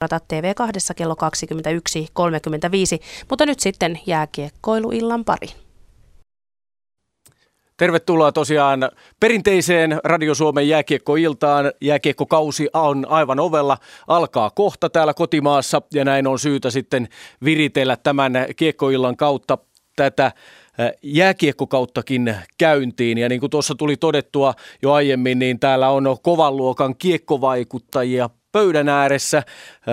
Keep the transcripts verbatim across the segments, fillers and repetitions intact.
T V kaksi kello kaksikymmentäyksi kolmekymmentäviisi, mutta nyt sitten jääkiekkoiluillan pari. Tervetuloa tosiaan perinteiseen Radio Suomen jääkiekkoiltaan. Jääkiekkokausi on aivan ovella, alkaa kohta täällä kotimaassa ja näin on syytä sitten viritellä tämän kiekkoillan kautta tätä jääkiekkokauttakin käyntiin. Ja niin kuin tuossa tuli todettua jo aiemmin, niin täällä on kovan luokan kiekkovaikuttajia pöydän ääressä.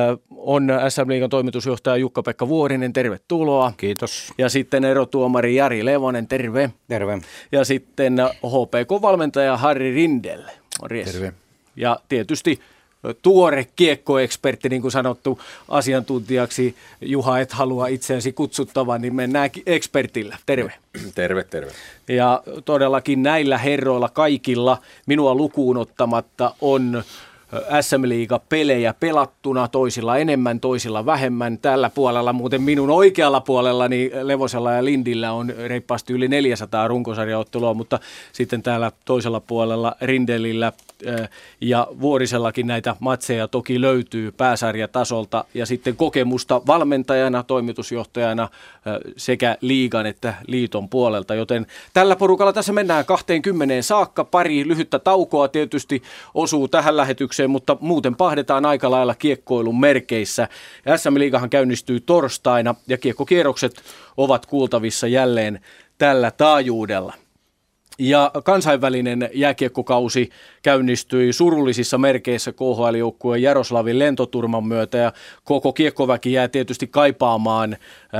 On S M-liigan toimitusjohtaja Jukka-Pekka Vuorinen, tervetuloa. Kiitos. Ja sitten erotuomari Jari Levonen, terve. Terve. Ja sitten H P K-valmentaja Harri Rindel, morjes. Terve. Ja tietysti tuore kiekkoekspertti, niin kuin sanottu, asiantuntijaksi. Juha, et halua itseäsi kutsuttavan, niin mennään ekspertillä. Terve. Terve, terve. Ja todellakin näillä herroilla kaikilla, minua lukuun ottamatta, on S M-liiga-pelejä pelattuna, toisilla enemmän, toisilla vähemmän. Tällä puolella, muuten minun oikealla puolella, niin Levosella ja Lindillä on reippaasti yli neljäsataa runkosarjaottelua, mutta sitten täällä toisella puolella Rindelillä ja Vuorisellakin näitä matseja toki löytyy pääsarjatasolta ja sitten kokemusta valmentajana, toimitusjohtajana sekä liigan että liiton puolelta, joten tällä porukalla tässä mennään kaksikymmentä saakka. Pari lyhyttä taukoa tietysti osuu tähän lähetykseen, mutta muuten pahdetaan aika lailla kiekkoilun merkeissä. S M-liigahan käynnistyy torstaina ja kiekkokierrokset ovat kuultavissa jälleen tällä taajuudella. Ja kansainvälinen jääkiekkokausi käynnistyi surullisissa merkeissä K H L-joukkueen Jaroslavin lentoturman myötä ja koko kiekkoväki jää tietysti kaipaamaan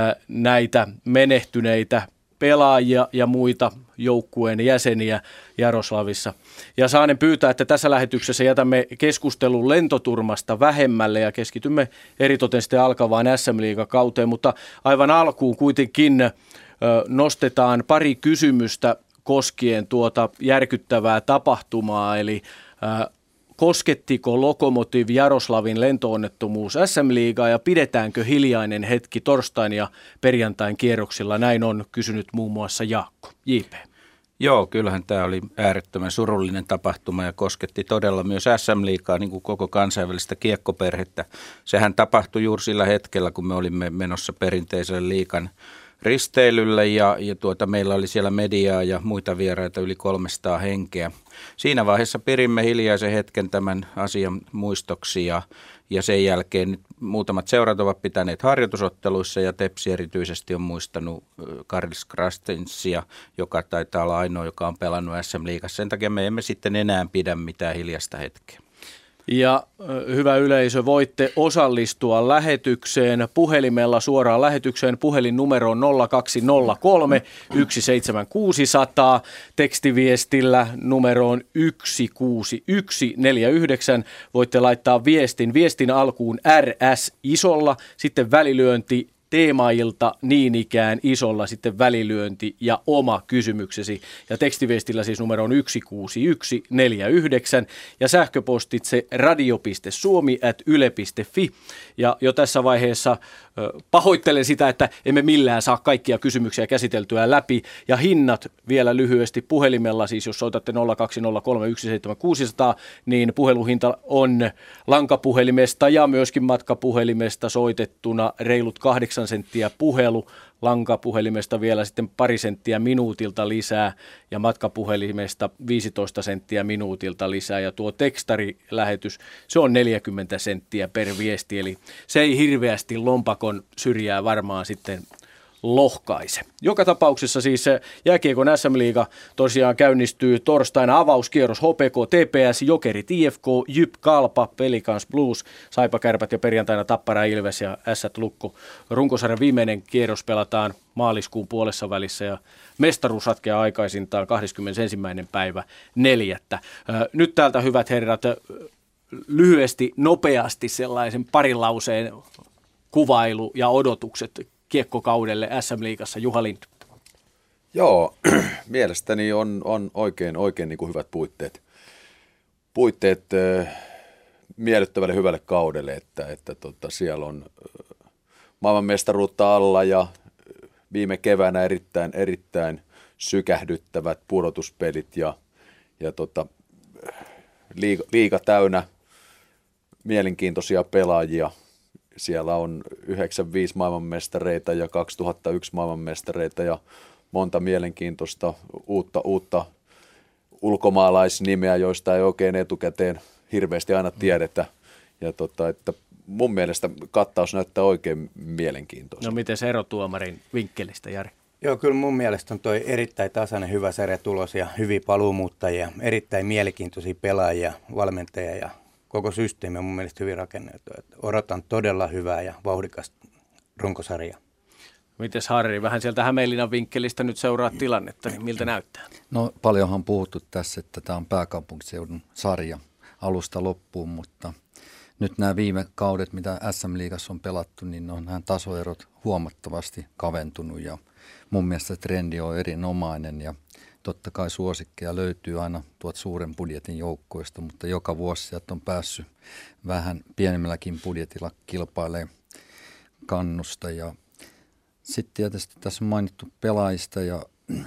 näitä menehtyneitä pelaajia ja muita joukkueen jäseniä Jaroslavissa. Ja saanen pyytää, että tässä lähetyksessä jätämme keskustelun lentoturmasta vähemmälle ja keskitymme eritoten sitten alkavaan S M-liigakauteen, mutta aivan alkuun kuitenkin ö, nostetaan pari kysymystä koskien tuota järkyttävää tapahtumaa, eli ää, koskettiko Lokomotiv Jaroslavin lentoonnettomuus S M-liigaa ja pidetäänkö hiljainen hetki torstain ja perjantain kierroksilla? Näin on kysynyt muun muassa Jaakko. J P. Joo, kyllähän tämä oli äärettömän surullinen tapahtuma ja kosketti todella myös S M-liigaa, niin kuin koko kansainvälistä kiekkoperhettä. Sehän tapahtui juuri sillä hetkellä, kun me olimme menossa perinteiselle liigan risteilylle ja, ja tuota, meillä oli siellä mediaa ja muita vieraita yli kolmesataa henkeä. Siinä vaiheessa pirimme hiljaisen hetken tämän asian muistoksi ja, ja sen jälkeen nyt muutamat seurat ovat pitäneet harjoitusotteluissa ja Tepsi erityisesti on muistanut Karlis Krastensia, joka taitaa olla ainoa, joka on pelannut S M-liigassa. Sen takia me emme sitten enää pidä mitään hiljaista hetkeä. Ja hyvä yleisö, voitte osallistua lähetykseen puhelimella suoraan lähetykseen. Puhelinnumero on nolla kaksi nolla kolme yksi seitsemän kuusi nolla nolla, tekstiviestillä numeroon yksi kuusi yksi neljä yhdeksän. Voitte laittaa viestin, viestin alkuun R S isolla, sitten välilyönti, teemailta niin ikään isolla, sitten välilyönti ja oma kysymyksesi. Ja tekstiviestillä siis numero on yksi kuusi yksi neljä yhdeksän ja sähköpostitse radio piste suomi ät yle piste fi. Ja jo tässä vaiheessa pahoittelen sitä, että emme millään saa kaikkia kysymyksiä käsiteltyä läpi. Ja hinnat vielä lyhyesti puhelimella, siis jos soitatte nolla kaksi nolla kolme yksi seitsemän kuusi nolla nolla, niin puheluhinta on lankapuhelimesta ja myöskin matkapuhelimesta soitettuna reilut kahdeksan senttiä puhelu. Lankapuhelimesta vielä sitten pari senttiä minuutilta lisää ja matkapuhelimesta viisitoista senttiä minuutilta lisää. Ja tuo tekstarilähetys, se on neljäkymmentä senttiä per viesti, eli se ei hirveästi lompakon syrjää varmaan sitten lohkaise. Joka tapauksessa siis jääkiekon S M-liiga tosiaan käynnistyy torstaina avauskierros H P K, T P S, Jokerit, I F K, Jyp, Kalpa, Pelicans, Blues, Saipa, Kärpät ja perjantaina Tappara, Ilves ja Ässät, Lukko. Runkosarjan viimeinen kierros pelataan maaliskuun puolessa välissä ja mestaruus ratkeaa aikaisintaan kahdeskymmenesensimmäinen päivä neljättä. Nyt täältä hyvät herrat lyhyesti, nopeasti sellaisen parin lauseen kuvailu ja odotukset kiekkokaudelle S M-liigassa. Juha Lind. Joo, mielestäni on, on oikein, oikein niin kuin hyvät puitteet, puitteet äh, miellyttävälle hyvälle kaudelle, että, että tota, siellä on äh, maailmanmestaruutta alla ja viime keväänä erittäin, erittäin sykähdyttävät pudotuspelit ja, ja tota, liiga, liiga täynnä mielenkiintoisia pelaajia, siellä on yhdeksänkymmentäviisi maailmanmestareita ja kaksituhattayksi maailmanmestareita ja monta mielenkiintoista uutta, uutta ulkomaalaisnimeä, joista ei oikein etukäteen hirveästi aina tiedetä. Ja tota, että mun mielestä kattaus näyttää oikein mielenkiintoista. No miten se erotuomarin vinkkelistä, Jari? Joo, kyllä mun mielestä on toi erittäin tasainen hyvä sarja tulos ja hyviä paluumuuttajia, erittäin mielenkiintoisia pelaajia, valmentajia ja koko systeemi on mun mielestä hyvin rakennettu. Odotan todella hyvää ja vauhdikasta runkosarjaa. Mites Harri, vähän sieltä Hämeenlinnan vinkkelistä nyt seuraa tilannetta, niin miltä näyttää? No paljonhan on puhuttu tässä, että tämä on pääkaupunkiseudun sarja alusta loppuun, mutta nyt nämä viime kaudet, mitä S M-liigassa on pelattu, niin on nämä tasoerot huomattavasti kaventunut ja mun mielestä trendi on erinomainen ja totta kai suosikkeja löytyy aina tuot suuren budjetin joukkoista, mutta joka vuosi sieltä on päässyt vähän pienemmälläkin budjetilla kilpailemaan kannusta. Ja sitten tietysti tässä on mainittu pelaajista ja,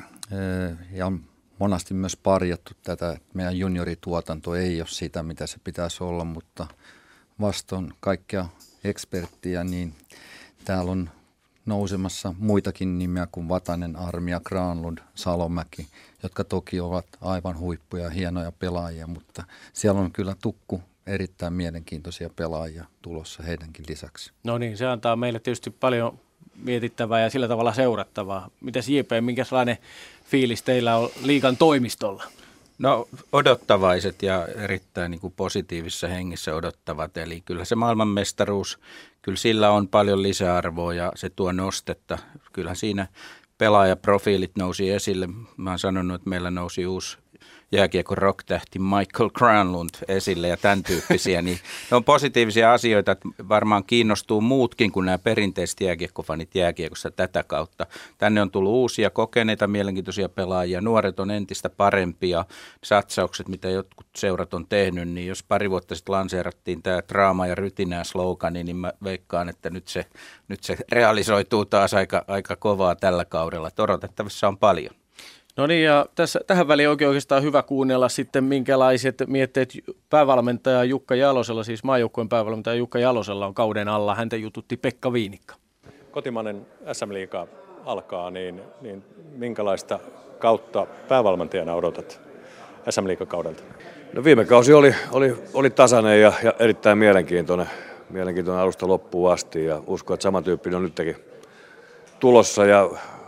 ja on monasti myös parjattu tätä, että meidän juniorituotanto ei ole sitä, mitä se pitäisi olla, mutta vastoin kaikkea eksperttiä, niin täällä on nousemassa muitakin nimiä kuin Vatanen, Armia, Granlund, Salomäki, jotka toki ovat aivan huippuja ja hienoja pelaajia, mutta siellä on kyllä tukku erittäin mielenkiintoisia pelaajia tulossa heidänkin lisäksi. No niin, se antaa meille tietysti paljon mietittävää ja sillä tavalla seurattavaa. Mitäs J P, minkälainen fiilis teillä on liigan toimistolla? No odottavaiset ja erittäin niin kuin positiivisessa hengessä odottavat, eli kyllä se maailmanmestaruus, kyllä sillä on paljon lisäarvoa ja se tuo nostetta. Kyllähän siinä pelaajaprofiilit nousi esille. Mä oon sanonut, että meillä nousi uusi jääkiekon rock-tähti Michael Granlund esille ja tämän tyyppisiä, niin ne on positiivisia asioita, että varmaan kiinnostuu muutkin kuin nämä perinteiset jääkiekkofanit jääkiekossa tätä kautta. Tänne on tullut uusia kokeneita, mielenkiintoisia pelaajia, nuoret on entistä parempia, satsaukset, mitä jotkut seurat on tehnyt, niin jos pari vuotta sitten lanseerattiin tämä draama ja rytinää slogani, niin mä veikkaan, että nyt se, nyt se realisoituu taas aika, aika kovaa tällä kaudella, että odotettavissa on paljon. No niin, ja tässä, tähän väliin oikein oikeastaan hyvä kuunnella sitten, minkälaiset mietteet päävalmentaja Jukka Jalosella, siis maajoukkueen päävalmentaja Jukka Jalosella on kauden alla. Häntä jututti Pekka Viinikka. Kotimainen S M-liiga alkaa, niin, niin minkälaista kautta päävalmentajana odotat S M-liigakaudelta? No viime kausi oli, oli, oli tasainen ja, ja erittäin mielenkiintoinen, mielenkiintoinen alusta loppuun asti ja uskon, että samantyyppinen on nytkin tulossa ja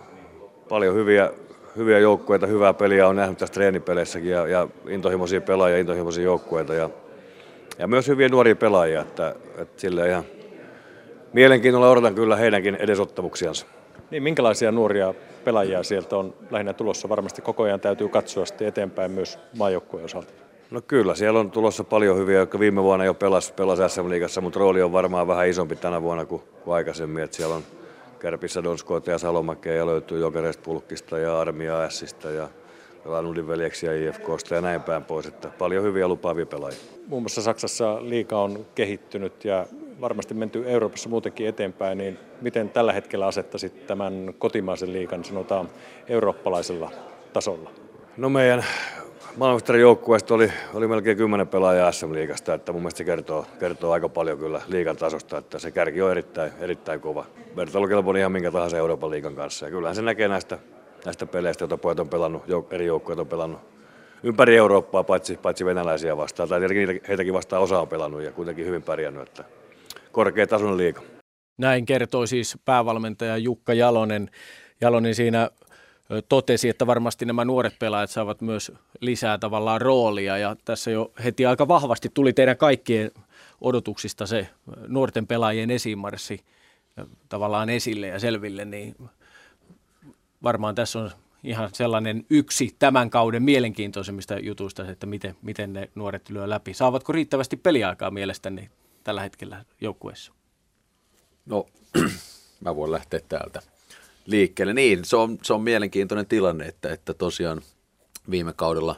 paljon hyviä Hyviä joukkueita, hyvää peliä on nähnyt tässä treenipeleissäkin ja, ja intohimoisia pelaajia, intohimoisia joukkueita ja, ja myös hyviä nuoria pelaajia, että, että sillä ihan mielenkiinnolla odotan kyllä heidänkin edesottamuksiansa. Niin, minkälaisia nuoria pelaajia sieltä on lähinnä tulossa? Varmasti koko ajan täytyy katsoa sitten eteenpäin myös maajoukkueen osalta. No kyllä, siellä on tulossa paljon hyviä, jotka viime vuonna jo pelasi, pelasi S M-liigassa, mutta rooli on varmaan vähän isompi tänä vuonna kuin aikaisemmin, että siellä on Kärpissä Donskoita ja Salomäkeä ja löytyy Jokereista, Pulkkista ja Armia Ässistä ja Granlundin veljeksiä I F K:sta ja näin päin pois. Että paljon hyviä lupaavia pelaajia. Muun muassa Saksassa liiga on kehittynyt ja varmasti menty Euroopassa muutenkin eteenpäin, niin miten tällä hetkellä asettaisit tämän kotimaisen liigan, sanotaan eurooppalaisella tasolla? No meidän maailmanmestarijoukkueesta oli, oli melkein kymmenen pelaajaa S M-liigasta, että mun mielestä se kertoo, kertoo aika paljon kyllä liigan tasosta, että se kärki on erittäin, erittäin kova. Vertailukelpoinen ihan minkä tahansa Euroopan liigan kanssa ja kyllähän se näkee näistä, näistä peleistä, joita pojat on pelannut, eri joukkueet on pelannut ympäri Eurooppaa, paitsi, paitsi venäläisiä vastaan, tai tietenkin heitäkin vastaan osa on pelannut ja kuitenkin hyvin pärjännyt, että korkeatasoinen liiga. Näin kertoi siis päävalmentaja Jukka Jalonen. Jalonen siinä totesi, että varmasti nämä nuoret pelaajat saavat myös lisää tavallaan roolia ja tässä jo heti aika vahvasti tuli teidän kaikkien odotuksista se nuorten pelaajien esimarssi tavallaan esille ja selville, niin varmaan tässä on ihan sellainen yksi tämän kauden mielenkiintoisemmista jutuista, että miten, miten ne nuoret lyö läpi. Saavatko riittävästi peliaikaa mielestäni tällä hetkellä joukkueessa? No, mä voin lähteä täältä liikkeelle. Niin, se on, se on mielenkiintoinen tilanne, että, että tosiaan viime kaudella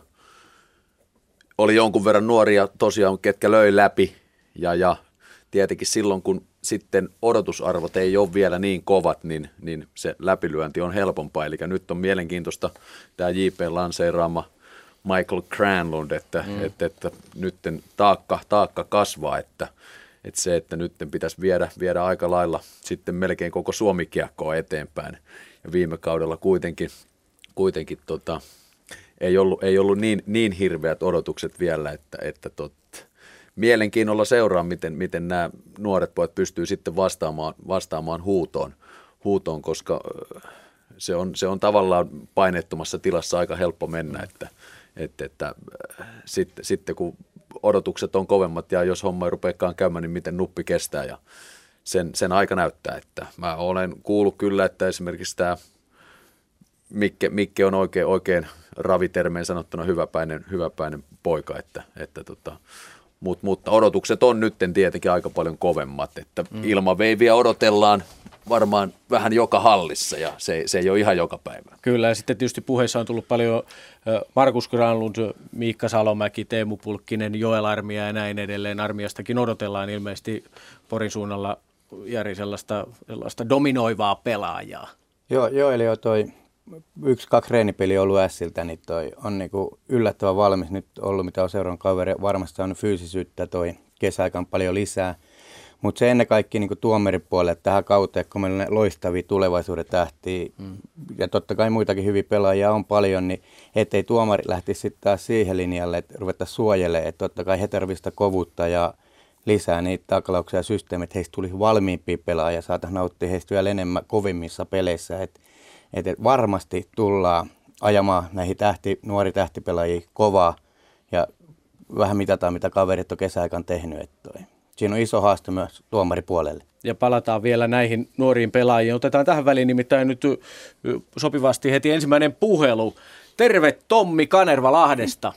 oli jonkun verran nuoria tosiaan, ketkä löi läpi ja, ja tietenkin silloin, kun sitten odotusarvot ei ole vielä niin kovat, niin, niin se läpilyönti on helpompaa. Eli nyt on mielenkiintoista tämä J P lanseeraama Michael Granlund, että, mm. että, että nyt taakka, taakka kasvaa, että, että se, että nyt pitäisi viedä, viedä aika lailla sitten melkein koko Suomi-kiekkoa eteenpäin. Ja viime kaudella kuitenkin, kuitenkin tota, ei ollut, ei ollut niin, niin hirveät odotukset vielä, että, että tot, mielenkiinnolla seuraa, miten, miten nämä nuoret pojat pystyy sitten vastaamaan, vastaamaan huutoon, huutoon, koska se on, se on tavallaan painettomassa tilassa aika helppo mennä, että, että, että sitten, sitten kun odotukset on kovemmat ja jos homma ei rupeakaan käymään, niin miten nuppi kestää ja sen, sen aika näyttää, että mä olen kuullut kyllä, että esimerkiksi tämä Mikke, Mikke on oikein, oikein ravitermeen sanottuna hyväpäinen, hyväpäinen poika, että, että tota, Mut, mutta odotukset on nyt tietenkin aika paljon kovemmat, että mm. ilmaveiviä odotellaan varmaan vähän joka hallissa ja se, se ei ole ihan joka päivä. Kyllä, ja sitten tietysti puheissa on tullut paljon Markus Granlund, Miikka Salomäki, Teemu Pulkkinen, Joel Armia ja näin edelleen. Armiastakin odotellaan ilmeisesti Porin suunnalla Jari sellaista, sellaista dominoivaa pelaajaa. Joo, Joel jo toi yksi, kaksi reenipeliä ollut Ässiltä, niin toi on niinku yllättävän valmis nyt ollut, mitä on seurannut kaveri. Varmasti on fyysisyyttä toi kesäaikaan paljon lisää. Mutta se ennen kaikkea niinku tuomarin puolelle tähän kauteen, kun meillä on loistavia tulevaisuuden tähtiä mm. ja totta kai muitakin hyviä pelaajia on paljon, niin ettei tuomari lähtisi sitten taas siihen linjalle, että ruvettaisiin suojelemaan, että totta kai he tarvitsevat kovuutta ja lisää niitä taklauksia ja systeemejä, että heistä tulisi valmiimpia pelaajia, saataisiin nauttia heistä vielä enemmän kovimmissa peleissä, että Että varmasti tullaan ajamaan näihin tähti, nuori tähtipelaajia kovaa ja vähän mitataan, mitä kaverit on kesäaikaan tehnyt. Että siinä on iso haaste myös tuomaripuolelle. Ja palataan vielä näihin nuoriin pelaajiin. Otetaan tähän väliin nimittäin nyt sopivasti heti ensimmäinen puhelu. Terve Tommi Kanerva Lahdesta.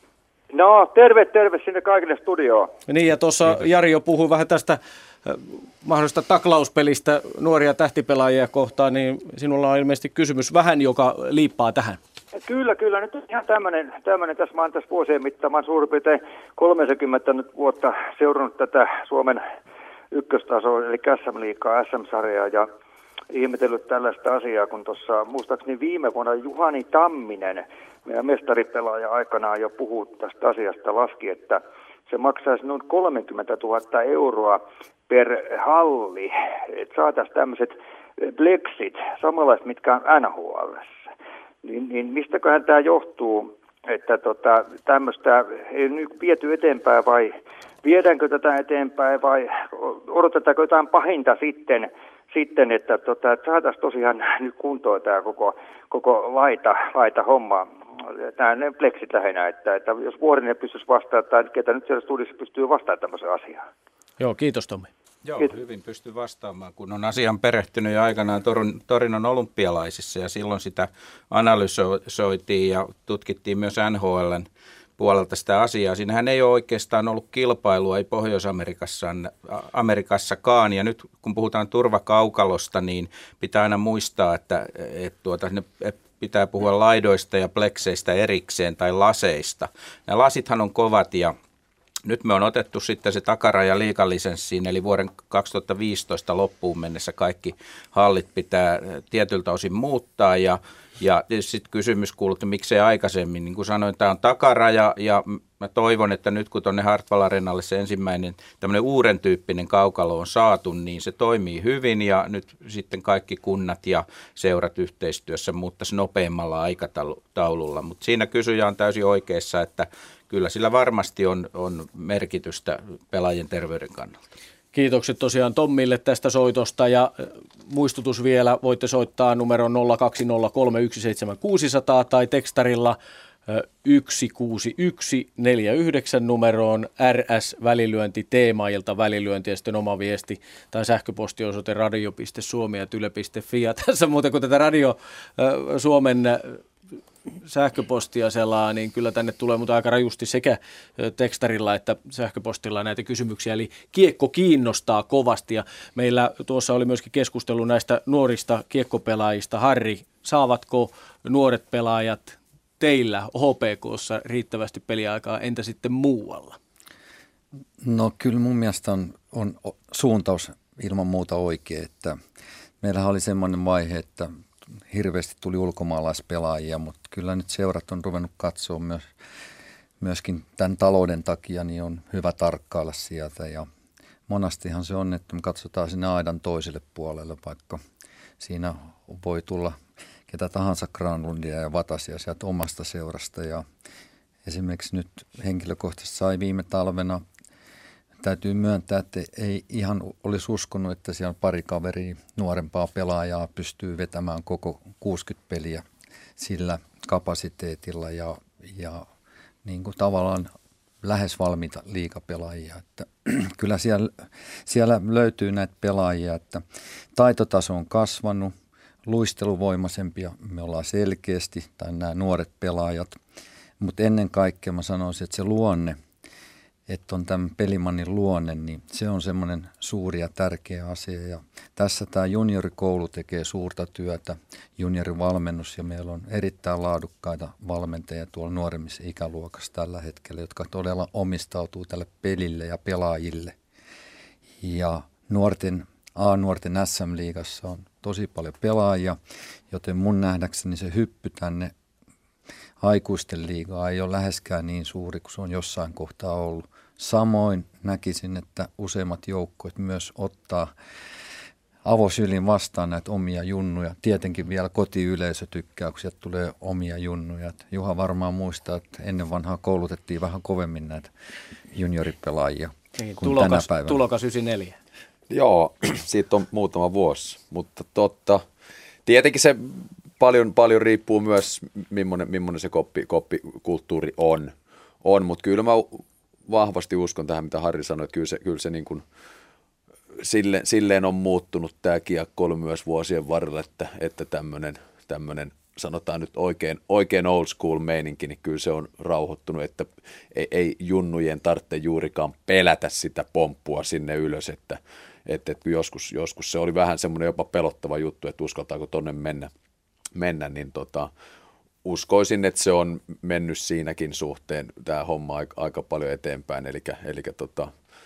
No terve, terve sinne kaikille studioon. Niin ja tuossa Jari jo puhui vähän tästä mahdollista taklauspelistä nuoria tähtipelaajia kohtaan, niin sinulla on ilmeisesti kysymys vähän, joka liippaa tähän. Kyllä, kyllä. Nyt on ihan tämmöinen, tämmöinen tässä, mä oon tässä vuosien mittaan, mä oon suurin piirtein kolmekymmentä nyt vuotta seurannut tätä Suomen ykköstasoa, eli S M-liigaa, S M-sarjaa, ja ihmetellyt tällaista asiaa, kun tuossa muistaakseni viime vuonna Juhani Tamminen, meidän mestaripelaaja aikanaan jo puhui tästä asiasta, laski, että se maksaisi noin kolmekymmentätuhatta euroa per halli, että saataisiin tämmöiset pleksit, samanlaiset mitkä on N H L:ssä. Niin, niin mistäköhän tämä johtuu, että tota, tämmöistä ei nyt viety eteenpäin vai viedäänkö tätä eteenpäin vai odotetaanko jotain pahinta sitten, sitten että, tota, että saataisiin tosiaan nyt kuntoon tämä koko, koko laita, laita homma. Nämä ne pleksit lähinnä, että, että jos Vuorinen pystyisi vastaamaan tai ketä nyt siellä studiossa pystyy vastaamaan tämmöiseen asiaan. Joo, kiitos Tommi. Joo, hyvin pystyy vastaamaan, kun on asian perehtynyt jo aikanaan Torun, Torinon olympialaisissa ja silloin sitä analysoitiin ja tutkittiin myös N H L:n puolelta sitä asiaa. Siinähän ei ole oikeastaan ollut kilpailua, ei Pohjois-Amerikassakaan ja nyt kun puhutaan turvakaukalosta, niin pitää aina muistaa, että, että tuota, ne pitää puhua laidoista ja plekseistä erikseen tai laseista. Nämä lasithan on kovat ja nyt me on otettu sitten se takaraja liigalisenssiin, eli vuoden kaksituhattaviisitoista loppuun mennessä kaikki hallit pitää tietyltä osin muuttaa ja Ja sitten kysymys kuuluu, että miksei aikaisemmin. Niin kuin sanoin, tämä on takaraja ja mä toivon, että nyt kun tuonne Hartwall Arenalle se ensimmäinen tämmöinen uuden tyyppinen kaukalo on saatu, niin se toimii hyvin ja nyt sitten kaikki kunnat ja seurat yhteistyössä muuttaisi nopeammalla aikataululla. Mutta siinä kysyjä on täysin oikeassa, että kyllä sillä varmasti on, on merkitystä pelaajien terveyden kannalta. Kiitokset tosiaan Tommille tästä soitosta ja muistutus vielä, voitte soittaa numero nolla kaksi nolla kolme yksi seitsemän kuusi nolla nolla tai tekstarilla yksi kuusi yksi neljä yhdeksän numeroon R S-välilyönti, teemailta välilyönti ja sitten oma viesti tai sähköpostiosoite radio piste suomi ät yle piste fi. Ja tässä muuten kun tätä Radio Suomen sähköpostia selaa, niin kyllä tänne tulee mutta aika rajusti sekä tekstarilla että sähköpostilla näitä kysymyksiä. Eli kiekko kiinnostaa kovasti ja meillä tuossa oli myöskin keskustelu näistä nuorista kiekkopelaajista. Harri, saavatko nuoret pelaajat teillä H P K:ssa riittävästi peliaikaa, entä sitten muualla? No kyllä mun mielestä on, on suuntaus ilman muuta oikein, että meillähän oli semmoinen vaihe, että hirveästi tuli ulkomaalaispelaajia, mutta kyllä nyt seurat on ruvennut katsoa myös, myöskin tämän talouden takia, niin on hyvä tarkkailla sieltä. Ja monastihan se on, että me katsotaan sinne aidan toiselle puolelle, vaikka siinä voi tulla ketä tahansa Granlundia ja Vatasia sieltä omasta seurasta. Ja esimerkiksi nyt henkilökohtaisesti sai viime talvena, täytyy myöntää, että ei ihan olisi uskonut, että siellä pari kaveria nuorempaa pelaajaa pystyy vetämään koko kuusikymmentä peliä sillä kapasiteetilla ja, ja niin kuin tavallaan lähes valmiita liigapelaajia. Että kyllä siellä, siellä löytyy näitä pelaajia, että taitotaso on kasvanut, luisteluvoimaisempia me ollaan selkeästi, tai nämä nuoret pelaajat, mutta ennen kaikkea mä sanoisin, että se luonne, että on tämän pelimannin luonne, niin se on semmoinen suuri ja tärkeä asia. Ja tässä tämä juniorikoulu tekee suurta työtä, juniorivalmennus, ja meillä on erittäin laadukkaita valmentajia tuolla nuoremmissa ikäluokassa tällä hetkellä, jotka todella omistautuu tälle pelille ja pelaajille. Ja nuorten, A-nuorten äs äm-liigassa on tosi paljon pelaajia, joten mun nähdäkseni se hyppy tänne aikuisten liigaa ei ole läheskään niin suuri kuin se on jossain kohtaa ollut. Samoin näkisin, että useimmat joukkueet myös ottaa avosylin vastaan näitä omia junnuja. Tietenkin vielä kotiyleisö tykkää, kun sieltä tulee omia junnuja. Juha varmaan muistaa, että ennen vanhaa koulutettiin vähän kovemmin näitä junioripelaajia niin, kuin tulokas, tänä päivänä. Tulokas yhdeksänkymmentäneljä. Joo, siitä on muutama vuosi, mutta totta. Tietenkin se paljon, paljon riippuu myös, millainen, millainen se koppi, koppikulttuuri on, on. Mutta kyllä mä vahvasti uskon tähän, mitä Harri sanoi, että kyllä se, kyllä se niin kuin sille, silleen on muuttunut tämä kiekkoilu myös vuosien varrella, että, että tämmöinen, tämmöinen sanotaan nyt oikein, oikein old school meininki, niin kyllä se on rauhoittunut, että ei, ei junnujen tarvitse juurikaan pelätä sitä pomppua sinne ylös, että, että, että joskus, joskus se oli vähän semmoinen jopa pelottava juttu, että uskaltaako tonne mennä, mennä niin tota, uskoisin, että se on mennyt siinäkin suhteen tämä homma aika, aika paljon eteenpäin, eli, eli tota,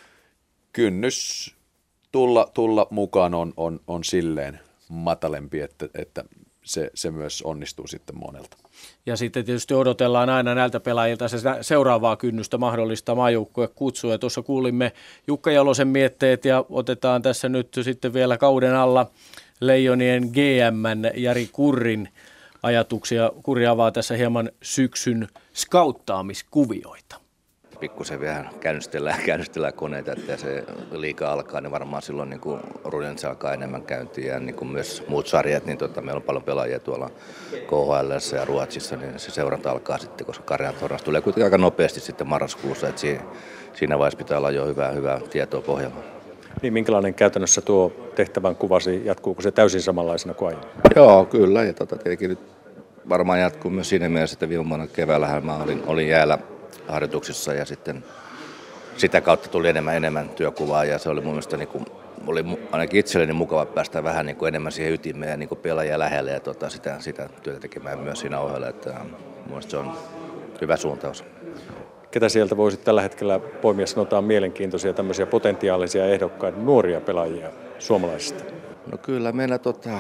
kynnys tulla, tulla mukaan on, on, on silleen matalempi, että, että se, se myös onnistuu sitten monelta. Ja sitten tietysti odotellaan aina näiltä pelaajilta se seuraavaa kynnystä mahdollista maajoukkue kutsua. Tuossa kuulimme Jukka Jalosen mietteet ja otetaan tässä nyt sitten vielä kauden alla Leijonien G M:n Jari Kurrin ajatuksia. Kurri avaa tässä hieman syksyn skauttaamiskuvioita. Pikkusen vähän käynnistellään, käynnistellään koneita, että se liiga alkaa, niin varmaan silloin niin kuin Rudens alkaa enemmän käyntiä ja niin kuin myös muut sarjat, niin tota, meillä on paljon pelaajia tuolla K H L:ssä ja Ruotsissa, niin se seuranta alkaa sitten, koska Karjan tornasta tulee kuitenkin aika nopeasti sitten marraskuussa, että siinä, siinä vaiheessa pitää olla jo hyvää, hyvää tietoa pohjalla. Niin minkälainen käytännössä tuo tehtävän kuvasi, jatkuuko se täysin samanlaisena kuin aiemmin? Joo, kyllä, ja tota, tietenkin nyt varmaan jatkuu myös siinä mielessä, että viime vuonna keväällähän mä olin, olin jäällä harjoituksissa ja sitten sitä kautta tuli enemmän enemmän työkuvaa ja se oli mun mielestä niin kuin, oli ainakin itselleni mukava päästä vähän niin kuin enemmän siihen ytimeen ja niin kuin pelaajia lähelle ja tota, sitä, sitä työtä tekemään myös siinä ohella, että mun mielestä se on hyvä suuntaus. Ketä sieltä voisi tällä hetkellä poimia, sanotaan mielenkiintoisia tämmöisiä potentiaalisia ehdokkaita, nuoria pelaajia suomalaisista? No kyllä meillä tota,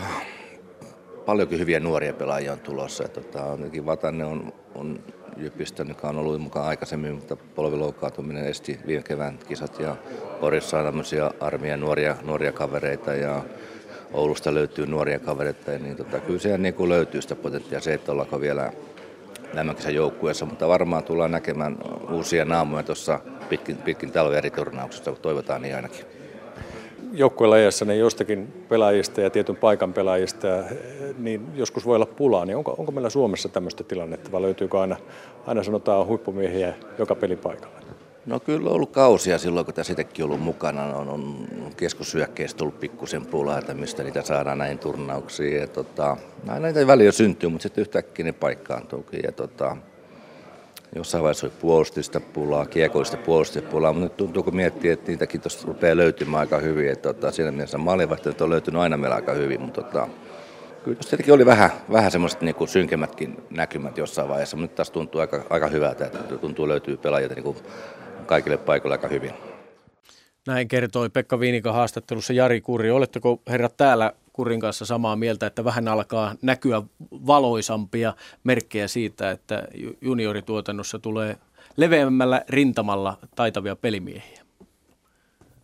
paljonkin hyviä nuoria pelaajia on tulossa. Tota, Vatanen on, on Jypistä, joka on ollut mukaan aikaisemmin, mutta polviloukkaantuminen esti viime kevään kisat ja Porissa on tämmöisiä armia nuoria, nuoria kavereita ja Oulusta löytyy nuoria kavereita. Niin tota, kyllä siellä niin kuin löytyy sitä potentiaalia, se, että ollaanko vielä nämä kisän joukkueessa, mutta varmaan tullaan näkemään uusia naamoja tuossa pitkin, pitkin talvea eri turnauksista, toivotaan niin ainakin. Joukkuelajeissa ne jostakin pelaajista ja tietyn paikan pelaajista, niin joskus voi olla pulaa. Niin onko, onko meillä Suomessa tämmöistä tilannetta vai löytyykö aina, aina sanotaan huippumiehiä joka pelipaikalla? No kyllä on ollut kausia silloin, kun tässä itsekin ollut mukana. On, on keskushyökkäistä tullut pikkusen pulaa, että mistä niitä saadaan näihin turnauksiin. Ja tota, aina niitä välillä syntyy, mutta sitten yhtäkkiä ne paikkaantuukin. Ja tota, jossain vaiheessa oli puolustista pulaa, kiekollista puolustista pulaa, mutta nyt tuntuu, kun miettii, että niitäkin tuossa rupeaa löytymään aika hyvin. Että tota, siinä mielessä maalivahtajat on löytynyt aina meillä aika hyvin, mutta tota, kyllä tuossa tietenkin oli vähän, vähän semmoiset niin kuin synkemmätkin näkymät jossain vaiheessa, mutta nyt taas tuntuu aika, aika hyvältä, että tuntuu löytyy pelaajia niin kuin kaikille paikoille aika hyvin. Näin kertoi Pekka Viinikan haastattelussa Jari Kurri. Oletteko herrat täällä Kurrin kanssa samaa mieltä, että vähän alkaa näkyä valoisampia merkkejä siitä, että juniorituotannossa tulee leveämmällä rintamalla taitavia pelimiehiä?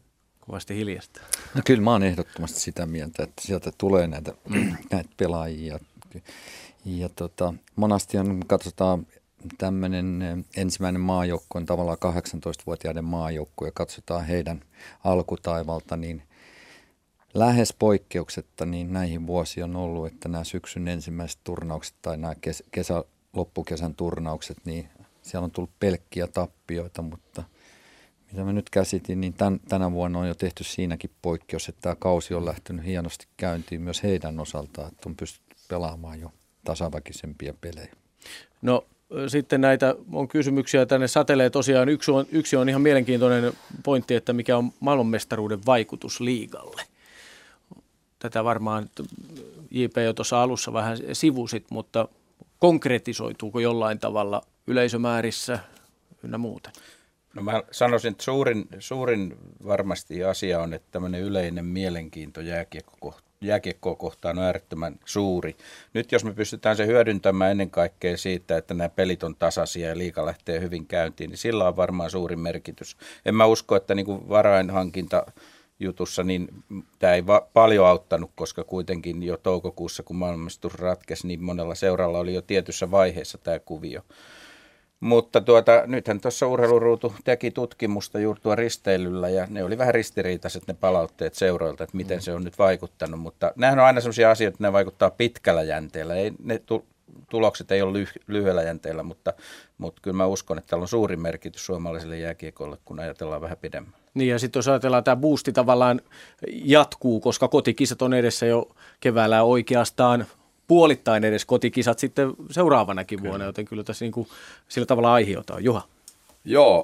kovasti hiljasta. No kyllä mä oon ehdottomasti sitä mieltä, että sieltä tulee näitä, näitä pelaajia. Ja tota, monasti on, katsotaan tämmöinen ensimmäinen maajoukko on tavallaan kahdeksantoistavuotiaiden maajoukko ja katsotaan heidän alkutaivalta, niin lähes poikkeuksetta niin näihin vuosiin on ollut, että nämä syksyn ensimmäiset turnaukset tai nämä kes- kesä, loppukesän turnaukset, niin siellä on tullut pelkkiä tappioita, mutta mitä mä nyt käsitin, niin tämän, tänä vuonna on jo tehty siinäkin poikkeus, että tämä kausi on lähtenyt hienosti käyntiin myös heidän osaltaan, että on pystytty pelaamaan jo tasaväkisempia pelejä. No sitten näitä on kysymyksiä tänne satelee tosiaan. Yksi on, yksi on ihan mielenkiintoinen pointti, että mikä on maailmanmestaruuden vaikutus liigalle. Tätä varmaan J P jo tuossa alussa vähän sivusit, mutta konkretisoituuko jollain tavalla yleisömäärissä ynnä muuten? No mä sanoisin, että suurin, suurin varmasti asia on, että tämmöinen yleinen mielenkiinto jääkiekko, jääkiekkoa kohtaan on äärettömän suuri. Nyt jos me pystytään se hyödyntämään ennen kaikkea siitä, että nämä pelit on tasaisia ja liiga lähtee hyvin käyntiin, niin sillä on varmaan suuri merkitys. En mä usko, että niin kuin varainhankinta jutussa, niin tämä ei va- paljon auttanut, koska kuitenkin jo toukokuussa, kun maailmanmestaruus ratkesi, niin monella seuralla oli jo tietyssä vaiheessa tämä kuvio. Mutta tuota, nythän tuossa Urheiluruutu teki tutkimusta juuri tuo risteilyllä ja ne oli vähän ristiriitaiset ne palautteet seuroilta, että miten se on nyt vaikuttanut. Mutta nämähän on aina sellaisia asioita, että ne vaikuttaa pitkällä jänteellä. Ei, ne tu- tulokset ei ole lyh- lyhyellä jänteellä, mutta, mutta kyllä mä uskon, että täällä on suuri merkitys suomalaiselle jääkiekolle, kun ajatellaan vähän pidemmän. Niin ja sitten jos ajatellaan, tämä boosti tavallaan jatkuu, koska kotikisat on edessä jo keväällä oikeastaan puolittain edes kotikisat sitten seuraavanakin kyllä. vuonna, joten kyllä tässä niin kuin sillä tavalla aiheota on. Juha. Joo,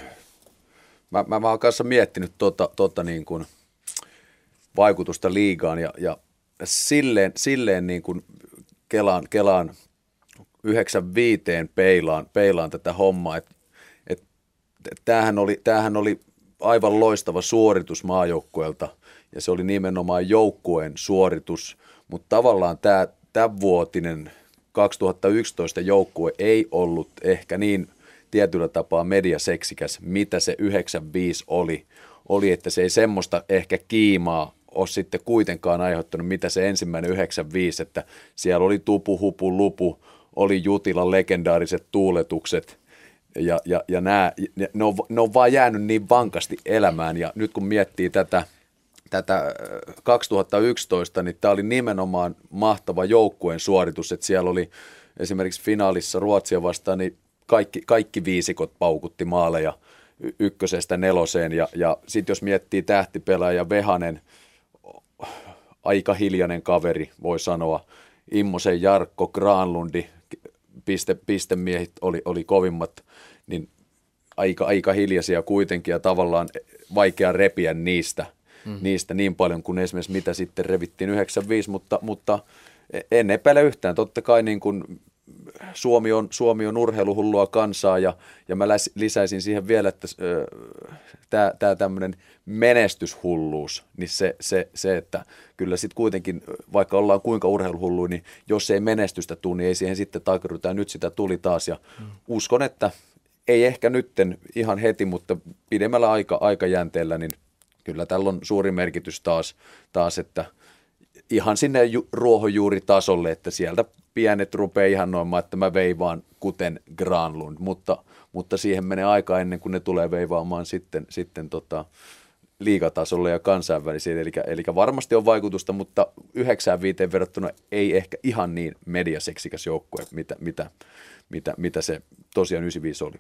mä, mä, mä oon kanssa miettinyt tota, tota niin kuin vaikutusta liigaan ja, ja silleen, silleen niin kuin kelaan, kelaan yhdeksänkymmentäviisi peilaan, peilaan tätä hommaa, että et, et tämähän, oli, tämähän oli aivan loistava suoritus maajoukkueelta ja se oli nimenomaan joukkueen suoritus, mutta tavallaan tämä tämänvuotinen kaksituhattayksitoista joukkue ei ollut ehkä niin tietyllä tapaa mediaseksikäs, mitä se yhdeksänkymmentäviisi oli. Oli, että se ei semmoista ehkä kiimaa ole sitten kuitenkaan aiheuttanut, mitä se ensimmäinen yhdeksänkymmentäviisi, että siellä oli tupu, hupu, lupu, oli Jutilan legendaariset tuuletukset ja, ja, ja nämä, ne, on, ne on vaan jäänyt niin vankasti elämään ja nyt kun miettii tätä Tätä kaksituhattayksitoista, niin tämä oli nimenomaan mahtava joukkueen suoritus, että siellä oli esimerkiksi finaalissa Ruotsia vastaan, niin kaikki, kaikki viisikot paukutti maaleja ykkösestä neloseen, ja, ja sitten jos miettii tähtipelaaja Vehanen, aika hiljainen kaveri, voi sanoa, Immosen Jarkko, Granlundi, piste, pistemiehet oli, oli kovimmat, niin aika, aika hiljaisia kuitenkin, ja tavallaan vaikea repiä niistä. Mm. niistä niin paljon kuin esimerkiksi mitä sitten revittiin yhdeksänkymmentäviisi, mutta, mutta en epäile yhtään. Totta kai niin kuin Suomi on, Suomi on urheiluhullua kansaa ja, ja mä lisäisin siihen vielä, että tämä äh, tämmöinen menestyshulluus, niin se, se, se että kyllä sitten kuitenkin, vaikka ollaan kuinka urheiluhulluja, niin jos ei menestystä tule, niin ei siihen sitten takerruta. Nyt sitä tuli taas ja mm. uskon, että ei ehkä nytten ihan heti, mutta pidemmällä aika, aikajänteellä, niin kyllä tällä on suuri merkitys taas, taas että ihan sinne ju- ruohonjuuritasolle, että sieltä pienet rupeaa ihannoimaan, että mä veivaan kuten Granlund, mutta, mutta siihen menee aika ennen kuin ne tulee veivaamaan sitten, sitten tota liigatasolle ja kansainvälisiin, eli, eli varmasti on vaikutusta, mutta yhdeksänkymmentäviisi verrattuna ei ehkä ihan niin mediaseksikäs joukkue, mitä, mitä, mitä, mitä se tosiaan yhdeksänkymmentäviisi oli.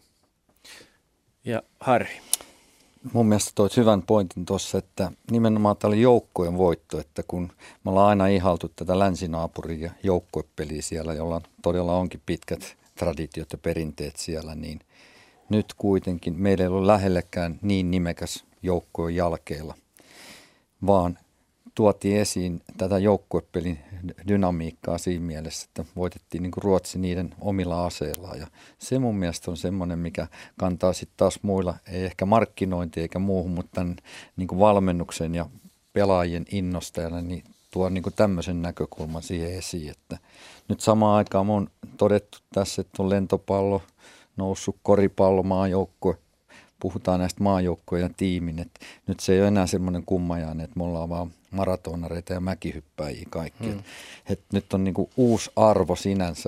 Ja Harri. Mun mielestä toit hyvän pointin tuossa, että nimenomaan tämä oli joukkojen voitto, että kun me ollaan aina ihaltu tätä länsinaapurin ja joukkuepeliä siellä, jolla todella onkin pitkät traditiot ja perinteet siellä, niin nyt kuitenkin meillä ei ole lähellekään niin nimekäs joukkojen jälkeellä, vaan tuotiin esiin tätä joukkuepelin dynamiikkaa siinä mielessä, että voitettiin niin kuin Ruotsi niiden omilla aseillaan. Ja se mun mielestä on semmoinen, mikä kantaa sitten taas muilla, ei ehkä markkinointi eikä muuhun, mutta tämän niin kuin valmennuksen ja pelaajien innostajana, niin tuo niin kuin tämmöisen näkökulman siihen esiin. Että nyt samaan aikaan on todettu tässä, että on lentopallo noussut, koripallo, maajoukkue, puhutaan näistä maajoukkojen ja tiimin, että nyt se ei ole enää semmoinen kummajainen, että me ollaan vaan maratonareita ja mäkihyppäjiä kaikki. Mm. Et nyt on niinku uusi arvo sinänsä.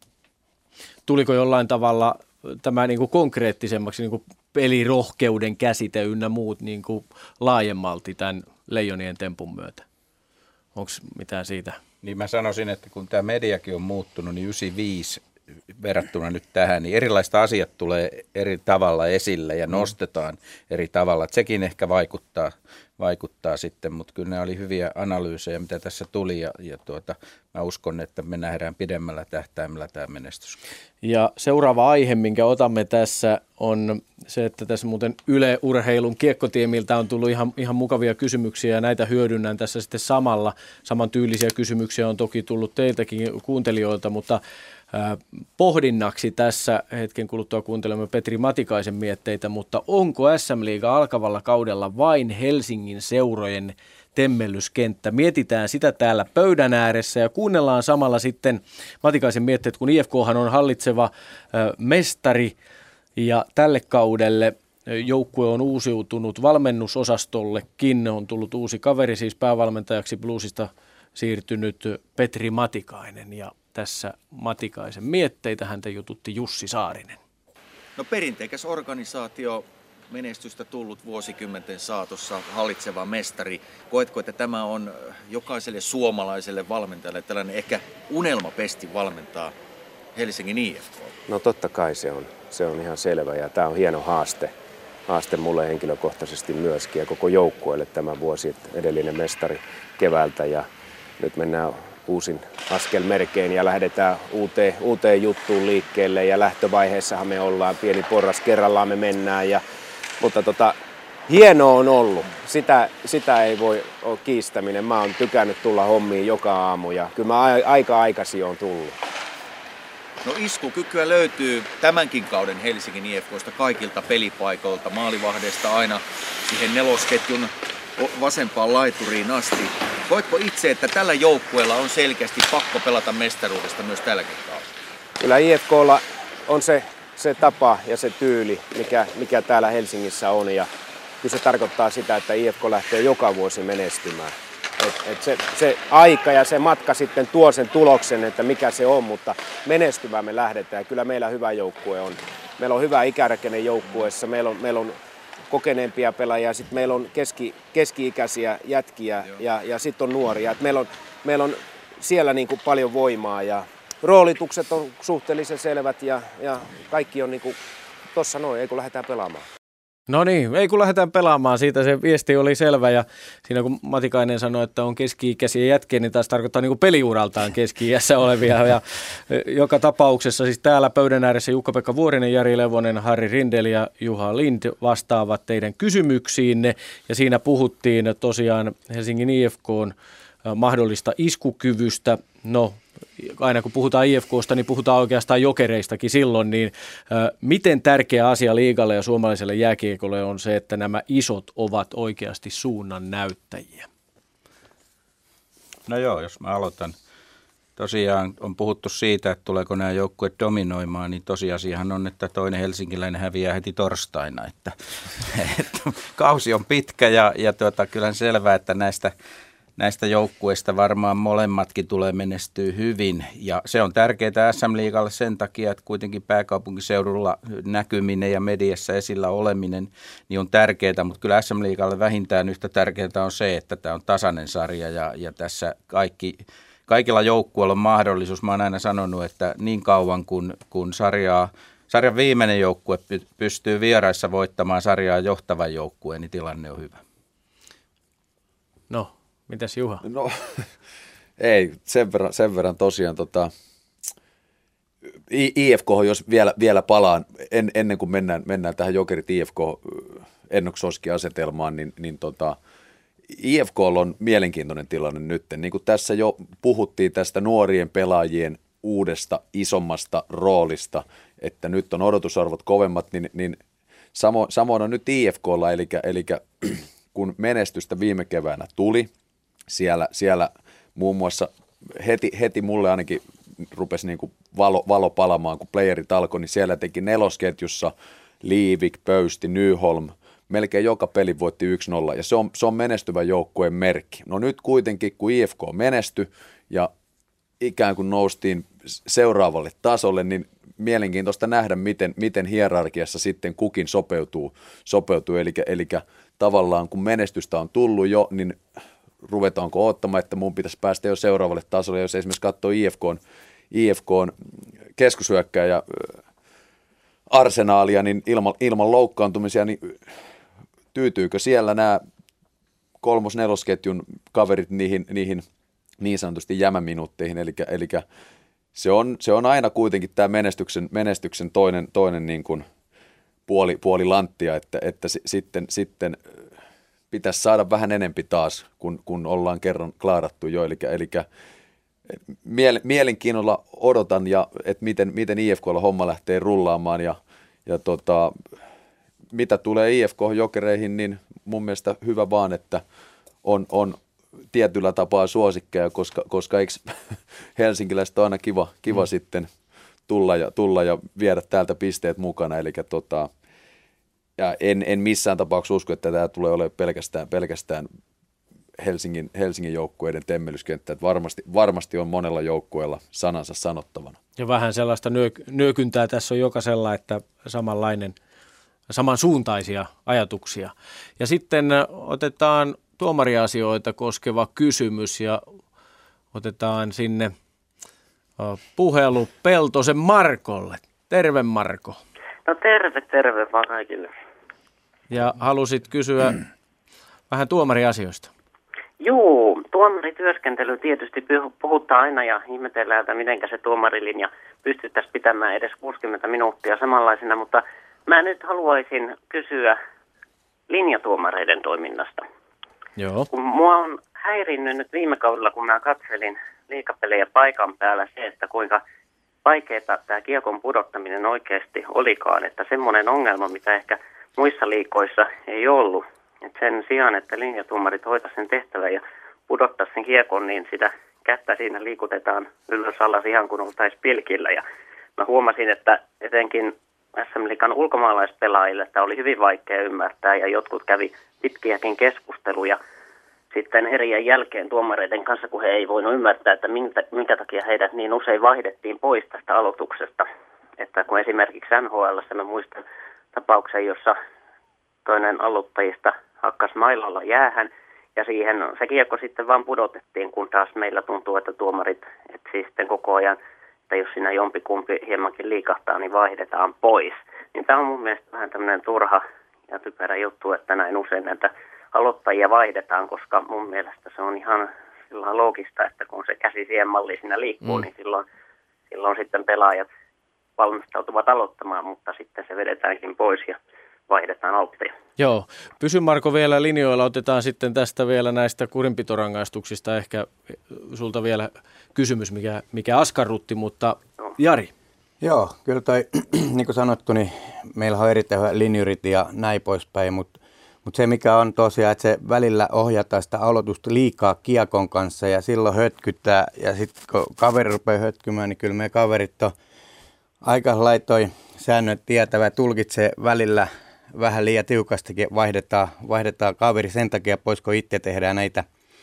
Tuliko jollain tavalla tämä niinku konkreettisemmaksi niinku pelirohkeuden käsite ynnä muut niinku laajemmalti tämän Leijonien tempun myötä? Onko mitään siitä? Niin mä sanoisin, että kun tämä mediakin on muuttunut, niin yhdeksänkymmentäviisi verrattuna nyt tähän, niin erilaista asiat tulee eri tavalla esille ja nostetaan mm. eri tavalla. Että sekin ehkä vaikuttaa, vaikuttaa sitten, mutta kyllä ne oli hyviä analyysejä, mitä tässä tuli ja, ja tuota, mä uskon, että me nähdään pidemmällä tähtäimellä tämä menestys. Ja seuraava aihe, minkä otamme tässä, on se, että tässä muuten Yle Urheilun kiekkotiemiltä on tullut ihan, ihan mukavia kysymyksiä ja näitä hyödynnän tässä sitten samalla. Samantyylisiä kysymyksiä on toki tullut teiltäkin kuuntelijoilta, mutta pohdinnaksi tässä hetken kuluttua kuuntelemme Petri Matikaisen mietteitä, mutta onko S M-liiga alkavalla kaudella vain Helsingin seurojen temmellyskenttä? Mietitään sitä täällä pöydän ääressä ja kuunnellaan samalla sitten Matikaisen mietteet, kun I F K:han on hallitseva mestari ja tälle kaudelle joukkue on uusiutunut valmennusosastollekin, on tullut uusi kaveri, siis päävalmentajaksi Bluesista siirtynyt Petri Matikainen ja tässä Matikaisen mietteitä häntä jututti Jussi Saarinen. No perinteikäs organisaatio, menestystä tullut vuosikymmenten saatossa, hallitseva mestari. Koetko, että tämä on jokaiselle suomalaiselle valmentajalle tällainen ehkä unelmapesti valmentaa Helsingin I F K? No totta kai se on. Se on ihan selvä ja tämä on hieno haaste. Haaste mulle henkilökohtaisesti myöskin ja koko joukkueelle tämä vuosi, edellinen mestari keväältä ja nyt mennään uusin askelmerkein ja lähdetään uuteen, uuteen juttuun liikkeelle ja lähtövaiheessahan me ollaan, pieni porras kerrallaan me mennään. Ja, mutta tota, hienoa on ollut, sitä, sitä ei voi ole kiistäminen. Mä oon tykännyt tulla hommiin joka aamu ja kyllä mä aika aikaisin oon tullut. No iskukykyä löytyy tämänkin kauden Helsingin I F K:sta kaikilta pelipaikoilta, maalivahdeesta aina siihen nelosketjun vasempaan laituriin asti. Koetko itse, että tällä joukkueella on selkeästi pakko pelata mestaruudesta myös tälläkin kaudella? Kyllä I F K:lla on se, se tapa ja se tyyli, mikä, mikä täällä Helsingissä on. Ja kyllä se tarkoittaa sitä, että I F K lähtee joka vuosi menestymään. Et, et se, se aika ja se matka sitten tuo sen tuloksen, että mikä se on, mutta menestymään me lähdetään. Kyllä meillä hyvä joukkue on. Meillä on hyvä ikärakenne joukkueessa, meillä on, meillä on kokeneempia pelaajia, sitten meillä on keski, keski-ikäisiä jätkiä ja, ja sitten on nuoria. Et meillä, on, meillä on siellä niin kuin paljon voimaa ja roolitukset on suhteellisen selvät ja, ja kaikki on niin kuin tuossa noin, ei kun lähdetään pelaamaan. No niin, ei kun lähdetään pelaamaan, siitä se viesti oli selvä ja siinä kun Matikainen sanoi, että on keski-ikäisiä jätkiä, niin taas tarkoittaa niin kuin peliuraltaan keski-iässä olevia ja joka tapauksessa siis täällä pöydän ääressä Jukka-Pekka Vuorinen, Jari Levonen, Harri Rindel ja Juha Lind vastaavat teidän kysymyksiinne ja siinä puhuttiin tosiaan Helsingin I F K:n mahdollista iskukyvystä, no aina kun puhutaan I F K:sta, niin puhutaan oikeastaan Jokereistakin silloin, niin ä, miten tärkeä asia liigalle ja suomalaiselle jääkiekolle on se, että nämä isot ovat oikeasti suunnan näyttäjiä? No joo, jos mä aloitan. Tosiaan on puhuttu siitä, että tuleeko nämä joukkueet dominoimaan, niin tosiasiahan on, että toinen helsinkiläinen häviää heti torstaina. Että, että kausi on pitkä ja, ja tuota, kyllä on selvää, että näistä Näistä joukkueista varmaan molemmatkin tulee menestyä hyvin ja se on tärkeää S M-liigalle sen takia, että kuitenkin pääkaupunkiseudulla näkyminen ja mediassa esillä oleminen niin on tärkeää, mutta kyllä S M-liigalle vähintään yhtä tärkeää on se, että tämä on tasainen sarja ja, ja tässä kaikki, kaikilla joukkueilla on mahdollisuus. Mä oon aina sanonut, että niin kauan kun, kun sarjaa, sarjan viimeinen joukkue pystyy vieraissa voittamaan sarjaa johtavan joukkueen, niin tilanne on hyvä. No. Mitäs Juha? No ei, sen verran, sen verran tosiaan tota, I F K, jos vielä, vielä palaan, en, ennen kuin mennään, mennään tähän Jokerit I F K-ennoksoski-asetelmaan, niin, niin tota, I F K on mielenkiintoinen tilanne nyt. Niin kuin tässä jo puhuttiin tästä nuorien pelaajien uudesta, isommasta roolista, että nyt on odotusarvot kovemmat, niin, niin samo, samoin on nyt I F K:lla, eli, eli kun menestystä viime keväänä tuli, Siellä, siellä muun muassa heti, heti mulle ainakin rupesi niin kuin valo, valo palamaan, kun playerit alkoi, niin siellä teki nelosketjussa Liivik, Pöysti, Nyholm, melkein joka peli voitti yksi nolla ja se on, se on menestyvän joukkueen merkki. No nyt kuitenkin, kun I F K menestyi ja ikään kuin noustiin seuraavalle tasolle, niin mielenkiintoista nähdä, miten, miten hierarkiassa sitten kukin sopeutuu. sopeutuu. Eli, eli tavallaan kun menestystä on tullut jo, niin ruvetaanko odottamaan, että mun pitäisi päästä jo seuraavalle tasolle. Jos esimerkiksi katsoo I F K:n, I F K:n keskushyökkääjä Arsenaalia, niin ilman, ilman loukkaantumisia, niin tyytyykö siellä nämä kolmos-nelosketjun kaverit niihin, niihin niin sanotusti jämäminuutteihin, eli, eli se, on, se on aina kuitenkin tämä menestyksen, menestyksen toinen, toinen niin kuin puoli, puoli lanttia, että, että s, sitten, sitten pitäisi saada vähän enempi taas, kun, kun ollaan kerran klaarattu jo, eli, eli miele, mielenkiinnolla odotan, ja, että miten, miten I F K:lla homma lähtee rullaamaan, ja, ja tota, mitä tulee I F K-jokereihin, niin mun mielestä hyvä vaan, että on, on tietyllä tapaa suosikkeja, koska, koska eikö helsinkiläistä on aina kiva, kiva mm. sitten tulla ja, tulla ja viedä täältä pisteet mukana, eli tota, ja en, en missään tapauksessa usko, että tämä tulee olemaan pelkästään, pelkästään Helsingin, Helsingin joukkueiden temmelyskenttä, että varmasti, varmasti on monella joukkueella sanansa sanottavana. Ja vähän sellaista nyök, nyökyntää tässä on jokaisella, että samanlainen, samansuuntaisia ajatuksia. Ja sitten otetaan tuomariasioita koskeva kysymys ja otetaan sinne puhelu Peltosen Markolle. Terve Marko. No terve, terve vaan kaikille. Ja halusit kysyä vähän tuomariasioista. Juu, tuomarityöskentely tietysti puhuttaa aina ja ihmetellään, että miten se tuomarilinja pystyttäisiin pitämään edes kuusikymmentä minuuttia samanlaisena, mutta mä nyt haluaisin kysyä linjatuomareiden toiminnasta. Joo. Kun mua on häirinnyt nyt viime kaudella, kun mä katselin liigapelejä paikan päällä se, että kuinka vaikeaa tämä kiekon pudottaminen oikeasti olikaan, että semmoinen ongelma, mitä ehkä muissa liikoissa ei ollut. Että sen sijaan, että linjatuomarit hoitaisivat sen tehtävän ja pudottaisivat sen kiekon, niin sitä kättä siinä liikutetaan ylös alas ihan kuin oltaisiin pilkillä. Ja mä huomasin, että etenkin S M-liigan ulkomaalaispelaajille että oli hyvin vaikea ymmärtää ja jotkut kävi pitkiäkin keskusteluja sitten erien jälkeen tuomareiden kanssa, kun he ei voinut ymmärtää, että minkä, minkä takia heidät niin usein vaihdettiin pois tästä aloituksesta. Että kun esimerkiksi N H L:ssä mä muistan tapauksen, jossa toinen aloittajista hakkas mailalla jäähän ja siihen se kiekko sitten vaan pudotettiin, kun taas meillä tuntuu, että tuomarit etsii sitten koko ajan, että jos siinä jompikumpi hiemankin liikahtaa, niin vaihdetaan pois. Niin tämä on mun mielestä vähän tämmöinen turha ja typerä juttu, että näin usein näitä aloittajia vaihdetaan, koska mun mielestä se on ihan sillä loogista, että kun se käsi siihen malliin siinä liikkuu, mm. niin silloin, silloin sitten pelaajat valmistautuvat aloittamaan, mutta sitten se vedetäänkin pois ja vaihdetaan aloittajia. Joo. Pysy Marko vielä linjoilla. Otetaan sitten tästä vielä näistä kurinpitorangaistuksista ehkä sulta vielä kysymys, mikä, mikä askarrutti, mutta no. Jari. Joo, kyllä toi, niin kuin sanottu, niin meillä on erittäin hyvät linjurit ja näin poispäin, mutta Mutta se mikä on tosiaan, että se välillä ohjataan sitä aloitusta liikaa kiekon kanssa ja silloin hötkyttää. Ja sitten kun kaveri rupeaa hötkymään, niin kyllä me kaverit on aika laitoi säännöt tietävä, tulkitsee välillä vähän liian tiukastikin, vaihdetaan, vaihdetaan kaveri sen takia pois, kun itse tehdään näitä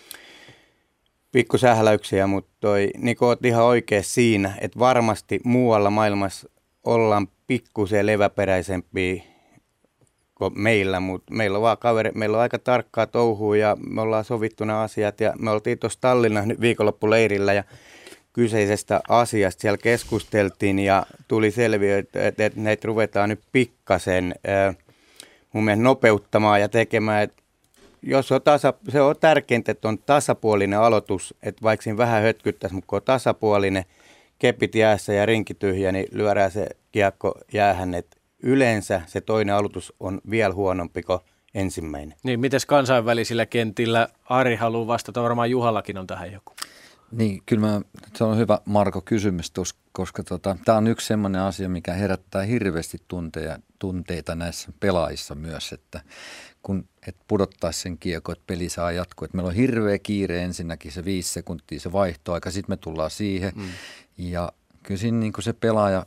pikkusähläyksiä. Mutta toi, niin kuin olet ihan oikein siinä, että varmasti muualla maailmassa ollaan pikkusen leväperäisempiä meillä, mutta meillä on vaan kaveri, meillä on aika tarkkaa touhua ja me ollaan sovittu nämä asiat ja me oltiin tuossa Tallinnassa nyt viikonloppuleirillä ja kyseisestä asiasta siellä keskusteltiin ja tuli selviö, että, että näitä ruvetaan nyt pikkasen äh, mun mielestä nopeuttamaan ja tekemään, että jos on tasa, se on tärkeintä, että on tasapuolinen aloitus, että vaikka siinä vähän hötkyttäisi, mutta kun on tasapuolinen, kepit jäässä ja rinki tyhjä, niin lyödään se kiekko jäähän, että yleensä se toinen aloitus on vielä huonompi kuin ensimmäinen. Niin, mites kansainvälisillä kentillä? Ari haluaa vastata, varmaan Juhallakin on tähän joku. Niin, kyllä mä, se on hyvä Marko kysymys, tos, koska tota, tämä on yksi sellainen asia, mikä herättää hirveästi tunteja, tunteita näissä pelaajissa myös, että kun et pudottaisi sen kiekko, että peli saa jatkua. Että meillä on hirveä kiire ensinnäkin se viisi sekuntia, se vaihtoaika, sitten me tullaan siihen mm. ja kyllä siinä niin kuin se pelaaja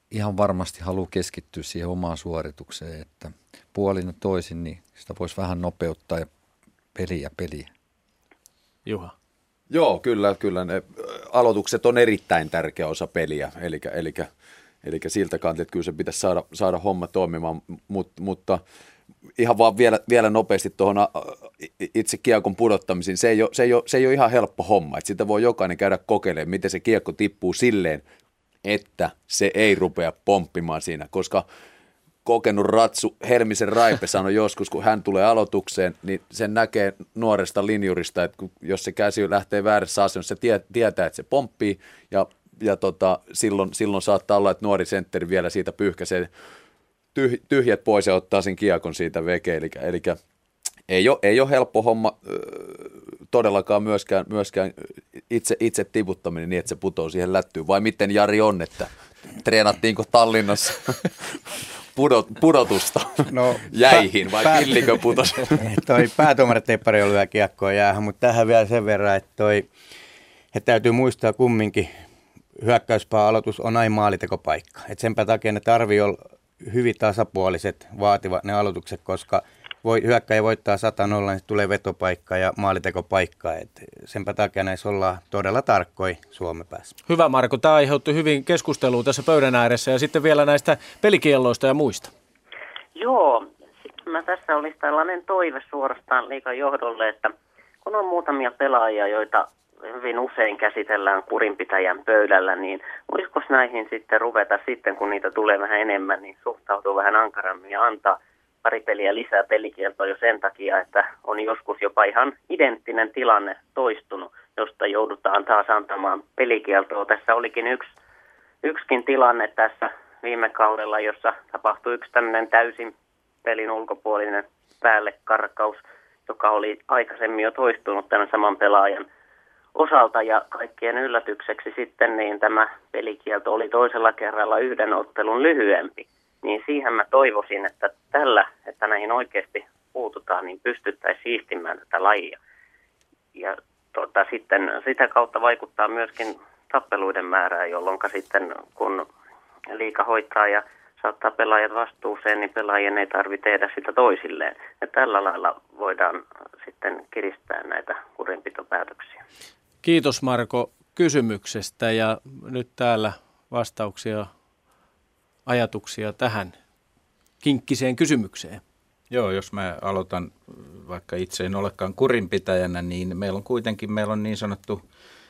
ihan varmasti haluaa keskittyä siihen omaan suoritukseen, että puolin ja toisin, niin sitä voisi vähän nopeuttaa ja peliä peliä. Juha. Joo, kyllä, kyllä. Ne aloitukset on erittäin tärkeä osa peliä, eli, eli, eli siltä kantilta, että kyllä se pitäisi saada, saada homma toimimaan, Mut, mutta ihan vaan vielä, vielä nopeasti tuohon itse kiekon pudottamisiin, se ei ole, se ei ole, se ei ole ihan helppo homma, että sitä voi jokainen käydä kokeilemaan, miten se kiekko tippuu silleen, että se ei rupea pomppimaan siinä, koska kokenut ratsu Helmisen Raipe sanoi joskus, kun hän tulee aloitukseen, niin sen näkee nuoresta linjurista, että jos se käsi lähtee väärässä asennossa, se tie, tietää, että se pomppii, ja, ja tota, silloin, silloin saattaa olla, että nuori sentteri vielä siitä pyyhkäisee tyh, tyhjät pois ja ottaa sen kiekon siitä veke, eli, eli ei ole, ei ole helppo homma todellakaan myöskään, myöskään itse, itse tiputtaminen niin, että se putoo siihen lättyyn, vai miten Jari on, että treenattiinko Tallinnassa Pudot, pudotusta no, jäihin vai pää, pillikö putos? Toi päätuomariteippari on lyö kiekkoa jäähän, mutta tähän vielä sen verran, että, toi, että täytyy muistaa kumminkin, hyökkäyspää aloitus on aina maalitekopaikka. Et senpä takia ne tarvii olla hyvin tasapuoliset, vaativat ne aloitukset, koska voi, hyökkäjä voittaa sata nolla, niin tulee vetopaikka ja maalitekopaikka. Et senpä takia näissä ollaan todella tarkkoja Suomen päässä. Hyvä Marko, tämä aiheutti hyvin keskustelua tässä pöydän ääressä ja sitten vielä näistä pelikielloista ja muista. Joo, sitten mä tässä olisi tällainen toive suorastaan liigan johdolle, että kun on muutamia pelaajia, joita hyvin usein käsitellään kurinpitäjän pöydällä, niin voisiko näihin sitten ruveta sitten, kun niitä tulee vähän enemmän, niin suhtautuu vähän ankarammin ja antaa pari peliä lisää pelikieltoa jo sen takia, että on joskus jopa ihan identtinen tilanne toistunut, josta joudutaan taas antamaan pelikieltoa. Tässä olikin yksi, yksikin tilanne tässä viime kaudella, jossa tapahtui yksi tämmöinen täysin pelin ulkopuolinen päällekarkaus, joka oli aikaisemmin jo toistunut tämän saman pelaajan osalta ja kaikkien yllätykseksi sitten niin tämä pelikielto oli toisella kerralla yhden ottelun lyhyempi. Niin siihen mä toivoisin, että tällä, että näihin oikeasti puututaan, niin pystyttäisiin siistimään tätä lajia. Ja tota, sitten sitä kautta vaikuttaa myöskin tappeluiden määrään, jolloin sitten kun liiga hoitaa ja saattaa pelaajat vastuuseen, niin pelaajien ei tarvitse tehdä sitä toisilleen. Ja tällä lailla voidaan sitten kiristää näitä kurinpitopäätöksiä. Kiitos Marko kysymyksestä ja nyt täällä vastauksia, ajatuksia tähän kinkkiseen kysymykseen. Joo, jos mä aloitan, vaikka itse en olekaan kurinpitäjänä, niin meillä on kuitenkin meillä on niin sanottu,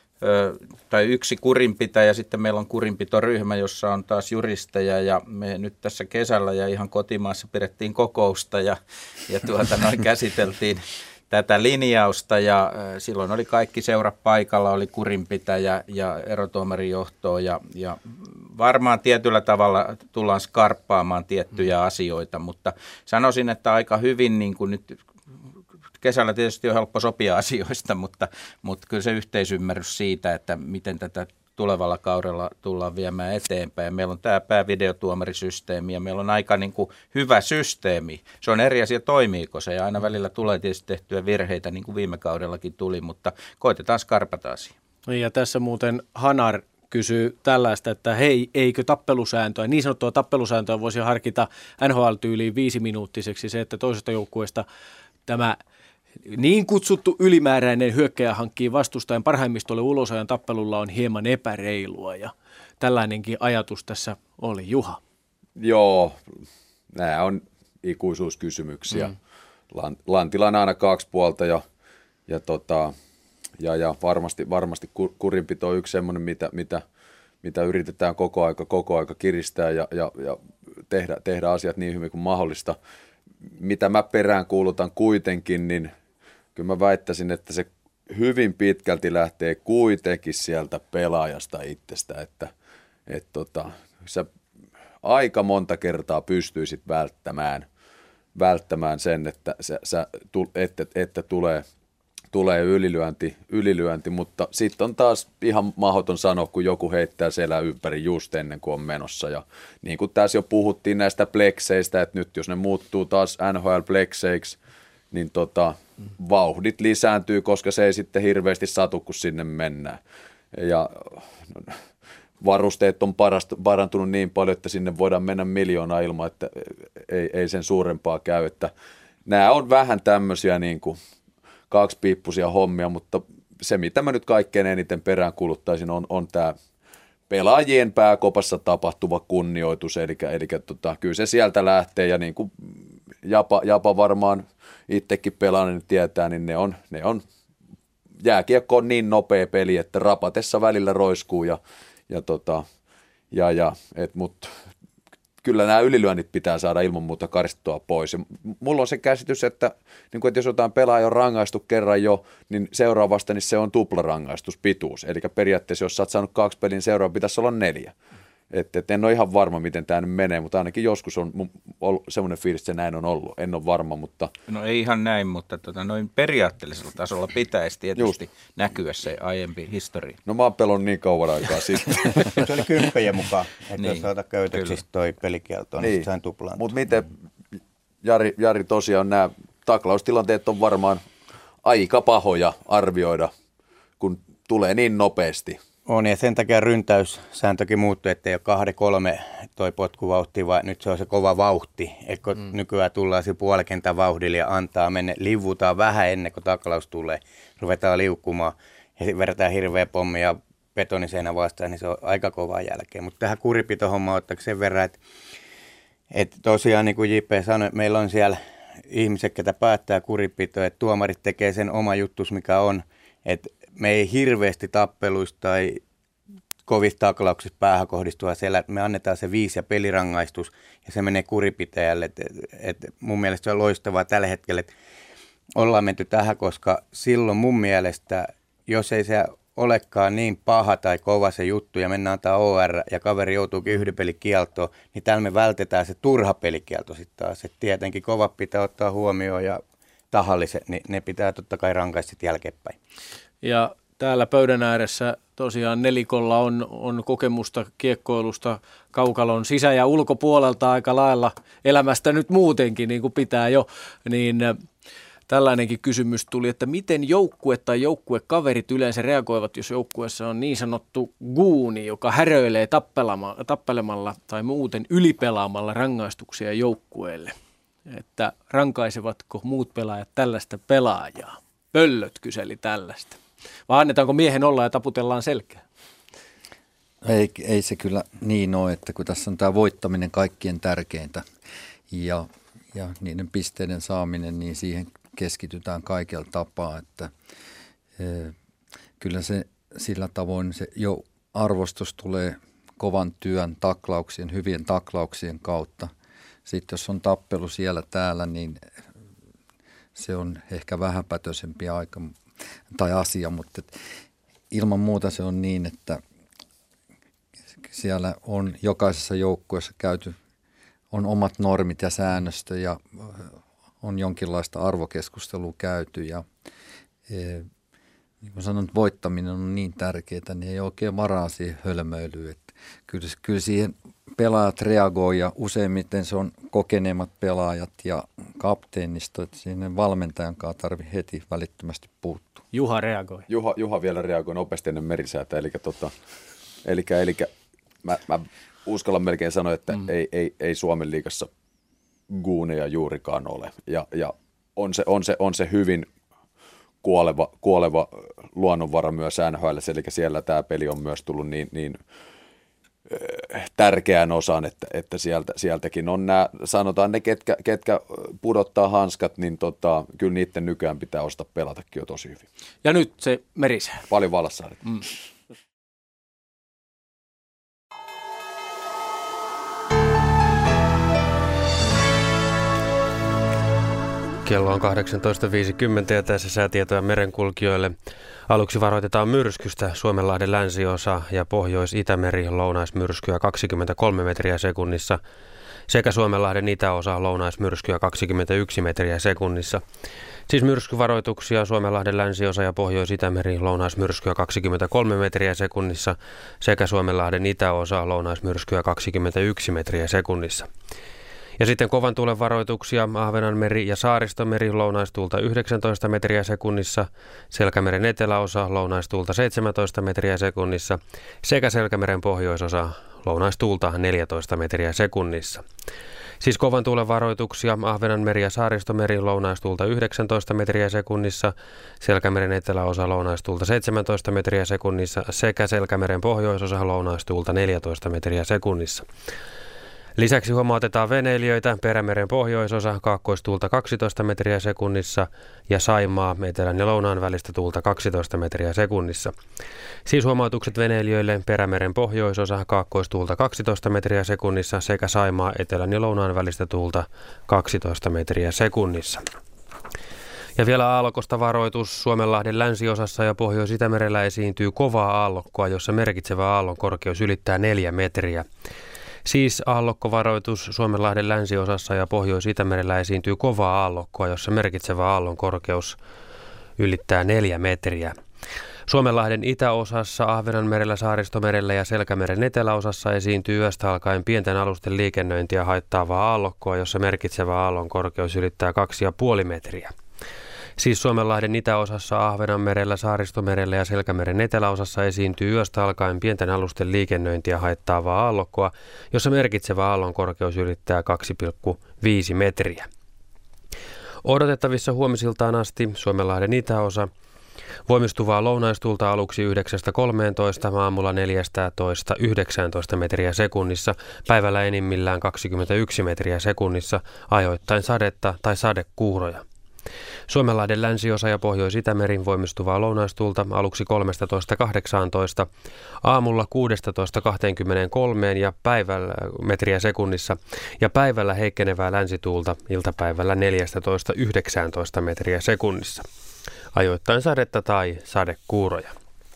ö, tai yksi kurinpitäjä, sitten meillä on kurinpitoryhmä, jossa on taas juristeja ja me nyt tässä kesällä ja ihan kotimaassa pidettiin kokousta ja, ja tuota noin käsiteltiin tätä linjausta ja silloin oli kaikki seurat paikalla, oli kurinpitäjä ja erotuomarijohtoa ja, ja varmaan tietyllä tavalla tullaan skarppaamaan tiettyjä asioita, mutta sanoisin, että aika hyvin niin kuin nyt kesällä tietysti on helppo sopia asioista, mutta, mutta kyllä se yhteisymmärrys siitä, että miten tätä tulevalla kaudella tullaan viemään eteenpäin. Meillä on tämä päävideotuomarisysteemi ja meillä on aika niin kuin hyvä systeemi. Se on eri asia, toimiiko se ja aina välillä tulee tietysti tehtyä virheitä, niin kuin viime kaudellakin tuli, mutta koitetaan skarpata asia. Ja tässä muuten Hanar kysyy tällaista, että hei, eikö tappelusääntöä, niin sanottua tappelusääntöä voisi harkita N H L-tyyliin viisiminuuttiseksi se, että toisesta joukkueesta tämä niin kutsuttu ylimääräinen hyökkäjä hankkii vastustajan parhaimmistolle ulosajan tappelulla on hieman epäreilua ja tällainenkin ajatus tässä oli. Juha. Joo, nämä on ikuisuuskysymyksiä. Mm. Lantilla on aina kaksi puolta ja, ja, tota, ja, ja varmasti, varmasti kurinpito on yksi semmoinen, mitä, mitä, mitä yritetään koko aika, koko aika kiristää ja, ja, ja tehdä, tehdä asiat niin hyvin kuin mahdollista. Mitä mä peräänkuulutan kuitenkin, niin kyllä mä väittäisin, että se hyvin pitkälti lähtee kuitenkin sieltä pelaajasta itsestä, että et tota, sä aika monta kertaa pystyisit välttämään, välttämään sen, että, sä, sä, että, että tulee, tulee ylilyönti, ylilyönti, mutta sitten on taas ihan mahdoton sanoa, kun joku heittää selän ympäri just ennen kuin on menossa. Ja niin kuin tässä jo puhuttiin näistä plekseistä, että nyt jos ne muuttuu taas N H L-plekseiksi, niin tota, vauhdit lisääntyy, koska se ei sitten hirveästi satu, kun sinne mennään. Ja no, varusteet on parantunut niin paljon, että sinne voidaan mennä miljoonaa ilman, että ei, ei sen suurempaa käy. Että nämä on vähän tämmöisiä niin kuin kaksipiippuisia hommia, mutta se, mitä mä nyt kaikkein eniten perään kuluttaisin, on, on tämä pelaajien pääkopassa tapahtuva kunnioitus, eli, eli tota, kyllä se sieltä lähtee, ja niin kuin Japa, Japa varmaan itsekin pelaa, niin tietää, niin ne on, ne on jääkiekko on niin nopea peli, että rapatessa välillä roiskuu, ja, ja, tota, ja, ja et, mut kyllä nämä ylilyönnit pitää saada ilman muuta karistettua pois. Ja mulla on se käsitys, että, niin kun, että jos jotain pelaaja on rangaistu kerran jo, niin seuraavasta niin se on tuplarangaistus pituus. Eli periaatteessa, jos sä oot saanut kaksi pelin seuraava, pitäisi olla neljä. Et, et en ole ihan varma, miten tämä nyt menee, mutta ainakin joskus on semmoinen fiilis, että se näin on ollut. En ole varma, mutta... No ei ihan näin, mutta tota, noin periaatteellisella tasolla pitäisi tietysti Just. näkyä se aiempi historia. No mä oon pelon niin kauan aikaa sitten. Se oli kymppäjien mukaan, että niin, jos saada käytöksistä toi pelikielto, niin, niin sain tuplaan. Mutta miten, Jari, Jari tosiaan nämä taklaustilanteet on varmaan aika pahoja arvioida, kun tulee niin nopeasti. On, ja sen takia ryntäyssääntökin muuttui, että ei ole kahde kolme toi potkuvauhti, vaan nyt se on se kova vauhti. Et kun mm. nykyään tullaan se puolikentän vauhdilla ja antaa mennä, liuvutaan vähän ennen kuin taklaus tulee, ruvetaan liukkumaan ja verrataan hirveä pommi ja betoniseinä vastaan, niin se on aika kovaa jälkeen. Mutta tähän kuripitohommaan ottaako sen verran, että, että tosiaan niin kuin J P sanoi, meillä on siellä ihmiset, ketä päättää kuripitoa, että tuomarit tekee sen oma juttus, mikä on, että me ei hirveästi tappeluista tai kovista taklauksista päähän kohdistua siellä, me annetaan se viisi ja pelirangaistus ja se menee kuripitäjälle. Et, et mun mielestä se on loistavaa tällä hetkellä, että ollaan menty tähän, koska silloin mun mielestä, jos ei se olekaan niin paha tai kova se juttu ja mennään antaa O R ja kaveri joutuukin yhden pelikieltoon, niin täällä me vältetään se turha pelikielto sitten taas. Et tietenkin kovat pitää ottaa huomioon ja tahalliset, niin ne pitää totta kai rankaista sitten jälkeenpäin. Ja täällä pöydän ääressä tosiaan nelikolla on, on kokemusta kiekkoilusta kaukalon sisä- ja ulkopuolelta aika lailla elämästä nyt muutenkin, niin kuin pitää jo, niin tällainenkin kysymys tuli, että miten joukkue tai joukkuekaverit yleensä reagoivat, jos joukkueessa on niin sanottu guuni, joka häröilee tappelemalla tai muuten ylipelaamalla rangaistuksia joukkueelle, että rankaisevatko muut pelaajat tällaista pelaajaa? Pöllöt kyseli tällaista. Vai annetaanko miehen olla ja taputellaan selkää? Ei, ei se kyllä niin ole, että kun tässä on tämä voittaminen kaikkien tärkeintä ja, ja niiden pisteiden saaminen, niin siihen keskitytään kaikella tapaa. Että, e, kyllä se sillä tavoin se jo arvostus tulee kovan työn, taklauksien, hyvien taklauksien kautta. Sitten jos on tappelu siellä täällä, niin se on ehkä vähäpätöisempi aika tai asia, mutta ilman muuta se on niin, että siellä on jokaisessa joukkueessa käyty, on omat normit ja säännöstö ja on jonkinlaista arvokeskustelua käyty ja e, niin kuin sanon, voittaminen on niin tärkeää, niin ei oikein varaa siihen hölmöilyyn, että kyllä, kyllä siihen pelaajat reagoi ja useimmiten se on kokeneemmat pelaajat ja kapteenisto, että sinne valmentajan kanssa tarvitsee heti välittömästi puuttua. Juha reagoi. Juha, Juha vielä reagoi nopeasti ennen Merisäätä, eli, tota, eli, eli mä, mä uskallan melkein sanoa, että mm. ei, ei, ei Suomen liigassa guuneja juurikaan ole ja, ja on, se, on, se, on se hyvin kuoleva, kuoleva luonnonvara myös N H L, eli siellä tämä peli on myös tullut niin, niin tärkeän osan, että, että sieltä, sieltäkin on nämä, sanotaan ne, ketkä, ketkä pudottaa hanskat, niin tota, kyllä niiden nykyään pitää osata pelatakin jo tosi hyvin. Ja nyt se Merisää. Paljon Valassaaret. Mm. Kello on kahdeksantoista viisikymmentä ja tässä säätietoja merenkulkijoille. Aluksi varoitetaan myrskystä Suomenlahden länsiosa ja Pohjois-Itämeri lounaismyrskyä kaksikymmentäkolme metriä sekunnissa sekä Suomenlahden itäosa lounaismyrskyä kaksikymmentäyksi metriä sekunnissa. Siis myrskyvaroituksia Suomenlahden länsiosa ja Pohjois-Itämeri lounaismyrskyä kaksikymmentäkolme metriä sekunnissa sekä Suomenlahden itäosa lounaismyrskyä kaksikymmentäyksi metriä sekunnissa. Ja sitten kovan tuulen varoituksia Ahvenanmeri ja Saaristomeri lounaistuulta yhdeksäntoista metriä sekunnissa, Selkämeren eteläosa lounaistuulta seitsemäntoista metriä sekunnissa sekä Selkämeren pohjoisosa lounaistuulta neljätoista metriä sekunnissa. Siis kovan tuulen varoituksia Ahvenanmeri ja Saaristomeri lounaistuulta yhdeksäntoista metriä sekunnissa, Selkämeren eteläosa lounaistuulta seitsemäntoista metriä sekunnissa sekä Selkämeren pohjoisosa lounaistuulta neljätoista metriä sekunnissa. Lisäksi huomautetaan veneilijöitä Perämeren pohjoisosa kaakkoistuulta kaksitoista metriä sekunnissa ja Saimaa etelän ja lounaan välistä tuulta kaksitoista metriä sekunnissa. Siis huomautukset veneilijöille Perämeren pohjoisosa kaakkoistuulta kaksitoista metriä sekunnissa sekä Saimaa etelän ja lounaan välistä tuulta kaksitoista metriä sekunnissa. Ja vielä aallokosta varoitus. Suomenlahden länsiosassa ja Pohjois-Itämerellä esiintyy kovaa aallokkoa, jossa merkitsevä aallon korkeus ylittää neljä metriä. Siis aallokkovaroitus Suomenlahden länsiosassa ja Pohjois-Itämerellä esiintyy kovaa aallokkoa, jossa merkitsevä aallon korkeus ylittää neljä metriä. Suomenlahden itäosassa, Ahvenanmerellä, Saaristomerellä ja Selkämeren eteläosassa esiintyy yöstä alkaen pienten alusten liikennöintiä haittaavaa aallokkoa, jossa merkitsevä aallon korkeus ylittää kaksi pilkku viisi metriä. Siis Suomenlahden itäosassa, Ahvenanmerellä, Saaristomerellä ja Selkämeren eteläosassa esiintyy yöstä alkaen pienten alusten liikennöintiä haittaavaa aallokkoa, jossa merkitsevä aallon korkeus ylittää kaksi pilkku viisi metriä. Odotettavissa huomisiltaan asti Suomenlahden itäosa voimistuvaa lounaistuulta aluksi yhdeksästä kolmeentoista, aamulla neljästätoista yhdeksäntoista metriä sekunnissa, päivällä enimmillään kaksikymmentäyksi metriä sekunnissa, ajoittain sadetta tai sadekuuroja. Suomenlahden länsiosa ja Pohjois-Itämerin voimistuvaa lounaistuulta aluksi kolmestatoista kahdeksaantoista, aamulla kuudestatoista kaksikymmentäkolme ja päivällä metriä sekunnissa ja päivällä heikkenevää länsituulta iltapäivällä neljästätoista yhdeksäntoista metriä sekunnissa. Ajoittain sadetta tai sadekuuroja.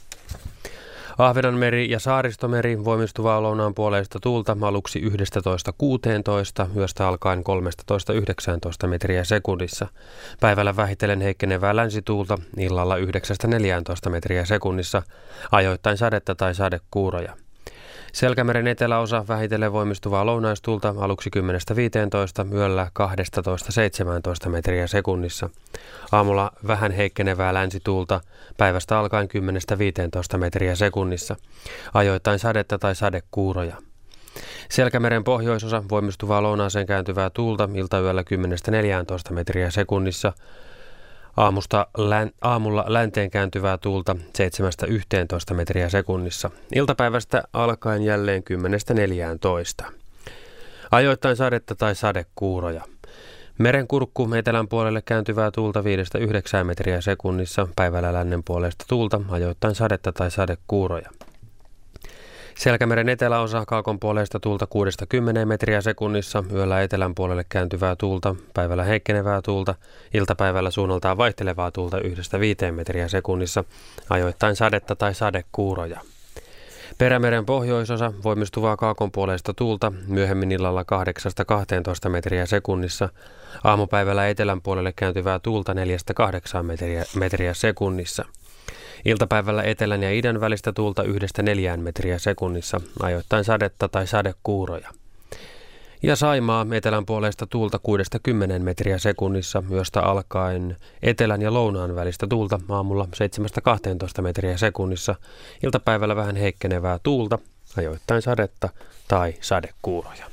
Ahvenanmeri ja Saaristomeri voimistuvaa lounaan puoleista tuulta aluksi yhdestätoista kuuteentoista, yöstä alkaen kolmestatoista yhdeksäntoista metriä sekunnissa. Päivällä vähitellen heikkenevää länsituulta, illalla yhdeksästä neljääntoista metriä sekunnissa, ajoittain sadetta tai sadekuuroja. Selkämeren eteläosa vähitellen voimistuvaa lounaistuulta aluksi kymmenestä viiteentoista, yöllä kaksitoista seitsemäntoista metriä sekunnissa. Aamulla vähän heikkenevää länsituulta, päivästä alkaen kymmenestä viiteentoista metriä sekunnissa. Ajoittain sadetta tai sadekuuroja. Selkämeren pohjoisosa voimistuvaa lounaaseen kääntyvää tuulta iltayöllä kymmenestä neljääntoista metriä sekunnissa. Aamusta län, aamulla länteen kääntyvää tuulta seitsemästä yhteentoista metriä sekunnissa. Iltapäivästä alkaen jälleen kymmenestä neljääntoista. Ajoittain sadetta tai sadekuuroja. Merenkurkku etelän puolelle kääntyvää tuulta viidestä yhdeksään metriä sekunnissa. Päivällä lännen puolesta tuulta ajoittain sadetta tai sadekuuroja. Selkämeren eteläosa kaakon puolesta tuulta kuudesta kymmeneen metriä sekunnissa, yöllä etelän puolelle kääntyvää tuulta, päivällä heikkenevää tuulta, iltapäivällä suunnaltaan vaihtelevaa tuulta yhdestä viiteen metriä sekunnissa, ajoittain sadetta tai sadekuuroja. Perämeren pohjoisosa voimistuvaa kaakon puolesta tuulta, myöhemmin illalla kahdeksasta kahteentoista metriä sekunnissa, aamupäivällä etelän puolelle kääntyvää tuulta neljästä kahdeksaan metriä, metriä sekunnissa. Iltapäivällä etelän ja idän välistä tuulta yhdestä neljään metriä sekunnissa, ajoittain sadetta tai sadekuuroja. Ja Saimaa etelän puolesta tuulta kuudesta kymmeneen metriä sekunnissa, yöstä alkaen etelän ja lounaan välistä tuulta aamulla seitsemästä kahteentoista metriä sekunnissa, iltapäivällä vähän heikkenevää tuulta, ajoittain sadetta tai sadekuuroja.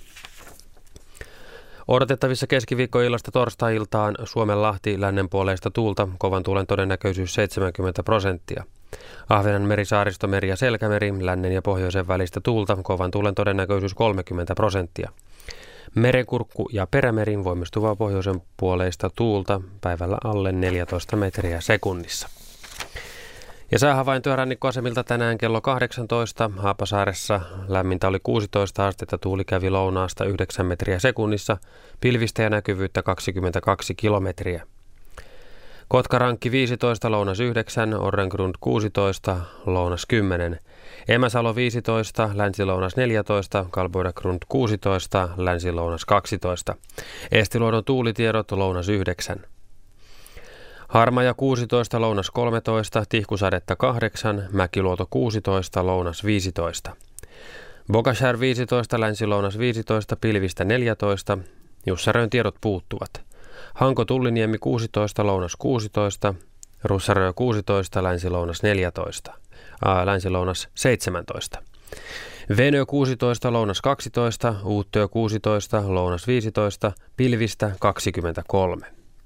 Odotettavissa keskiviikkoillasta torstai-iltaan Suomenlahti lännen puoleista tuulta, kovan tuulen todennäköisyys seitsemänkymmentä prosenttia. Ahvenanmeri, Saaristomeri ja Selkämeri lännen ja pohjoisen välistä tuulta, kovan tuulen todennäköisyys kolmekymmentä prosenttia. Merenkurkku ja Perämerin voimistuvaa pohjoisen puoleista tuulta, päivällä alle neljätoista metriä sekunnissa. Ja säähavaintoja rannikkoasemilta tänään kello kahdeksantoista. Haapasaaressa lämmintä oli kuusitoista astetta, tuuli kävi lounaasta yhdeksän metriä sekunnissa, pilvistä ja näkyvyyttä kaksikymmentäkaksi kilometriä. Kotkarankki viisitoista, lounas yhdeksän, Orrengrund kuusitoista, lounas kymmenen. Emäsalo viisitoista, länsilounas neljätoista, Kalboidagrund kuusitoista, länsilounas kaksitoista. Eestiluodon tuulitiedot, lounas yhdeksän. Harmaja kuusitoista, lounas kolmetoista, Tihkusadetta kahdeksan, Mäkiluoto kuusitoista, lounas viisitoista. Bogashär viisitoista, länsilounas viisitoista, pilvistä neljätoista, Jussarön tiedot puuttuvat. Hanko Tulliniemi kuusitoista, Lounas kuusitoista, Russarö kuusitoista, Länsi-Lounas neljätoista, ää, Länsi-Lounas seitsemäntoista. Venö kuusitoista, Lounas kaksitoista, Uuttöö kuusitoista, Lounas viisitoista, pilvistä kaksikymmentäkolme.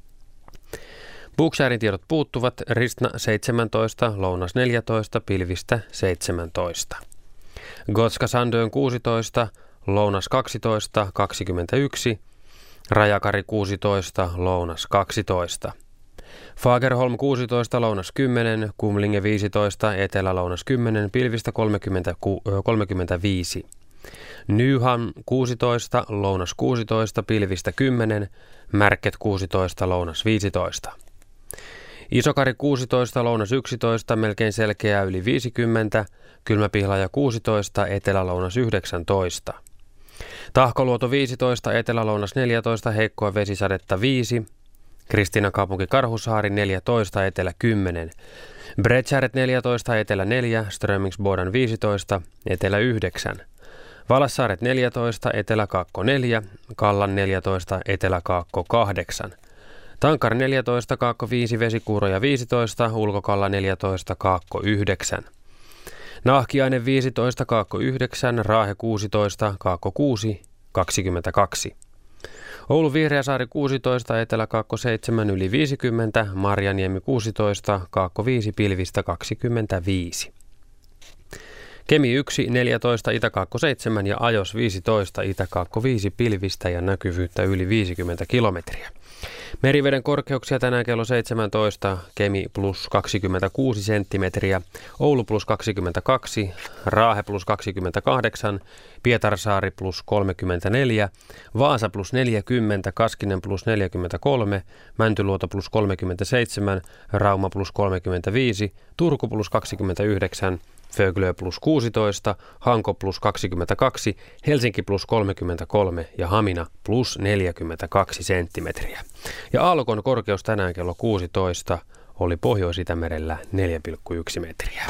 Bookshärin tiedot puuttuvat, Ristna seitsemäntoista, Lounas neljätoista, pilvistä seitsemäntoista. Gotska Sandön kuusitoista, Lounas kaksitoista, kaksikymmentäyksi, Rajakari kuusitoista, Lounas kaksitoista. Fagerholm kuusitoista, Lounas kymmenen, Kumlinge viisitoista, Etelä-Lounas kymmenen, pilvistä kolmekymmentäviisi. Nyham kuusitoista, Lounas kuusitoista, pilvistä kymmenen, Märket kuusitoista, Lounas viisitoista. Isokari kuusitoista, Lounas yksitoista, melkein selkeää yli viisikymmentä, Kylmäpihlaja kuusitoista, Etelä-Lounas yhdeksäntoista. Tahkoluoto viisitoista, Etelä-Lounas neljätoista, heikkoa vesisadetta viisi. Kristiinankaupunki Karhusaari neljätoista, Etelä kymmenen. Bredshäret neljätoista, Etelä neljä, Strömingsbodan viisitoista, Etelä yhdeksän. Valassaaret neljätoista, Etelä-Kaakko neljä, Kallan neljätoista, Etelä-Kaakko kahdeksan. Tankar neljätoista, Kaakko viisi, Vesikuuroja viisitoista, Ulkokalla neljätoista, Kaakko yhdeksän. Nahkiainen viisitoista, Kaakko yhdeksän, Raahe kuusitoista, Kaakko kuusi, kaksikymmentäkaksi. Oulu Vihreäsaari kuusitoista, Etelä-Kaakko seitsemän, yli viisikymmentä, Marjaniemi kuusitoista, Kaakko viisi, pilvistä kaksikymmentäviisi. Kemi yksi, neljätoista, Itä-Kaakko seitsemän ja Ajos viisitoista, Itä-Kaakko viisi, pilvistä ja näkyvyyttä yli viisikymmentä kilometriä. Meriveden korkeuksia tänään kello seitsemäntoista, Kemi plus kaksikymmentäkuusi senttimetriä, Oulu plus kaksikymmentäkaksi, Raahe plus kaksikymmentäkahdeksan, Pietarsaari plus kolmekymmentäneljä, Vaasa plus neljäkymmentä, Kaskinen plus neljäkymmentäkolme, Mäntyluoto plus kolmekymmentäseitsemän, Rauma plus kolmekymmentäviisi, Turku plus kaksikymmentäyhdeksän, Föglö plus kuusitoista, Hanko plus kaksikymmentäkaksi, Helsinki plus kolmekymmentäkolme ja Hamina plus neljäkymmentäkaksi senttimetriä. Ja aallokon korkeus tänään kello kuusitoista oli Pohjois-Itämerellä neljä pilkku yksi metriä.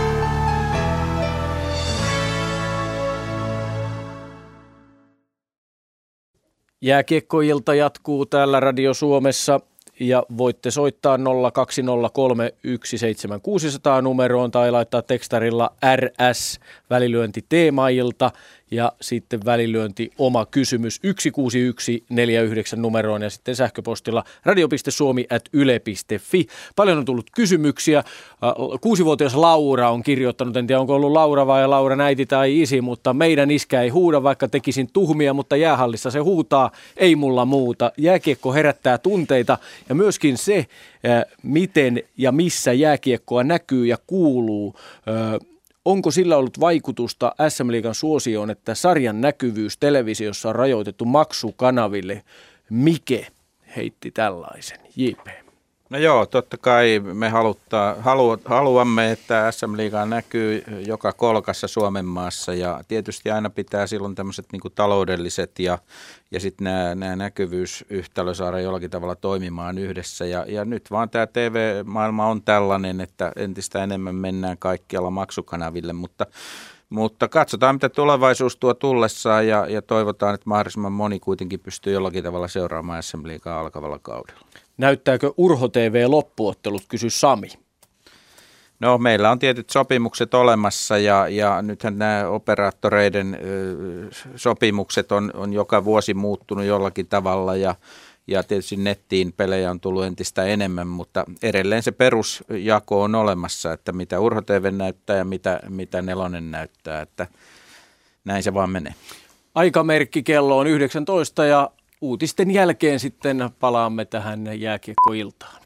Jääkiekkoilta jatkuu täällä Radio Suomessa. Ja voitte soittaa nolla kaksi nolla kolme yksi seitsemän kuusi nolla nolla numeroon tai laittaa tekstarilla R S välilyönti teemailta ja sitten välilyönti oma kysymys yksi kuusi yksi neljä yhdeksän numeroon ja sitten sähköpostilla radio piste suomi ät yle piste fi. Paljon on tullut kysymyksiä. Kuusivuotias Laura on kirjoittanut, en tiedä onko ollut Laura vai Lauran äiti tai isi, mutta meidän iskä ei huuda, vaikka tekisin tuhmia, mutta jäähallissa se huutaa, ei mulla muuta. Jääkiekko herättää tunteita ja myöskin se, miten ja missä jääkiekkoa näkyy ja kuuluu. Onko sillä ollut vaikutusta S M-liigan suosioon, että sarjan näkyvyys televisiossa on rajoitettu maksukanaville? Mike heitti tällaisen. J P. No joo, totta kai me haluttaa, halu, haluamme, että S M-liiga näkyy joka kolkassa Suomen maassa ja tietysti aina pitää silloin tämmöiset niin kuin taloudelliset ja, ja sitten nämä, nämä näkyvyysyhtälö saada jollakin tavalla toimimaan yhdessä ja, ja nyt vaan tämä T V-maailma on tällainen, että entistä enemmän mennään kaikkialla maksukanaville, mutta Mutta katsotaan, mitä tulevaisuus tuo tullessaan ja, ja toivotaan, että mahdollisimman moni kuitenkin pystyy jollakin tavalla seuraamaan S M-liigaa alkavalla kaudella. Näyttääkö Urho T V loppuottelut, kysy Sami. No meillä on tietyt sopimukset olemassa ja, ja nythän nämä operaattoreiden ö, sopimukset on, on joka vuosi muuttunut jollakin tavalla ja, ja tietysti nettiin pelejä on tullut entistä enemmän, mutta edelleen se perusjako on olemassa, että mitä Urho T V näyttää ja mitä, mitä Nelonen näyttää, että näin se vaan menee. Aikamerkki kello on yhdeksäntoista ja uutisten jälkeen sitten palaamme tähän jääkiekkoiltaan.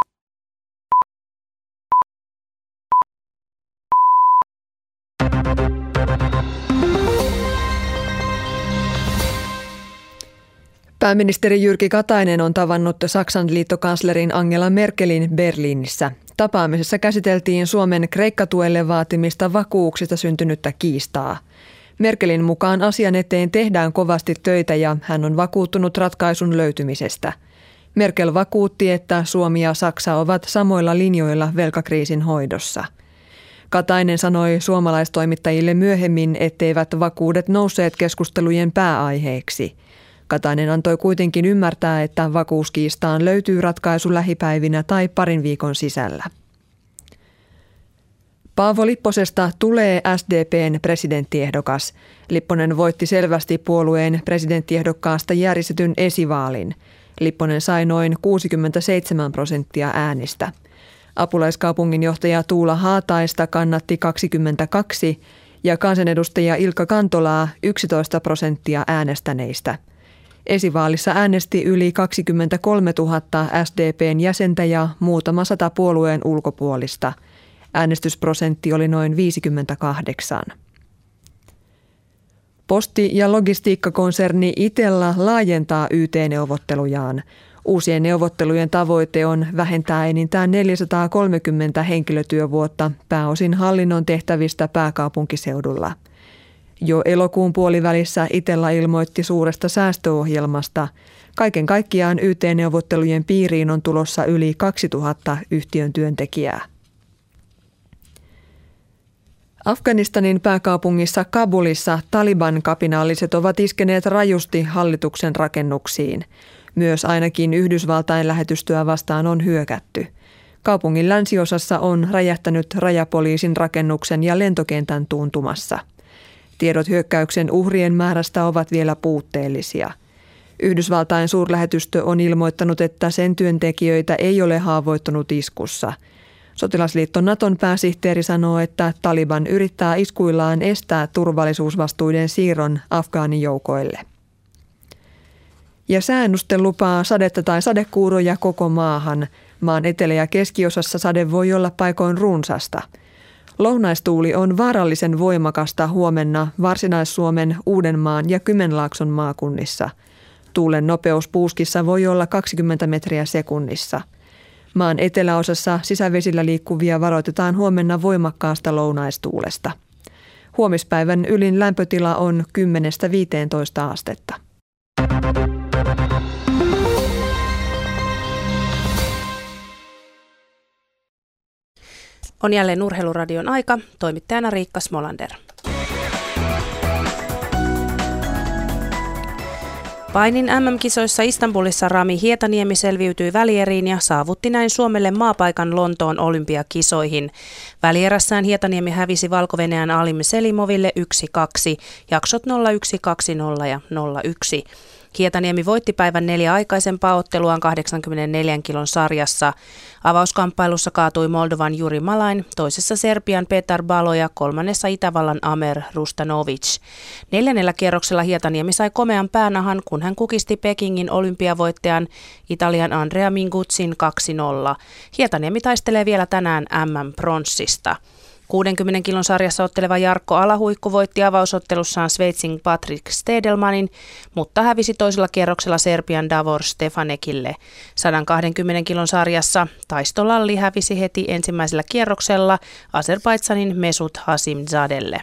Pääministeri Jyrki Katainen on tavannut Saksan liittokanslerin Angela Merkelin Berliinissä. Tapaamisessa käsiteltiin Suomen Kreikka-tuelle vaatimista vakuuksista syntynyttä kiistaa. Merkelin mukaan asian eteen tehdään kovasti töitä ja hän on vakuuttunut ratkaisun löytymisestä. Merkel vakuutti, että Suomi ja Saksa ovat samoilla linjoilla velkakriisin hoidossa. Katainen sanoi suomalaistoimittajille myöhemmin, etteivät vakuudet nousseet keskustelujen pääaiheeksi. Katainen antoi kuitenkin ymmärtää, että vakuuskiistaan löytyy ratkaisu lähipäivinä tai parin viikon sisällä. Paavo Lipposesta tulee S D P:n presidenttiehdokas. Lipponen voitti selvästi puolueen presidenttiehdokkaasta järjestetyn esivaalin. Lipponen sai noin kuusikymmentäseitsemän prosenttia äänistä. Apulaiskaupunginjohtaja Tuula Haataista kannatti kaksikymmentäkaksi ja kansanedustaja Ilkka Kantolaa yksitoista prosenttia äänestäneistä. Esivaalissa äänesti yli kaksikymmentäkolmetuhatta S D P:n jäsentä ja muutama sata puolueen ulkopuolista. Äänestysprosentti oli noin viisikymmentäkahdeksan. Posti- ja logistiikkakonserni Itella laajentaa Y T-neuvottelujaan. Uusien neuvottelujen tavoite on vähentää enintään neljäsataakolmekymmentä henkilötyövuotta pääosin hallinnon tehtävistä pääkaupunkiseudulla. Jo elokuun puolivälissä Itella ilmoitti suuresta säästöohjelmasta. Kaiken kaikkiaan Y T-neuvottelujen piiriin on tulossa yli kaksituhatta yhtiön työntekijää. Afganistanin pääkaupungissa Kabulissa Taliban-kapinalliset ovat iskeneet rajusti hallituksen rakennuksiin. Myös ainakin Yhdysvaltain lähetystöä vastaan on hyökätty. Kaupungin länsiosassa on räjähtänyt rajapoliisin rakennuksen ja lentokentän tuntumassa. Tiedot hyökkäyksen uhrien määrästä ovat vielä puutteellisia. Yhdysvaltain suurlähetystö on ilmoittanut, että sen työntekijöitä ei ole haavoittunut iskussa. Sotilasliitto Naton pääsihteeri sanoo, että Taliban yrittää iskuillaan estää turvallisuusvastuiden siirron afgaanijoukoille. Ja sääennuste lupaa sadetta tai sadekuuroja koko maahan. Maan etelä- ja keskiosassa sade voi olla paikoin runsasta. Lounaistuuli on vaarallisen voimakasta huomenna Varsinais-Suomen, Uudenmaan ja Kymenlaakson maakunnissa. Tuulen nopeus puuskissa voi olla kaksikymmentä metriä sekunnissa. Maan eteläosassa sisävesillä liikkuvia varoitetaan huomenna voimakkaasta lounaistuulesta. Huomispäivän ylin lämpötila on kymmenestä viiteentoista astetta. On jälleen Urheiluradion aika. Toimittajana Riikka Smolander. Painin M M-kisoissa Istanbulissa Rami Hietaniemi selviytyi välieriin ja saavutti näin Suomelle maapaikan Lontoon olympiakisoihin. Välierässään Hietaniemi hävisi Valko-Venäjän Alim Selimoville yksi kaksi, jaksot nolla yksi, kaksi nolla ja nolla yksi. Hietaniemi voitti päivän neljä aikaisempaa otteluaan kahdeksankymmentäneljän kilon sarjassa. Avauskamppailussa kaatui Moldovan Juri Malain, toisessa Serbian Petar Balo ja kolmannessa Itävallan Amer Rustanovic. Neljännellä kierroksella Hietaniemi sai komean päänahan, kun hän kukisti Pekingin olympiavoittajan Italian Andrea Minguzzin kaksi nolla. Hietaniemi taistelee vielä tänään M M-pronssista. kuudenkymmenen kilon sarjassa otteleva Jarkko Alahuikku voitti avausottelussaan Sveitsin Patrick Stedelmanin, mutta hävisi toisella kierroksella Serbian Davor Stefanekille. sata kaksikymmentä kilon sarjassa Taistolalli hävisi heti ensimmäisellä kierroksella Azerbaidžanin Mesut Hasimzadelle.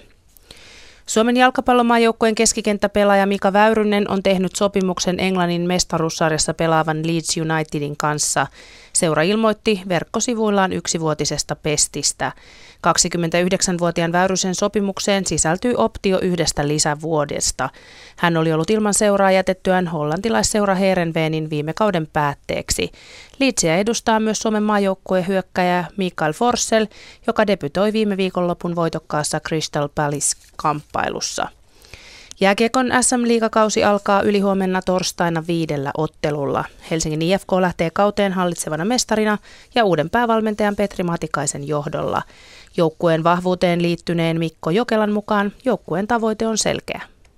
Suomen jalkapallomaajoukkueen keskikenttäpelaaja Mika Väyrynen on tehnyt sopimuksen Englannin mestaruussarjassa pelaavan Leeds Unitedin kanssa. Seura ilmoitti verkkosivuillaan yksivuotisesta pestistä. kaksikymmentäyhdeksänvuotiaan Väyrysen sopimukseen sisältyy optio yhdestä lisävuodesta. Hän oli ollut ilman seuraa jätettyään hollantilaisseura Heerenveenin viime kauden päätteeksi. Leedsiä edustaa myös Suomen maajoukkueen hyökkäjä Mikael Forssell, joka debytoi viime viikonlopun voitokkaassa Crystal Palace-kamppailussa. Jääkiekon S M-liigakausi alkaa ylihuomenna torstaina viidellä ottelulla. Helsingin I F K lähtee kauteen hallitsevana mestarina ja uuden päävalmentajan Petri Matikaisen johdolla. Joukkueen vahvuuteen liittyneen Mikko Jokelan mukaan joukkueen tavoite on selkeä.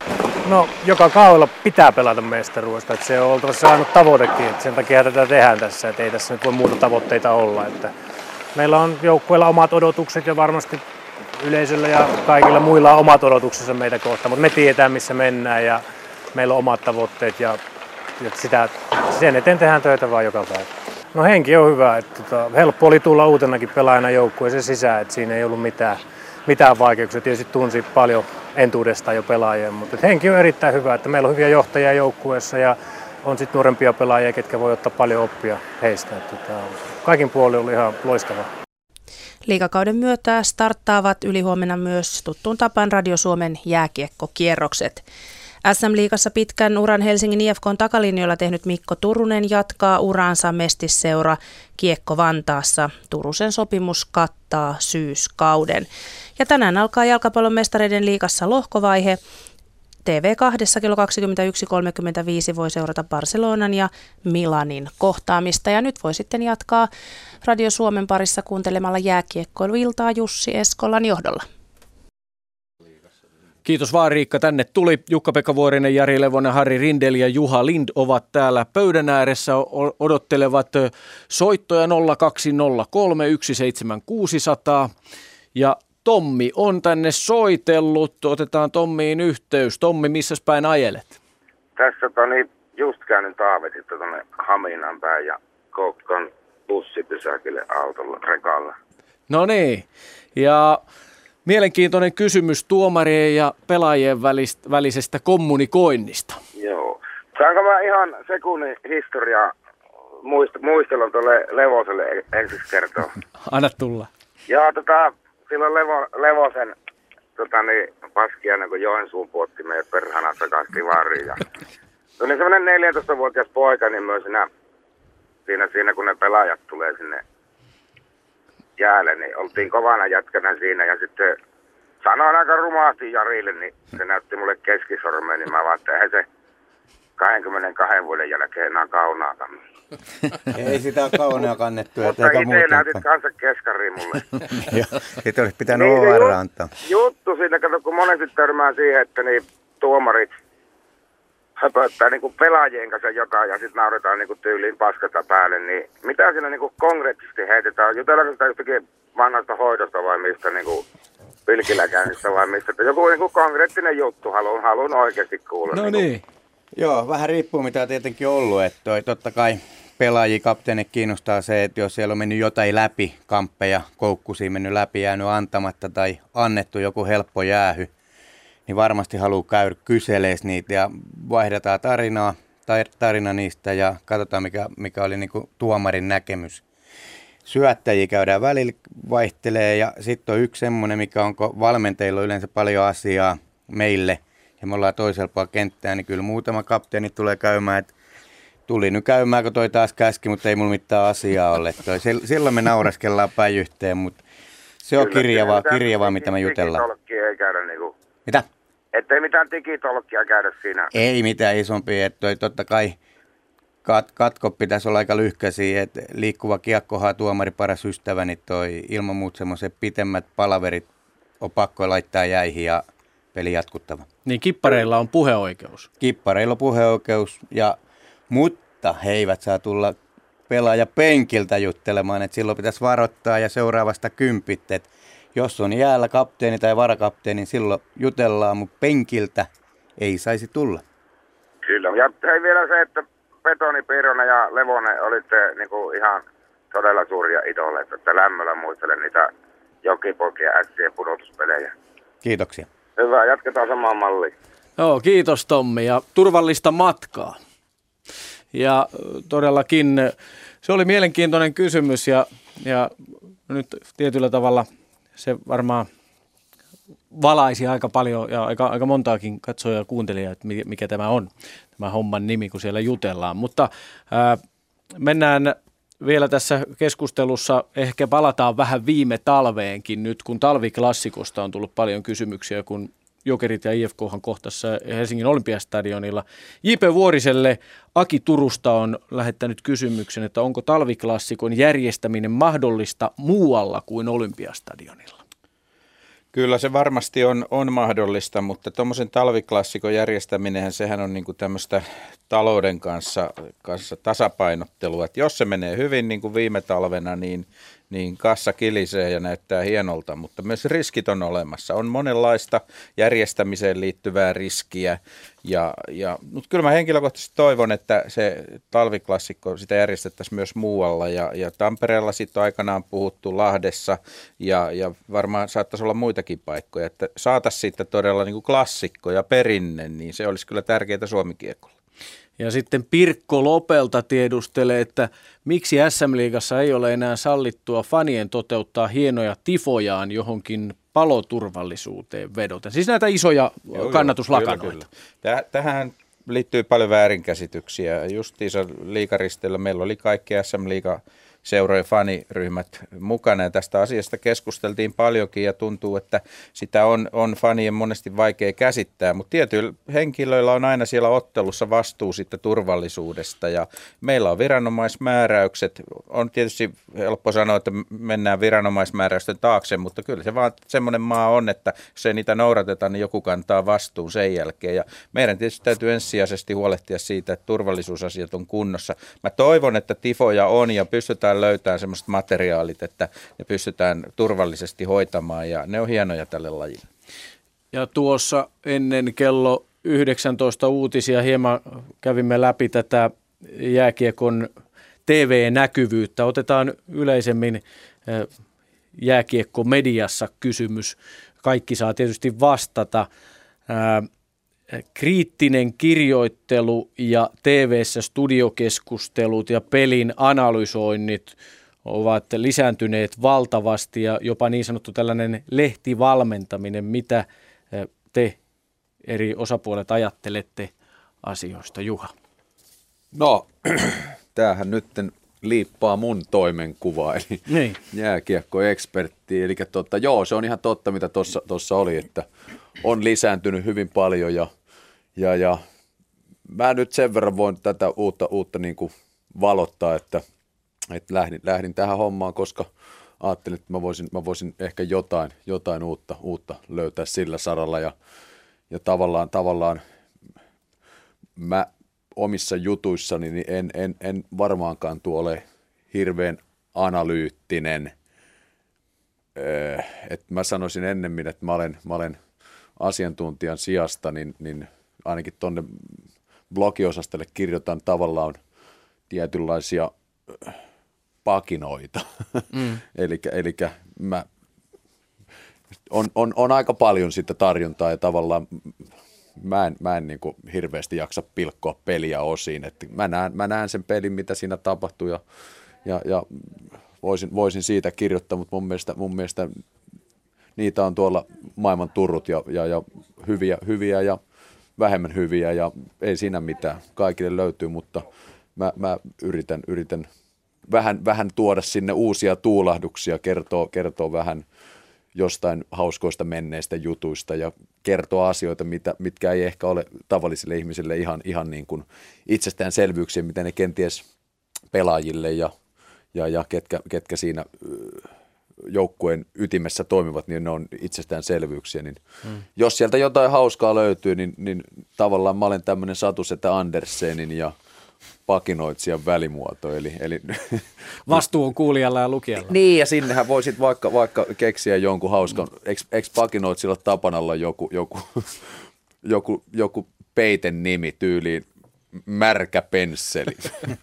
No, joka kaudella pitää pelata mestaruudesta, että se on oltava se ainut tavoitekin, että sen takia tätä tehdään tässä, että ei tässä nyt voi muuta tavoitteita olla. Että meillä on joukkueella omat odotukset ja varmasti yleisöllä ja kaikilla muilla on omat odotuksensa meitä kohtaan, mutta me tiedetään missä mennään ja meillä on omat tavoitteet ja, ja sitä, sen eteen tehdään töitä vaan joka päivä. No henki on hyvä, että tota, helppo oli tulla uutenakin pelaajana joukkueeseen sisään, että siinä ei ollut mitään, mitään vaikeuksia. Tietysti tunsi paljon entuudestaan jo pelaajia, mutta henki on erittäin hyvä, että meillä on hyviä johtajia joukkueessa ja on sitten nuorempia pelaajia, ketkä voi ottaa paljon oppia heistä. Että, tota, kaikin puolin oli ihan loistavaa. Liigakauden myötä starttaavat ylihuomenna myös tuttuun tapaan Radio Suomen jääkiekkokierrokset. S M-liigassa pitkän uran Helsingin I F K:n takalinjoilla tehnyt Mikko Turunen jatkaa uraansa Mestisseura Kiekko Vantaassa. Turusen sopimus kattaa syyskauden. Ja tänään alkaa jalkapallon mestareiden liigassa lohkovaihe. T V kaksi kello kaksikymmentäyksi kolmekymmentäviisi voi seurata Barcelonan ja Milanin kohtaamista. Ja nyt voi sitten jatkaa Radio Suomen parissa kuuntelemalla jääkiekkoiluiltaa Jussi Eskolan johdolla. Kiitos vaan Riikka, tänne tuli. Jukka-Pekka Vuorinen, Jari Levonen, Harri Rindel ja Juha Lind ovat täällä pöydän ääressä, odottelevat soittoja nolla kaksi nolla kolme yksi seitsemän kuusi nolla nolla. Ja Tommi on tänne soitellut. Otetaan Tommiin yhteys. Tommi, missäs päin ajelet? Tässä toni just käynyt Taavetista tuonne Haminan päin ja Kotkan bussipysäkille autolla, rekalla. No niin. Ja mielenkiintoinen kysymys tuomarien ja pelaajien välistä, välisestä kommunikoinnista. Joo. Saanko mä ihan sekunnin historiaa muist- muistelun tuolle Levoselle ensiksi kertoa? Anna tulla. Joo, tota... Silloin Levo, Levosen tota niin, paskiainen, kun Joensuun puotti meidät perhana takaisin Kivariin. Ja tuli semmoinen neljätoistavuotias poika, niin myös siinä, siinä, siinä, kun ne pelaajat tulee sinne jäälle, niin oltiin kovana jätkänä siinä. Ja sitten sanoin aika rumaasti Jarille, niin se näytti mulle keskisormeen, niin mä vaan, että eihän se kaksikymmentäkaksi vuoden jälkeen enää kaunaa kannut. Ei sitä ole kaunaa kannettu. Mutta itse näytit kanssa keskariin mulle. Joo, siitä olisi pitänyt niin, O R antaa. Juttu siinä, kato, kun monesti törmää siihen, että niin tuomarit höpöttää niin kuin pelaajien kanssa jotain ja sitten nauretaan niin kuin tyyliin paskata päälle, niin mitä siinä niin kuin konkreettisesti heitetään? Jutellaanko sitä jostakin vanhasta hoidosta vai mistä niin kuin pilkilläkäynnistä vai mistä? Että joku niin kuin konkreettinen juttu haluan, haluan oikeasti kuulla. No niin. niin. niin. Joo, vähän riippuu mitä on tietenkin ollut, että toi, totta kai pelaajia, kapteeni kiinnostaa se, että jos siellä on mennyt jotain läpi, kamppeja, koukkusia mennyt läpi, jäänyt antamatta tai annettu joku helppo jäähy, niin varmasti haluaa käydä kyselemään niitä ja vaihdetaan tarinaa, tarina niistä ja katsotaan mikä, mikä oli niin kuin tuomarin näkemys. Syöttäjiä käydään välillä vaihtelee ja sitten on yksi semmoinen, mikä onko valmentajilla on yleensä paljon asiaa meille, ja me ollaan toisella puolella kenttää, niin kyllä muutama kapteeni tulee käymään, että tuli nyt käymään, kun toi taas käski, mutta ei mulla mitään asiaa ole. Toi, silloin me nauraskellaan päin yhteen, mutta se on kirjavaa, kirjavaa mitä me jutellaan. Digitolkkia ei käydä niinku. Mitä? Ettei mitään digitolkkia käydä siinä. Ei mitään isompia, että toi totta kai kat, katko pitäisi olla aika lyhkäisiä, että liikkuva kiekkohan on tuomari paras ystävä, niin toi ilman muuta semmoiset pitemmät palaverit on pakko laittaa jäihin ja peli jatkuttava. Niin kippareilla on puheoikeus. Kippareilla on puheoikeus, ja, mutta he eivät saa tulla pelaaja penkiltä juttelemaan, että silloin pitäisi varoittaa ja seuraavasta kympit, että jos on jäällä kapteeni tai varakapteeni, niin silloin jutellaan, mutta penkiltä ei saisi tulla. Kyllä, ja hei vielä se, että Petoni, Piironen ja Levonen olitte niinku ihan todella suuria idoleita, että lämmöllä muistelen niitä jokipoikien ässien pudotuspelejä. Kiitoksia. Hyvä, jatketaan samaan malliin. Joo, kiitos Tommi ja turvallista matkaa. Ja todellakin se oli mielenkiintoinen kysymys ja, ja nyt tietyllä tavalla se varmaan valaisi aika paljon ja aika, aika montaakin katsojaa ja kuuntelijaa, että mikä tämä on, tämä homman nimi, kun siellä jutellaan. Mutta ää, mennään vielä tässä keskustelussa, ehkä palataan vähän viime talveenkin nyt, kun talviklassikosta on tullut paljon kysymyksiä, kun Jokerit ja I F K:han kohtassa Helsingin Olympiastadionilla. J P Vuoriselle Aki Turusta on lähettänyt kysymyksen, että onko talviklassikon järjestäminen mahdollista muualla kuin Olympiastadionilla? Kyllä se varmasti on, on mahdollista, mutta tuommoisen talviklassikon järjestäminen, sehän on niinku tämmöistä talouden kanssa, kanssa tasapainottelua. Et jos se menee hyvin niin kuin viime talvena, niin, niin kassa kilisee ja näyttää hienolta, mutta myös riskit on olemassa. On monenlaista järjestämiseen liittyvää riskiä, ja, ja, mutta kyllä mä henkilökohtaisesti toivon, että se talviklassikko, sitä järjestettäisiin myös muualla, ja, ja Tampereella sitten on aikanaan puhuttu, Lahdessa, ja, ja varmaan saattaisi olla muitakin paikkoja, että saataisiin siitä todella niin kuin klassikko ja perinne, niin se olisi kyllä tärkeää Suomi-kiekolla. Ja sitten Pirkko Lopelta tiedustelee, että miksi S M-liigassa ei ole enää sallittua fanien toteuttaa hienoja tifojaan johonkin paloturvallisuuteen vedoten. Siis näitä isoja joo, kannatuslakanoita. Joo, tähän liittyy paljon väärinkäsityksiä. Justiinsa liigaristeillä meillä oli kaikki S M-liiga seurojen faniryhmät mukana ja tästä asiasta keskusteltiin paljonkin ja tuntuu, että sitä on, on fanien monesti vaikea käsittää, mutta tietyillä henkilöillä on aina siellä ottelussa vastuu sitten turvallisuudesta ja meillä on viranomaismääräykset. On tietysti helppo sanoa, että mennään viranomaismääräysten taakse, mutta kyllä se vaan semmoinen maa on, että jos ei niitä noudateta, niin joku kantaa vastuun sen jälkeen ja meidän tietysti täytyy ensisijaisesti huolehtia siitä, että turvallisuusasiat on kunnossa. Mä toivon, että tifoja on ja pystytään löytämään semmoiset materiaalit, että ne pystytään turvallisesti hoitamaan ja ne on hienoja tälle lajille. Ja tuossa ennen kello yhdeksäntoista uutisia hieman kävimme läpi tätä jääkiekon T V-näkyvyyttä. Otetaan yleisemmin jääkiekko mediassa kysymys. Kaikki saa tietysti vastata. Kriittinen kirjoittelu ja T V:ssä studiokeskustelut ja pelin analysoinnit ovat lisääntyneet valtavasti ja jopa niin sanottu tällainen lehtivalmentaminen. Mitä te eri osapuolet ajattelette asioista, Juha? No, tämähän nyt liippaa mun toimenkuvaa, eli niin. Jääkiekkoekspertti. Eli tota, joo, se on ihan totta, mitä tuossa oli, että on lisääntynyt hyvin paljon ja, ja, ja mä nyt sen verran voin tätä uutta, uutta niin kuin valottaa, että, että lähdin, lähdin tähän hommaan, koska ajattelin, että mä voisin, mä voisin ehkä jotain, jotain uutta, uutta löytää sillä saralla ja, ja tavallaan, tavallaan mä omissa jutuissani niin en, en, en varmaankaan tuo ole hirveän analyyttinen. Öö, että mä sanoisin ennemmin, että mä olen, mä olen asiantuntijan sijasta, niin, niin ainakin tuonne blogiosastolle kirjoitan tavallaan tietynlaisia pakinoita. Mm. Eli mä on, on, on aika paljon sitä tarjontaa ja tavallaan mä en, mä en niin kuin hirveästi jaksa pilkkoa peliä osiin. Että mä, näen, mä näen sen pelin, mitä siinä tapahtuu ja, ja, ja voisin, voisin siitä kirjoittaa, mutta mun mielestä, mun mielestä niitä on tuolla maailman turut ja, ja, ja hyviä, hyviä ja vähemmän hyviä ja ei siinä mitään. Kaikille löytyy, mutta mä, mä yritän, yritän vähän, vähän tuoda sinne uusia tuulahduksia, kertoo, kertoo vähän jostain hauskoista menneistä jutuista ja kertoa asioita, mitä, mitkä ei ehkä ole tavallisille ihmisille ihan, ihan niin kuin itsestäänselvyyksiä, mitä ne kenties pelaajille ja, ja, ja ketkä, ketkä siinä joukkueen ytimessä toimivat, niin ne on itsestäänselvyyksiä. Niin hmm. Jos sieltä jotain hauskaa löytyy, niin, niin tavallaan mä olen tämmöinen Satusetä Andersenin ja pakinoitsijan välimuoto. Eli, eli vastuu on kuulijalla ja lukijalla. Niin, ja sinnehän voisit vaikka, vaikka keksiä jonkun hauskan. Eikö pakinoitsilla tapana olla joku, joku, joku, joku peiten nimi tyyliin märkä pensseli?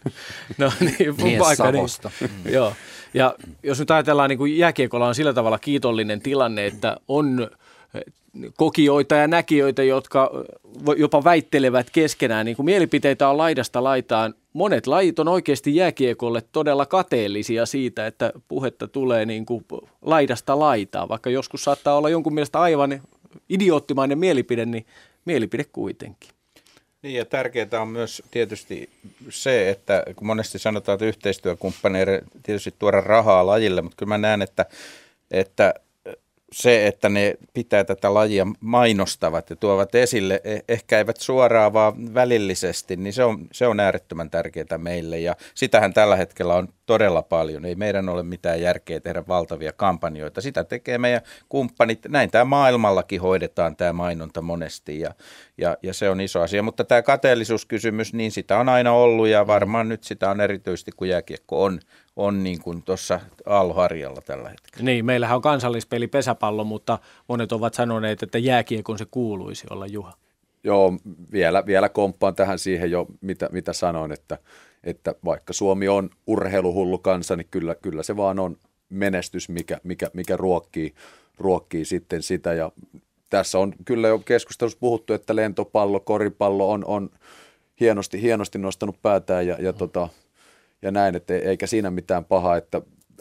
No niin, mies Savosta. Niin. Joo. Ja jos nyt ajatellaan, niin kuin jääkiekolla on sillä tavalla kiitollinen tilanne, että on kokijoita ja näkijöitä, jotka jopa väittelevät keskenään, niin kuin mielipiteitä on laidasta laitaan. Monet lajit on oikeasti jääkiekolle todella kateellisia siitä, että puhetta tulee niin kuin laidasta laitaan, vaikka joskus saattaa olla jonkun mielestä aivan idioottimainen mielipide, niin mielipide kuitenkin. Niin ja tärkeää on myös tietysti se, että kun monesti sanotaan, että yhteistyökumppaneiden tietysti tuoda rahaa lajille, mutta kyllä mä näen, että, että se, että ne pitää tätä lajia mainostavat ja tuovat esille, ehkä eivät suoraan vaan välillisesti, niin se on, se on äärettömän tärkeää meille ja sitähän tällä hetkellä on todella paljon. Ei meidän ole mitään järkeä tehdä valtavia kampanjoita. Sitä tekee meidän kumppanit. Näin tämä maailmallakin hoidetaan tämä mainonta monesti ja, ja, ja se on iso asia. Mutta tämä kateellisuuskysymys, niin sitä on aina ollut ja varmaan nyt sitä on erityisesti, kun jääkiekko on on niin kuin tuossa aalloharjalla tällä hetkellä. Niin, meillähän on kansallispeli pesäpallo, mutta monet ovat sanoneet, että jääkiekon se kuuluisi olla, Juha. Joo, vielä, vielä komppaan tähän siihen jo, mitä, mitä sanoin, että, että vaikka Suomi on urheiluhullu kansa, niin kyllä, kyllä se vaan on menestys, mikä, mikä, mikä ruokkii, ruokkii sitten sitä. Ja tässä on kyllä jo keskustelussa puhuttu, että lentopallo, koripallo on, on hienosti, hienosti nostanut päätään ja, ja, tota, ja näin, että eikä siinä mitään pahaa, että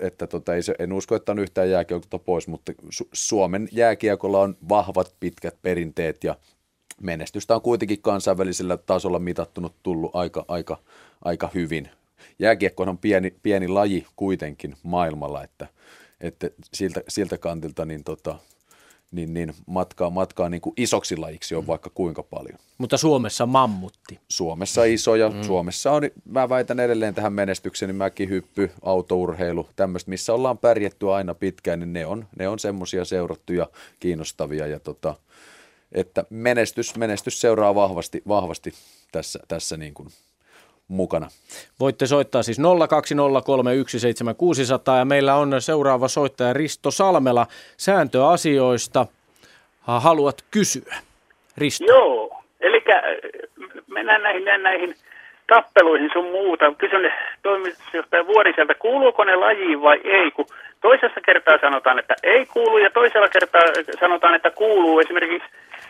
että tota, ei se, en usko, että on yhtään jääkiekolta pois, mutta Su- Suomen jääkiekolla on vahvat pitkät perinteet ja menestystä on kuitenkin kansainvälisellä tasolla mitattunut tullut aika, aika, aika hyvin. Jääkiekko on pieni, pieni laji kuitenkin maailmalla, että, että siltä, siltä kantilta niin, tota, niin, niin matkaa, matkaa niin kuin isoksi lajiksi on vaikka kuinka paljon. Mutta Suomessa mammutti. Suomessa iso ja mm. Suomessa on, mä väitän edelleen tähän menestykseen, niin mäkihyppy, autourheilu, tämmöistä, missä ollaan pärjätty aina pitkään, niin ne on, ne on semmoisia seurattuja, kiinnostavia ja tota, että menestys, menestys seuraa vahvasti, vahvasti tässä, tässä niin kuin mukana. Voitte soittaa siis nolla kaksi nolla kolme yksi seitsemän kuusi nolla nolla ja meillä on seuraava soittaja Risto Salmela sääntöasioista. Haluat kysyä? Risto. Joo, eli mennään näihin, näihin tappeluihin sun muuta. Kysyn toimitusjohtaja Vuoriselta, kuuluuko ne lajiin vai ei, kun toisessa kertaa sanotaan, että ei kuulu ja toisella kertaa sanotaan, että kuuluu. Esimerkiksi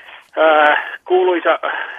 ää, kuuluisa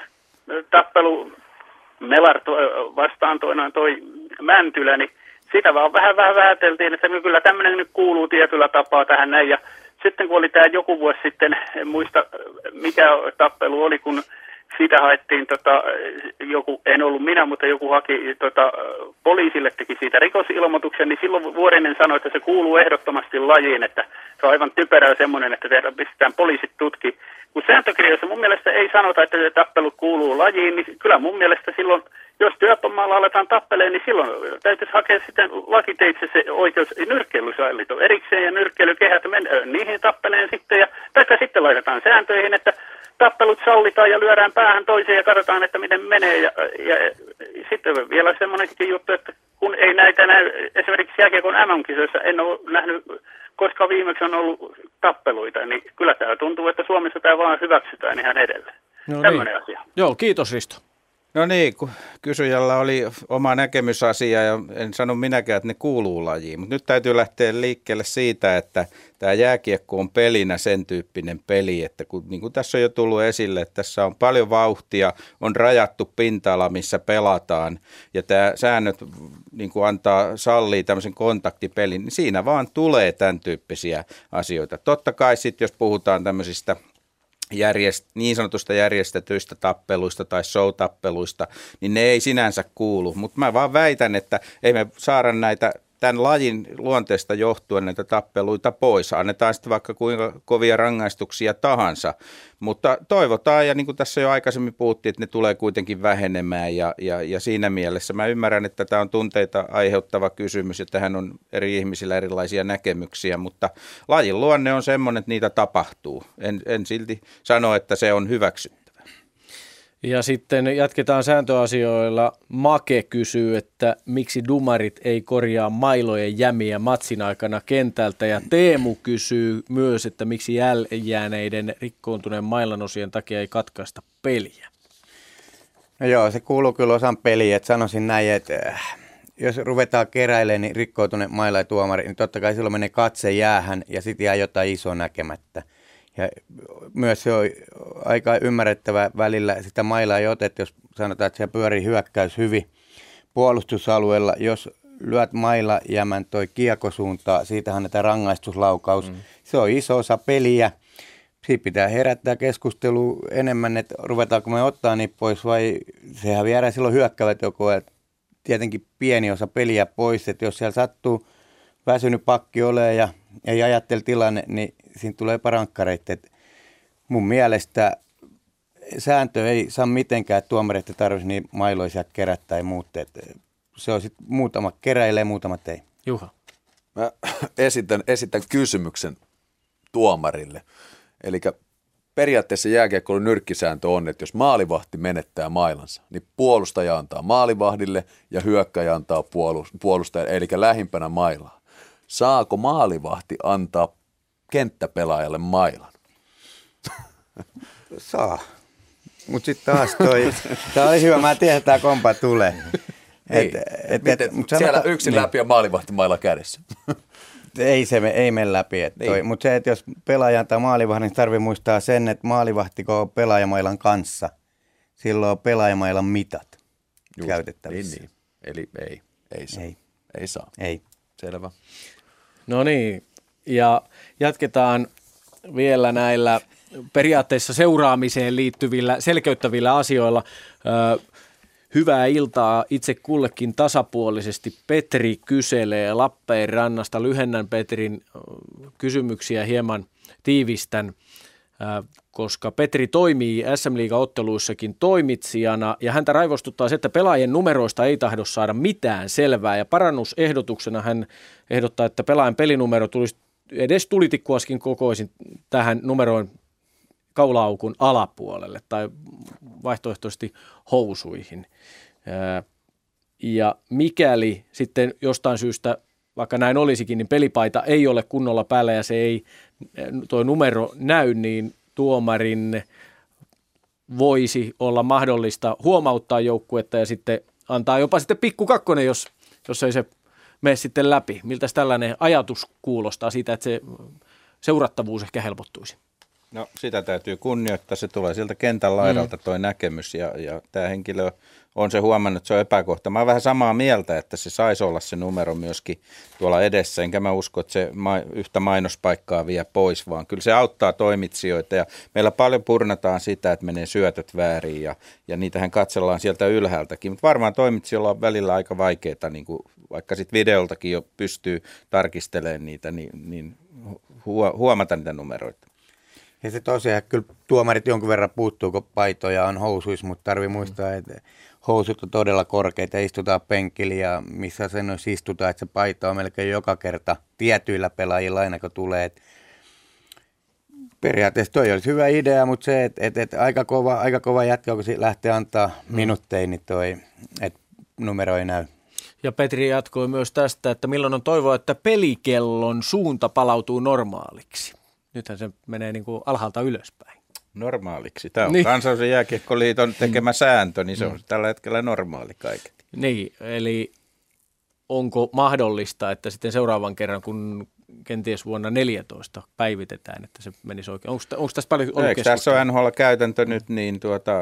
tappelu Melar vastaan toinen toi Mäntylä, niin sitä vaan vähän vähän vähäteltiin, että kyllä tämmöinen nyt kuuluu tietyllä tapaa tähän näin. Ja sitten kun oli tämä joku vuosi sitten, en muista mikä tappelu oli, kun siitä haettiin, tota, joku, en ollut minä, mutta joku haki tota, poliisille, teki siitä rikosilmoituksen, niin silloin Vuorinen sanoi, että se kuuluu ehdottomasti lajiin, että se on aivan typerää semmoinen, että tehdään, pistetään poliisit tutki. Kun sääntökirjoissa mun mielestä ei sanota, että tappelu kuuluu lajiin, niin kyllä mun mielestä silloin, jos työpamaalla aletaan tappeleen, niin silloin täytyisi hakea sitten lakiteitse se oikeus nyrkkeilysallit on erikseen ja nyrkkeilykehät niihin tappeleen sitten, ja taikka sitten laitetaan sääntöihin, että tappelut sallitaan ja lyödään päähän toiseen ja katsotaan, että miten menee. Ja, ja sitten vielä semmoinenkin juttu, että kun ei näitä näy, esimerkiksi jääkiekon M M-kisoissa en ole nähnyt, koska viimeksi on ollut tappeluita, niin kyllä tämä tuntuu, että Suomessa tämä vaan hyväksytään ihan edelleen. No tämmöinen niin. Asia. Joo, kiitos Risto. No niin, kun kysyjällä oli oma näkemysasia ja en sano minäkään, että ne kuuluu lajiin, mutta nyt täytyy lähteä liikkeelle siitä, että tämä jääkiekko on pelinä sen tyyppinen peli, että kun, niin kuin tässä on jo tullut esille, että tässä on paljon vauhtia, on rajattu pinta-ala, missä pelataan ja tämä säännöt niin kuin antaa, sallii tämmöisen kontaktipelin, niin siinä vaan tulee tämän tyyppisiä asioita. Totta kai sitten, jos puhutaan tämmöisistä Järjest, niin sanotusta järjestetyistä tappeluista tai show-tappeluista, niin ne ei sinänsä kuulu. Mutta mä vaan väitän, että ei me saada näitä tämän lajin luonteesta johtuen näitä tappeluita pois. Annetaan sitten vaikka kuinka kovia rangaistuksia tahansa, mutta toivotaan, ja niin kuin tässä jo aikaisemmin puhuttiin, että ne tulee kuitenkin vähenemään, ja, ja, ja siinä mielessä mä ymmärrän, että tämä on tunteita aiheuttava kysymys, ja tähän on eri ihmisillä erilaisia näkemyksiä, mutta lajin luonne on semmoinen, että niitä tapahtuu. En, en silti sano, että se on hyväksytty. Ja sitten jatketaan sääntöasioilla. Make kysyy, että miksi dumarit ei korjaa mailojen jämiä matsin aikana kentältä. Ja Teemu kysyy myös, että miksi jääneiden rikkoontuneen mailanosien takia ei katkaista peliä. No joo, se kuuluu kyllä osan peliä. Että sanoisin näin, että jos ruvetaan keräilemään niin rikkoutuneen maila ja tuomari, niin totta kai silloin menee katse jäähän ja sitten jää jotain isoa näkemättä. Ja myös se on aika ymmärrettävä välillä, sitä mailaa ei oteta, jos sanotaan, että siellä pyörii hyökkäys hyvin puolustusalueella. Jos lyöt maila jämän toi kiekosuuntaan, siitä annetaan rangaistuslaukaus. Mm. Se on iso osa peliä. Siitä pitää herättää keskustelua enemmän, että ruvetaanko me ottaa niitä pois vai sehän viedään silloin hyökkävät joko. Tietenkin pieni osa peliä pois, että jos siellä sattuu väsynyt pakki olemaan ja ei ajattele tilanne, niin siinä tulee parankkareita. Mun mielestä sääntö ei saa mitenkään, että tuomarit ei tarvitsisi niin mailoisia kerätä tai muuta. Se on sitten muutama keräilee, muutamat ei. Juha. Mä esitän, esitän kysymyksen tuomarille. Eli periaatteessa jääkiekkoilun nyrkkisääntö on, että jos maalivahti menettää mailansa, niin puolustaja antaa maalivahdille ja hyökkäjä antaa puolustajalle, eli lähimpänä mailaa. Saako maalivahti antaa kenttäpelaajalle mailan? Saa. Mutta sitten taas toi, tämä oli hyvä, mä tiedän, että tämä kompa tulee. Et, et, et, et, siellä sanota, yksin niin. Läpi ja maalivahti mailla kädessä. Ei se ei mene läpi. Niin. Mutta se, että jos pelaaja antaa maalivahdin, niin tarvitsee muistaa sen, että maalivahtiko on pelaajamailan kanssa. Silloin on pelaajamailan mitat Just, käytettävissä. Niin, niin. Eli ei, ei saa. Ei, ei saa. Ei. Selvä. No niin, ja jatketaan vielä näillä periaatteessa seuraamiseen liittyvillä selkeyttävillä asioilla. Ö, hyvää iltaa itse kullekin tasapuolisesti. Petri kyselee Lappeenrannasta. Lyhennän Petrin kysymyksiä hieman, tiivistän, ö, koska Petri toimii S M-liiga-otteluissakin toimitsijana ja häntä raivostuttaa se, että pelaajien numeroista ei tahdo saada mitään selvää. Ja parannusehdotuksena hän ehdottaa, että pelaajan pelinumero tulisi edes tulitikkuaskin kokoisin tähän numeroon kaulaaukun alapuolelle tai vaihtoehtoisesti housuihin. Ja mikäli sitten jostain syystä, vaikka näin olisikin, niin pelipaita ei ole kunnolla päällä ja se ei, tuo numero näy, niin tuomarin voisi olla mahdollista huomauttaa joukkuetta ja sitten antaa jopa sitten pikku kakkonen, jos, jos ei se mene sitten läpi. Miltä tällainen ajatus kuulostaa siitä, että se seurattavuus ehkä helpottuisi? No sitä täytyy kunnioittaa, se tulee sieltä kentän laidalta toi mm. näkemys ja, ja tämä henkilö on se huomannut, että se on epäkohta. Mä oon vähän samaa mieltä, että se saisi olla se numero myöskin tuolla edessä, enkä mä usko, että se ma- yhtä mainospaikkaa vie pois, vaan kyllä se auttaa toimitsijoita ja meillä paljon purnataan sitä, että menee syötöt väärin ja, ja niitähän katsellaan sieltä ylhäältäkin, mutta varmaan toimitsijoilla on välillä aika vaikeaa, niin kuin vaikka sitten videoltakin jo pystyy tarkistelemaan niitä, niin, niin huomata niitä numeroita. Ja se tosiaan, kyllä tuomarit jonkun verran puuttuu, kun paitoja on housuissa, mutta tarvii muistaa, että housut on todella korkeita, istutaan penkillä ja missä sen olisi istutaan, että se paita on melkein joka kerta tietyillä pelaajilla aina kun tulee. Että periaatteessa toi olisi hyvä idea, mutta se, että, että, että aika kova, aika kova jätkä, kun se lähtee antaa minuutteja, niin toi, että numero ei näy. Ja Petri jatkoi myös tästä, että milloin on toivoa, että pelikellon suunta palautuu normaaliksi. Nythän se menee niin kuin alhaalta ylöspäin. Normaaliksi. Tämä on niin. Kansallisen jääkiekkoliiton tekemä sääntö, niin se on tällä hetkellä normaali kaiketi. Niin, eli onko mahdollista, että sitten seuraavan kerran, kun kenties vuonna neljätoista päivitetään, että se menisi oikein? Onko, onko tässä paljon ollut keskustelua? Tässä on N H L-käytäntö nyt, niin tuota,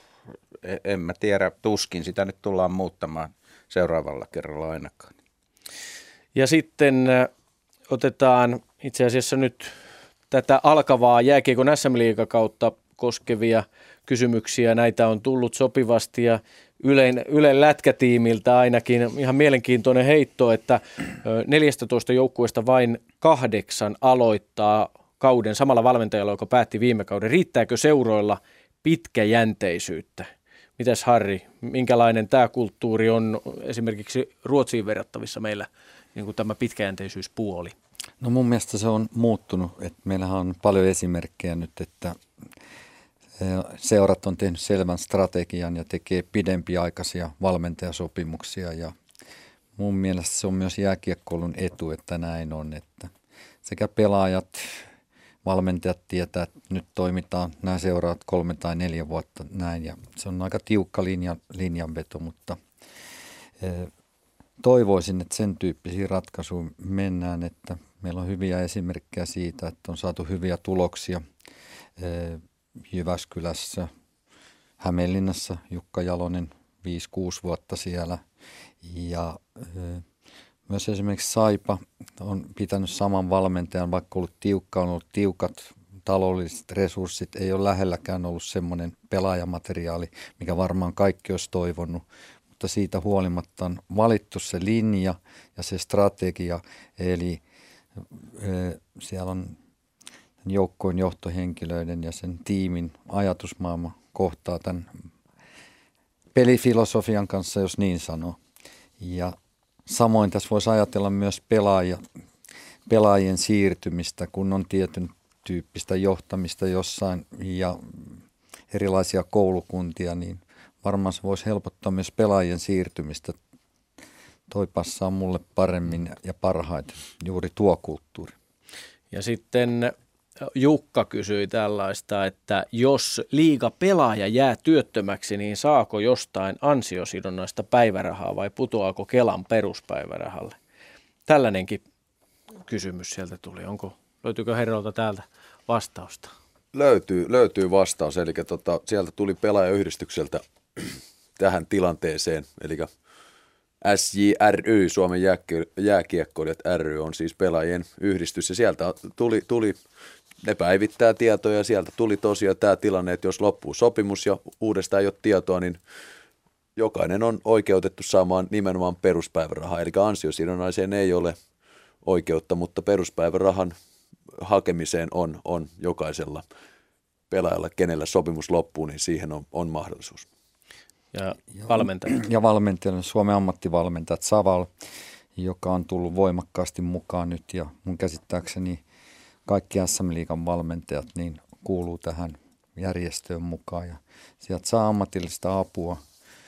en mä tiedä, tuskin sitä nyt tullaan muuttamaan seuraavalla kerralla ainakaan. Ja sitten otetaan itse asiassa nyt tätä alkavaa jääkiekon S M-liigakautta koskevia kysymyksiä. Näitä on tullut sopivasti ja Ylen, Ylen lätkätiimiltä ainakin ihan mielenkiintoinen heitto, että neljästätoista joukkueesta vain kahdeksan aloittaa kauden samalla valmentajalla, joka päätti viime kauden. Riittääkö seuroilla pitkäjänteisyyttä? Mitäs Harri, minkälainen tämä kulttuuri on esimerkiksi Ruotsiin verrattavissa meillä, niin kuin tämä pitkäjänteisyyspuoli? No mun mielestä se on muuttunut, että meillähän on paljon esimerkkejä nyt, että seurat on tehnyt selvän strategian ja tekee pidempiaikaisia valmentajasopimuksia ja mun mielestä se on myös jääkiekkoilun etu, että näin on, että sekä pelaajat, valmentajat tietää, että nyt toimitaan nämä seuraavat kolme tai neljä vuotta näin ja se on aika tiukka linja, linjanveto, mutta toivoisin, että sen tyyppisiin ratkaisuihin mennään, että meillä on hyviä esimerkkejä siitä, että on saatu hyviä tuloksia Jyväskylässä, Hämeenlinnassa, Jukka Jalonen viisi kuusi vuotta siellä ja myös esimerkiksi Saipa on pitänyt saman valmentajan, vaikka ollut tiukka, on ollut tiukat taloudelliset resurssit, ei ole lähelläkään ollut semmoinen pelaajamateriaali, mikä varmaan kaikki olisi toivonut. Mutta siitä huolimatta on valittu se linja ja se strategia, eli e, siellä on joukkojen johtohenkilöiden ja sen tiimin ajatusmaailma kohtaa tämän pelifilosofian kanssa, jos niin sanoo. Ja samoin tässä voisi ajatella myös pelaaja, pelaajien siirtymistä, kun on tietyn tyyppistä johtamista jossain ja erilaisia koulukuntia, niin varmaan se voisi helpottaa myös pelaajien siirtymistä. Toi passaa mulle paremmin ja parhaiten, juuri tuo kulttuuri. Ja sitten Jukka kysyi tällaista, että jos liigapelaaja jää työttömäksi, niin saako jostain ansiosidonnaista päivärahaa vai putoaako Kelan peruspäivärahalle? Tällainenkin kysymys sieltä tuli. Onko, löytyykö herralta täältä vastausta? Löytyy, löytyy vastaus, eli tota, sieltä tuli pelaajayhdistykseltä tähän tilanteeseen, eli S J R Y, Suomen jääkiekkoilijat ry, on siis pelaajien yhdistys, ja sieltä tuli, tuli ne päivittää tietoja, ja sieltä tuli tosiaan tämä tilanne, että jos loppuu sopimus ja uudestaan ei ole tietoa, niin jokainen on oikeutettu saamaan nimenomaan peruspäivärahaa, eli ansiosidonnaiseen ei ole oikeutta, mutta peruspäivärahan hakemiseen on, on jokaisella pelaajalla, kenellä sopimus loppuu, niin siihen on, on mahdollisuus. Ja valmentajat. Ja valmentajat, Suomen ammattivalmentajat Saval, joka on tullut voimakkaasti mukaan nyt, ja mun käsittääkseni kaikki S M-liigan valmentajat niin kuuluu tähän järjestöön mukaan, ja sieltä saa ammatillista apua,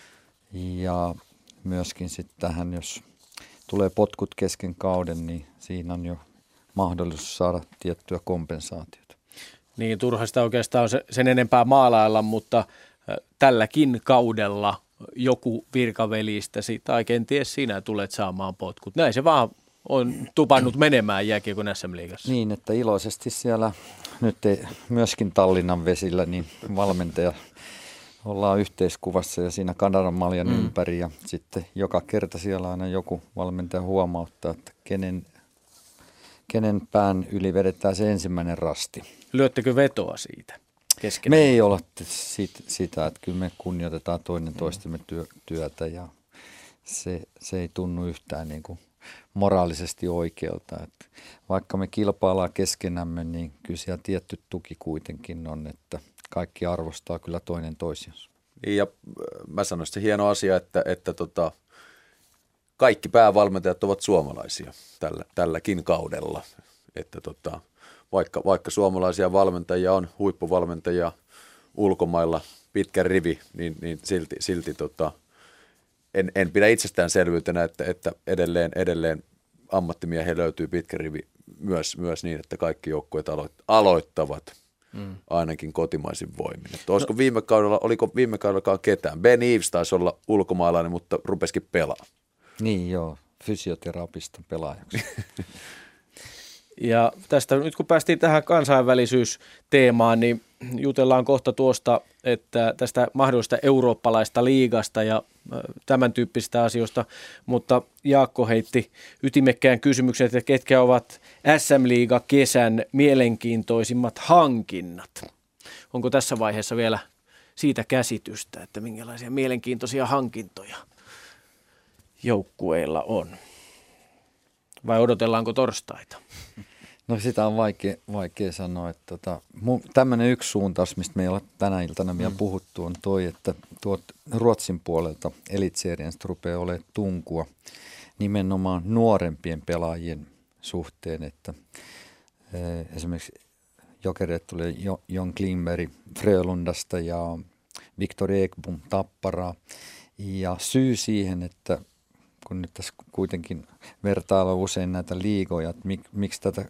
ja myöskin sitten tähän, jos tulee potkut kesken kauden, niin siinä on jo mahdollisuus saada tiettyä kompensaatiota. Niin, turha sitä oikeastaan sen enempää maalailla, mutta tälläkin kaudella joku virkavelistäsi tai kenties sinä tulet saamaan potkut. Näin se vaan on tupannut menemään jääkiekon S M-liigassa. Niin, että iloisesti siellä nyt ei, myöskin Tallinnan vesillä niin valmentaja ollaan yhteiskuvassa ja siinä Kanadan maljan mm. ympäri, ja sitten joka kerta siellä aina joku valmentaja huomauttaa, että kenen, kenen pään yli vedetään se ensimmäinen rasti. Lyöttekö vetoa siitä keskenään? Me ei olla siitä, sitä, että kyllä me kunnioitetaan toinen toistemme työ, työtä, ja se, se ei tunnu yhtään niin kuin moraalisesti oikealta. Että vaikka me kilpaillaan keskenämme, niin kyllä siellä tietty tuki kuitenkin on, että kaikki arvostaa kyllä toinen toisiansa. Ja mä sanoisin, se hieno asia, että, että tota, kaikki päävalmentajat ovat suomalaisia tällä, tälläkin kaudella. Että tota, vaikka, vaikka suomalaisia valmentajia on, huippuvalmentajia ulkomailla pitkä rivi, niin, niin silti, silti tota, en, en pidä itsestäänselvyytenä, että, että edelleen, edelleen ammattimiehiä löytyy pitkä rivi myös, myös niin, että kaikki joukkueet aloittavat. Mm. Ainakin kotimaisin voimin. Että olisiko no. viime kaudella, oliko viime kaudellakaan ketään? Ben Eves taisi olla ulkomaalainen, mutta rupesikin pelaa. Niin joo, fysioterapista pelaajaksi. Ja tästä nyt kun päästiin tähän kansainvälisyysteemaan, niin jutellaan kohta tuosta, että tästä mahdollisesta eurooppalaista liigasta ja tämän tyyppisistä asioista, mutta Jaakko heitti ytimekkään kysymyksen, että ketkä ovat S M-liiga kesän mielenkiintoisimmat hankinnat. Onko tässä vaiheessa vielä siitä käsitystä, että minkälaisia mielenkiintoisia hankintoja joukkueilla on? Vai odotellaanko torstaita? No sitä on vaikea, vaikea sanoa. Että tota, tämmöinen yksi suuntaus, mistä me ei ole tänä iltana vielä mm. puhuttu, on toi, että tuot Ruotsin puolelta Elitserienstä rupeaa olemaan tunkua nimenomaan nuorempien pelaajien suhteen. Että, eh, esimerkiksi Jokereet tulee Jon Klingberg Frölundasta ja Viktor Ekblom Tapparaa. Ja syy siihen, että kun nyt tässä kuitenkin vertailla usein näitä liigoja, että mik, miksi tätä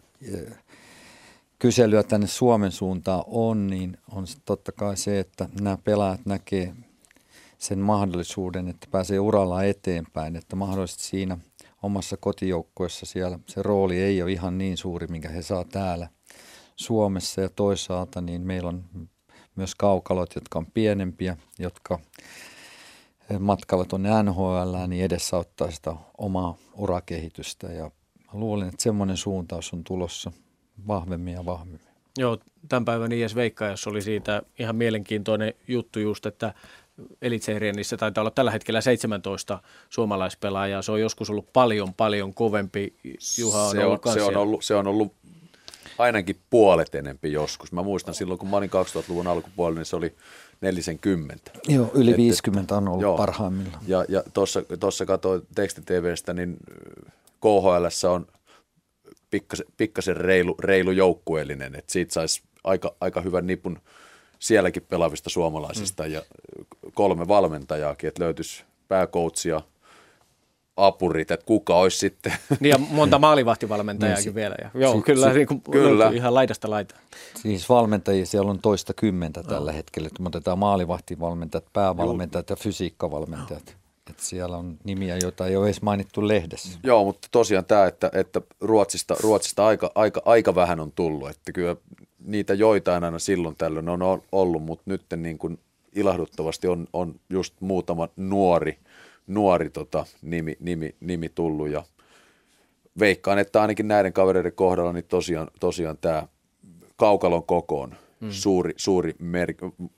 kyselyä tänne Suomen suuntaan on, niin on totta kai se, että nämä pelaajat näkee sen mahdollisuuden, että pääsee uralla eteenpäin, että mahdollisesti siinä omassa kotijoukkoissa siellä se rooli ei ole ihan niin suuri, minkä he saa täällä Suomessa, ja toisaalta niin meillä on myös kaukalot, jotka on pienempiä, jotka matkalla tuonne N H L, niin edesauttaa sitä omaa urakehitystä, ja luulen, että semmoinen suuntaus on tulossa vahvemmin ja vahvemmin. Joo, tämän päivän I S Veikkaajassa oli siitä ihan mielenkiintoinen juttu just, että Elitserienissä taitaa olla tällä hetkellä seitsemäntoista suomalaispelaajaa. Se on joskus ollut paljon, paljon kovempi. Juha on se, ollut on, se, on ollut, se on ollut ainakin puolet enempi joskus. Mä muistan silloin, kun mä olin kaksituhattaluvun alkupuolella, niin se oli nelisenkymmentä. Joo, yli viisikymmentä on ollut joo, parhaimmillaan. Ja, ja tuossa katsoin teksti-tv:stä, niin K H L:ssä on pikkasen, pikkasen reilu, reilu joukkueellinen, että siitä saisi aika, aika hyvän nipun sielläkin pelaavista suomalaisista mm. ja kolme valmentajaakin, että löytyisi pääkoutsia, apurit, että kuka olisi sitten. Niin ja monta maalivahtivalmentajaakin niin, vielä. Ja, joo, si- kyllä, si- niin kuin kyllä. Ihan laidasta laitaan. Siis valmentajia siellä on toista kymmentä tällä no. hetkellä. Että me otetaan maalivahtivalmentajat, päävalmentajat joo. ja fysiikkavalmentajat. Että siellä on nimiä, joita ei ole edes mainittu lehdessä. Joo, mutta tosiaan tämä, että, että Ruotsista, Ruotsista aika, aika, aika vähän on tullut. Että kyllä niitä joitain aina silloin tällöin on ollut, mutta nyt niin kuin ilahduttavasti on, on just muutama nuori, nuori tota, nimi, nimi, nimi tullut ja veikkaan, että ainakin näiden kavereiden kohdalla niin tosiaan, tosiaan tämä kaukalon koko on mm. suuri, suuri mer-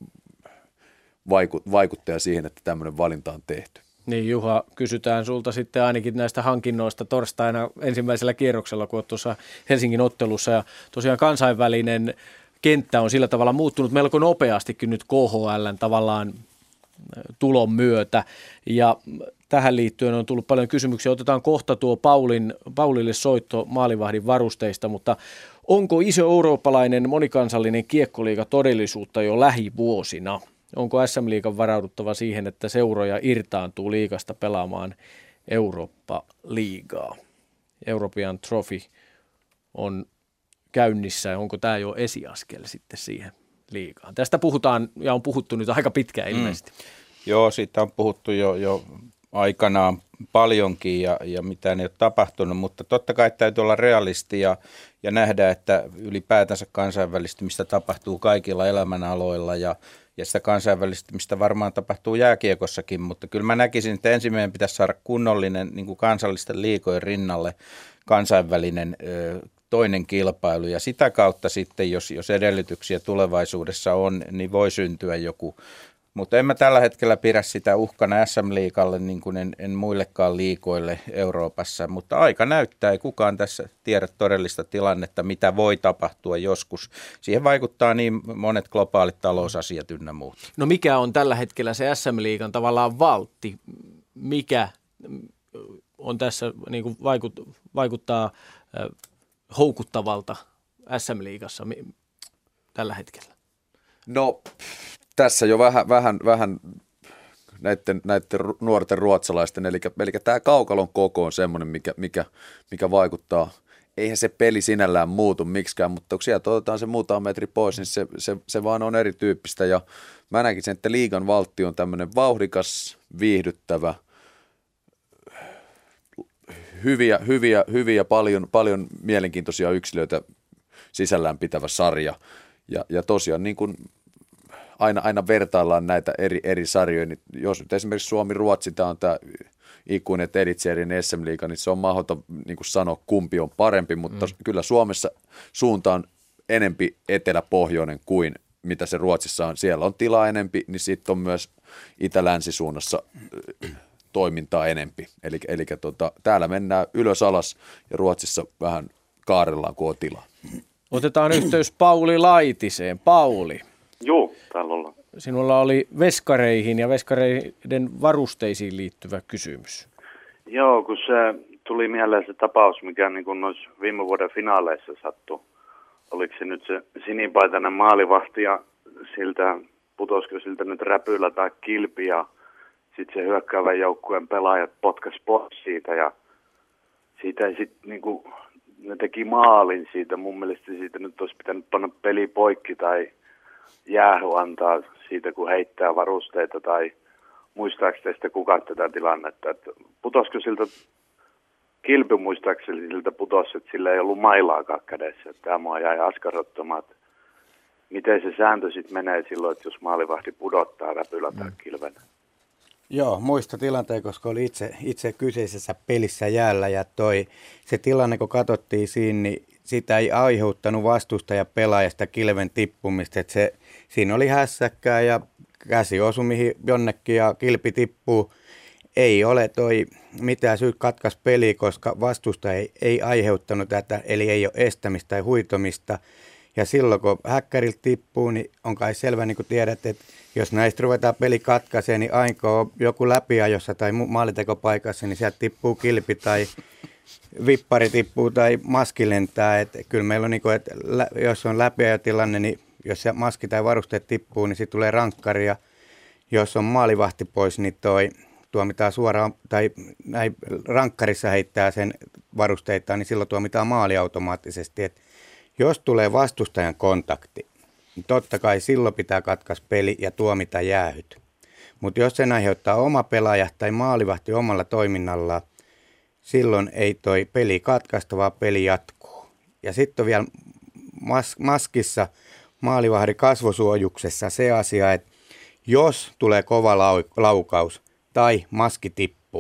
vaiku- vaikuttaja siihen, että tämmöinen valinta on tehty. Niin Juha, kysytään sulta sitten ainakin näistä hankinnoista torstaina ensimmäisellä kierroksella, kun olet tuossa Helsingin ottelussa. Ja tosiaan kansainvälinen kenttä on sillä tavalla muuttunut melko nopeastikin nyt K H L:n tavallaan tulon myötä. Ja tähän liittyen on tullut paljon kysymyksiä. Otetaan kohta tuo Paulin, Paulille soitto maalivahdin varusteista, mutta onko iso eurooppalainen monikansallinen kiekkoliiga todellisuutta jo lähivuosina? Onko S M-liigan varauduttava siihen, että seuroja irtaantuu liigasta pelaamaan Eurooppa-liigaa? European Trophy on käynnissä. Onko tämä jo esiaskel sitten siihen liigaan? Tästä puhutaan ja on puhuttu nyt aika pitkään ilmeisesti. Mm. Joo, siitä on puhuttu jo, jo aikanaan paljonkin ja, ja mitään ei ole tapahtunut, mutta totta kai täytyy olla realisti ja, ja nähdä, että ylipäätänsä kansainvälistymistä tapahtuu kaikilla elämänaloilla ja Ja sitä kansainvälistymistä varmaan tapahtuu jääkiekossakin, mutta kyllä mä näkisin, että ensimmäinen pitäisi saada kunnollinen niin kuin kansallisten liigojen rinnalle kansainvälinen ö, toinen kilpailu. Ja sitä kautta sitten, jos, jos edellytyksiä tulevaisuudessa on, niin voi syntyä joku. Mutta en mä tällä hetkellä pidä sitä uhkana S M-liigalle, niin kuin en, en muillekaan liigoille Euroopassa. Mutta aika näyttää, ei kukaan tässä tiedä todellista tilannetta, mitä voi tapahtua joskus. Siihen vaikuttaa niin monet globaalit talousasiat ynnä muut. No mikä on tällä hetkellä se S M-liigan tavallaan valtti? Mikä on tässä niin kuin vaikut, vaikuttaa äh, houkuttavalta S M-liigassa tällä hetkellä? No tässä jo vähän, vähän, vähän näiden, näiden nuorten ruotsalaisten, eli, eli tämä kaukalon koko on semmoinen, mikä, mikä, mikä vaikuttaa. Eihän se peli sinällään muutu miksikään, mutta kun sieltä otetaan se muutama metri pois, niin se, se, se vaan on erityyppistä. Ja mä näkisin, että liigan valtti on tämmöinen vauhdikas, viihdyttävä, hyviä, hyviä, hyviä paljon, paljon mielenkiintoisia yksilöitä sisällään pitävä sarja. Ja, ja tosiaan niin kuin Aina, aina vertaillaan näitä eri, eri sarjoja, niin jos nyt esimerkiksi Suomi-Ruotsi, tämä on tämä ikuinen Elitserien S M-liiga, niin se on mahdoton niin kuin sanoa, kumpi on parempi, mutta mm. kyllä Suomessa suunta on enempi etelä-pohjoinen kuin mitä se Ruotsissa on. Siellä on tilaa enempi, niin sitten on myös itä-länsisuunnassa toimintaa enempi. Eli, eli tota, täällä mennään ylös-alas ja Ruotsissa vähän kaarellaan, kun on tilaa. Otetaan yhteys Pauli Laitiseen. Pauli. Joo, täällä ollaan. Sinulla oli veskareihin ja veskareiden varusteisiin liittyvä kysymys. Joo, kun se tuli mieleen se tapaus, mikä niin kuin noissa viime vuoden finaaleissa sattui. Oliko se nyt se sinipaitainen maalivahti ja siltä, putosko siltä nyt räpyllä tai kilpi ja sitten se hyökkäävän joukkueen pelaajat potkas pois siitä ja siitä ei sitten niin kuin, ne teki maalin siitä. Mun mielestä siitä nyt olisi pitänyt panna peli poikki tai jäähy antaa siitä, kun heittää varusteita tai muistaakseni sitten kukaan tätä tilannetta. Että putosko siltä kilpi muistaakseni siltä putosi, että sillä ei ollut mailaakaan kädessä. Että tämä mua jäi askarrottamaan, että miten se sääntö sitten menee silloin, että jos maalivahti pudottaa räpylä tai kilven. Joo, muista tilanteen, koska oli itse, itse kyseisessä pelissä jäällä ja toi, se tilanne, kun katsottiin siinä, niin sitä ei aiheuttanut vastustaja pelaajasta kilven tippumista, että se, siinä oli hässäkkää ja käsi osui mihin jonnekin ja kilpi tippuu. Ei ole toi mitään syyt katkaisi peliä, koska vastustaja ei, ei aiheuttanut tätä, eli ei ole estämistä tai huitomista. Ja silloin kun häkkäriltä tippuu, niin on kai selvä, niin kuin tiedät, että jos näistä ruvetaan peli katkaisee, niin aina on joku läpiajossa tai maalintekopaikassa, niin sieltä tippuu kilpi tai vippari tippuu tai maski lentää. Että kyllä meillä on, niin kuin, että jos on läpiajotilanne, niin jos se maski tai varusteet tippuu, niin sitten tulee rankkari. Ja jos on maalivahti pois, niin toi tuomitaan suoraan, tai näin rankkarissa heittää sen varusteita, niin silloin tuomitaan maali automaattisesti. Että jos tulee vastustajan kontakti, niin totta kai silloin pitää katkaista peli ja tuomita jäähyt. Mutta jos sen aiheuttaa oma pelaaja tai maalivahti omalla toiminnallaan, silloin ei toi peli katkaista, vaan peli jatkuu. Ja sitten on vielä mas- maskissa, maalivahdin kasvosuojuksessa se asia, että jos tulee kova lau- laukaus tai maski tippuu,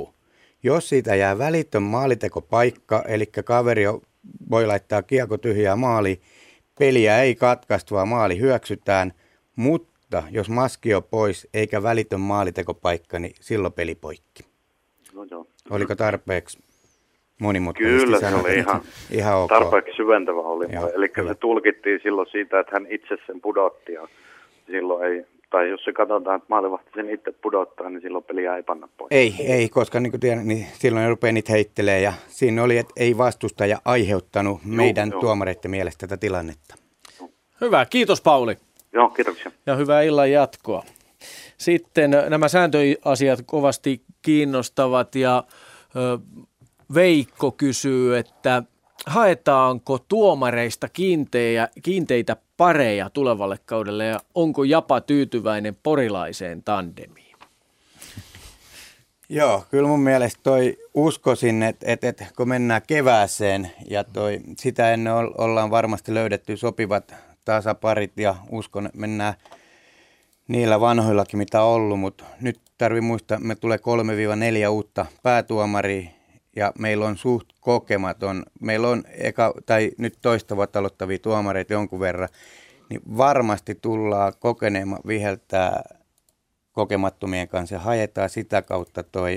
Jos siitä jää välitön maalitekopaikka, eli kaveri voi laittaa kiekko tyhjää maaliin, peliä ei katkaistu, vaan maali hyöksytään, mutta jos maski on pois eikä välitön maalitekopaikka, niin silloin peli poikki. No joo. Oliko tarpeeksi monimutkaisesti Kyllä, se sanottu? oli ihan, ihan ok. tarpeeksi syventävä oli. Joo, Eli se tulkittiin silloin siitä, että hän itse sen pudotti ja silloin ei, tai jos se katsotaan, että maalivahti sen itse pudottaa, niin silloin peliä ei panna pois. Ei, ei, koska niin kuin tiedän, niin silloin ne rupeaa niitä heittelee ja siinä oli, että ei vastustaja aiheuttanut joo, meidän joo. tuomareiden mielestä tätä tilannetta. Hyvä, kiitos Pauli. Joo, kiitoksia. Ja hyvää illan jatkoa. Sitten nämä sääntöasiat kovasti kiinnostavat ja ö, Veikko kysyy, että haetaanko tuomareista kiinteitä, kiinteitä pareja tulevalle kaudelle ja onko Japa tyytyväinen porilaiseen tandemiin? Joo, kyllä mun mielestä toi uskoisin, että, että, että kun mennään kevääseen ja toi, sitä ennen ollaan varmasti löydetty sopivat tasaparit ja uskon, että mennään niillä vanhoillakin mitä on ollut, mutta nyt tarvii muistaa, me tulee kolme neljä uutta päätuomaria ja meillä on suht kokematon, meillä on eka, tai nyt toista vuotta aloittavia tuomareita jonkun verran, niin varmasti tullaan kokeneema viheltää kokemattomien kanssa ja haetaan sitä kautta toi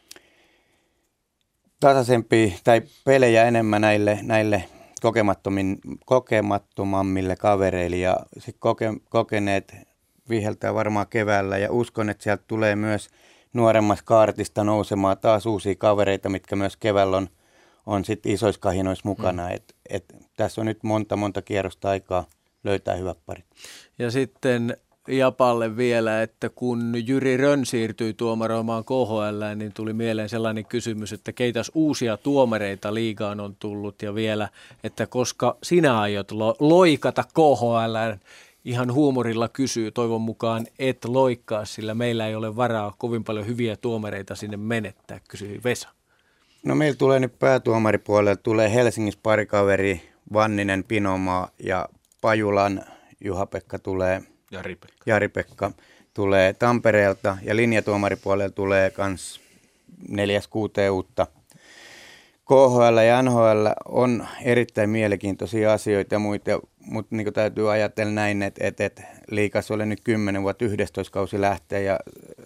tasaisempi tai pelejä enemmän näille, näille kokemattomin, kokemattomammille kavereille ja sit koke, kokeneet viheltää varmaan keväällä ja uskon, että sieltä tulee myös nuoremmasta kaartista nousemaan taas uusia kavereita, mitkä myös keväällä on, on sit isoissa kahinoissa mukana. Mm. Et, et, tässä on nyt monta monta kierrosta aikaa löytää hyvät parit. Ja sitten Japalle vielä, että kun Jyri Rönn siirtyi tuomaroimaan K H L, niin tuli mieleen sellainen kysymys, että keitäs uusia tuomareita liigaan on tullut ja vielä, että koska sinä aiot lo- loikata K H L, ihan huumorilla kysyy, toivon mukaan et loikkaa, sillä meillä ei ole varaa kovin paljon hyviä tuomareita sinne menettää, kysyi Vesa. No meillä tulee nyt päätuomaripuolella, tulee Helsingissä pari kaveri, Vanninen, Pinomaa ja Pajulan Juha-Pekka tulee, Jari-Pekka. Jari-Pekka tulee Tampereelta ja linjatuomaripuolella tulee kans neljäs kuuteen uutta. K H L ja N H L on erittäin mielenkiintoisia asioita ja muita, mutta niin täytyy ajatella näin, että, että, että liigassa oli nyt kymmenen vuotta yhdestoista kausi lähtee ja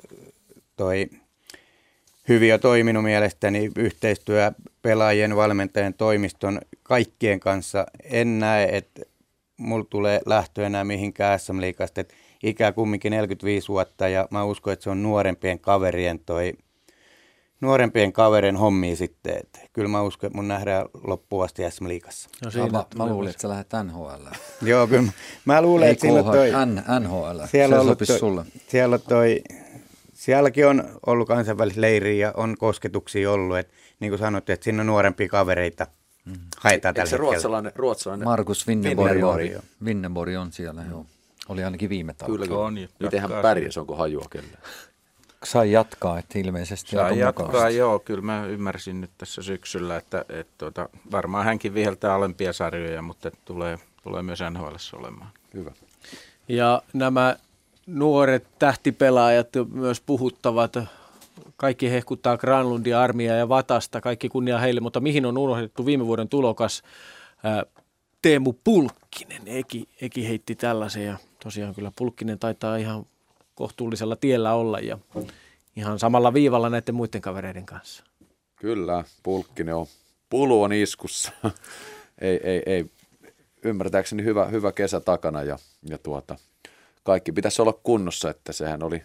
toi hyvin on toiminut mielestäni yhteistyö pelaajien, valmentajien, toimiston, kaikkien kanssa. En näe, että mulla tulee lähtö enää mihinkään S M-liigasta, että ikää kumminkin neljäkymmentäviisi vuotta ja mä uskon, että se on nuorempien kaverien toi nuorempien kaverien hommia sitten. Että kyllä mä uskon, että mun nähdään loppuun asti S M-liigassa. No siinä mä, mä luulin, että sä lähdet N H L. Joo, kyllä. Mä luulen, että siinä on toi N H L. Siellä se on sopisi toi, sulle. Siellä on toi, sielläkin on ollut kansainvälistä leiriä ja on kosketuksia ollut. Että niin kuin sanottu, että siinä on nuorempia kavereita. Mm. Haetaan tällä hetkellä. Ruotsalainen, ruotsalainen? Markus Winneborg on, Winneborg on siellä, joo. Oli ainakin viime talvella. Kyllä, on. Miten hän pärjäsi, onko hajua kellään? Sai jatkaa, että ilmeisesti Sai jatkaa, mukavasti. Joo, kyllä mä ymmärsin nyt tässä syksyllä, että, että tuota, varmaan hänkin viheltää alempia sarjoja, mutta tulee, tulee myös N H L:ssä olemaan. Hyvä. Ja nämä nuoret tähtipelaajat myös puhuttavat, kaikki hehkuttaa Granlundia, Armia ja Vatasta, kaikki kunnia heille, mutta mihin on unohdettu viime vuoden tulokas ää, Teemu Pulkkinen, Eki, Eki heitti tällaisen ja tosiaan kyllä Pulkkinen taitaa ihan kohtuullisella tiellä olla ja ihan samalla viivalla näiden muiden kavereiden kanssa. Kyllä, Pulkkinen on, pulu on iskussa. ei, ei, ei. Ymmärtääkseni hyvä, hyvä kesä takana ja, ja tuota, kaikki pitäisi olla kunnossa, että sehän oli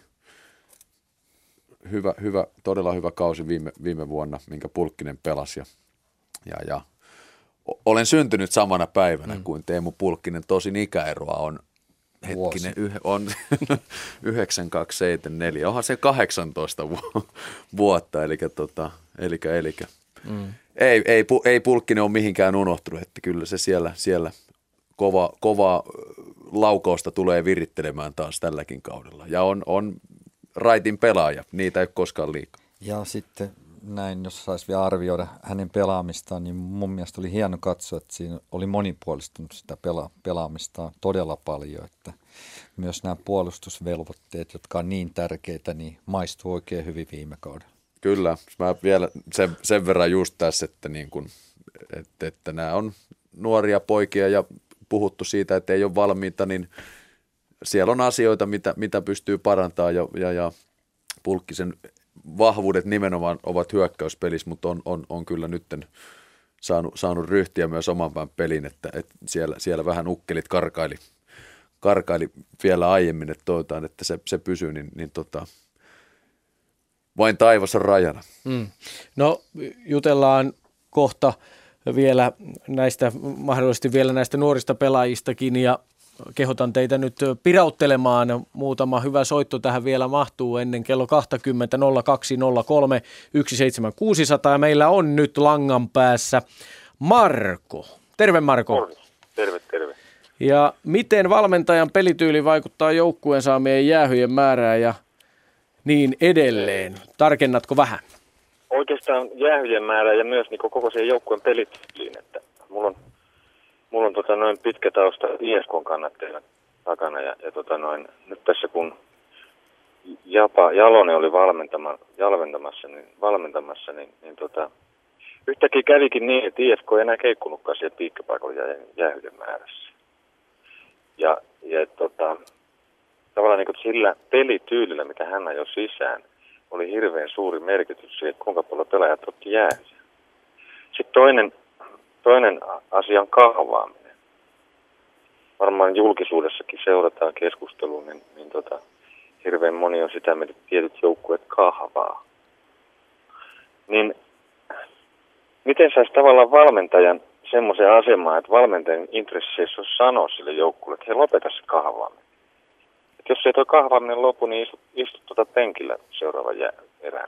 hyvä, hyvä, todella hyvä kausi viime, viime vuonna, minkä Pulkkinen pelasi ja, ja, ja olen syntynyt samana päivänä mm. kuin Teemu Pulkkinen, tosin ikäeroa on hetkinen, yh, on yhdeksän kaksi seitsemän neljä, onhan se kahdeksantoista vuotta, eli, tota, eli, eli. Mm. Ei, ei, ei Pulkkinen ole mihinkään unohtunut, että kyllä se siellä, siellä kova, kova laukausta tulee virittelemään taas tälläkin kaudella, ja on, on raitin pelaaja, niitä ei ole koskaan liikaa. Ja sitten näin, jos saisi vielä arvioida hänen pelaamistaan, niin mun mielestä oli hieno katsoa, että siinä oli monipuolistunut sitä pela- pelaamistaan todella paljon, että myös nämä puolustusvelvoitteet, jotka on niin tärkeitä, niin maistuu oikein hyvin viime kaudella. Kyllä, mä vielä sen, sen verran just tässä, että, niin kun, että, että nämä on nuoria poikia ja puhuttu siitä, että ei ole valmiita, niin siellä on asioita, mitä, mitä pystyy parantamaan ja, ja, ja Pulkkisen vahvuudet nimenomaan ovat hyökkäyspelissä, mutta on, on, on kyllä nyt saanut, saanut ryhtiä myös oman pään pelin, että, että siellä, siellä vähän ukkelit karkaili, karkaili vielä aiemmin, että toivotaan, että se, se pysyy, niin, niin tota, vain taivas on rajana. Mm. No jutellaan kohta vielä näistä, mahdollisesti vielä näistä nuorista pelaajistakin ja kehotan teitä nyt pirauttelemaan. Muutama hyvä soitto tähän vielä mahtuu ennen kello kaksikymmentä nolla kaksi nolla kolme yksi seitsemän kuusi nolla nolla ja meillä on nyt langan päässä Marko. Terve Marko. Terve, terve. Ja miten valmentajan pelityyli vaikuttaa joukkueen saamien jäähyjen määrään ja niin edelleen? Tarkennatko vähän? Oikeastaan jäähyjen määrä ja myös niin koko sen joukkueen pelityyliin, että mulla on Mulla on tota noin pitkä tausta I F K:n kannattajana takana ja, ja tota noin, nyt tässä kun Japa, Jalonen oli valmentamassa, niin, valmentamassa, niin, niin tota, yhtäkkiä kävikin niin, että I F K ei enää keikkunutkaan siellä piikkapaikalla jää, jäähyden määrässä. Ja, ja tota, tavallaan niin kuin sillä pelityylillä, mitä hän ajoi sisään, oli hirveän suuri merkitys siihen, kuinka paljon pelaajat otti jäähyjä. Sitten toinen Toinen asia on kahvaaminen. Varmaan julkisuudessakin seurataan keskustelua, niin, niin tota, hirveän moni on sitä, mitä tietyt joukkueet kahvaa. Niin miten saisi tavallaan valmentajan semmoisen asemaan, että valmentajan intresseissä on sanoa sille joukkueelle, että hei, lopeta se kahvaaminen. Et jos ei tuo kahvaaminen lopu, niin istut, istut tuota penkillä seuraavan erään.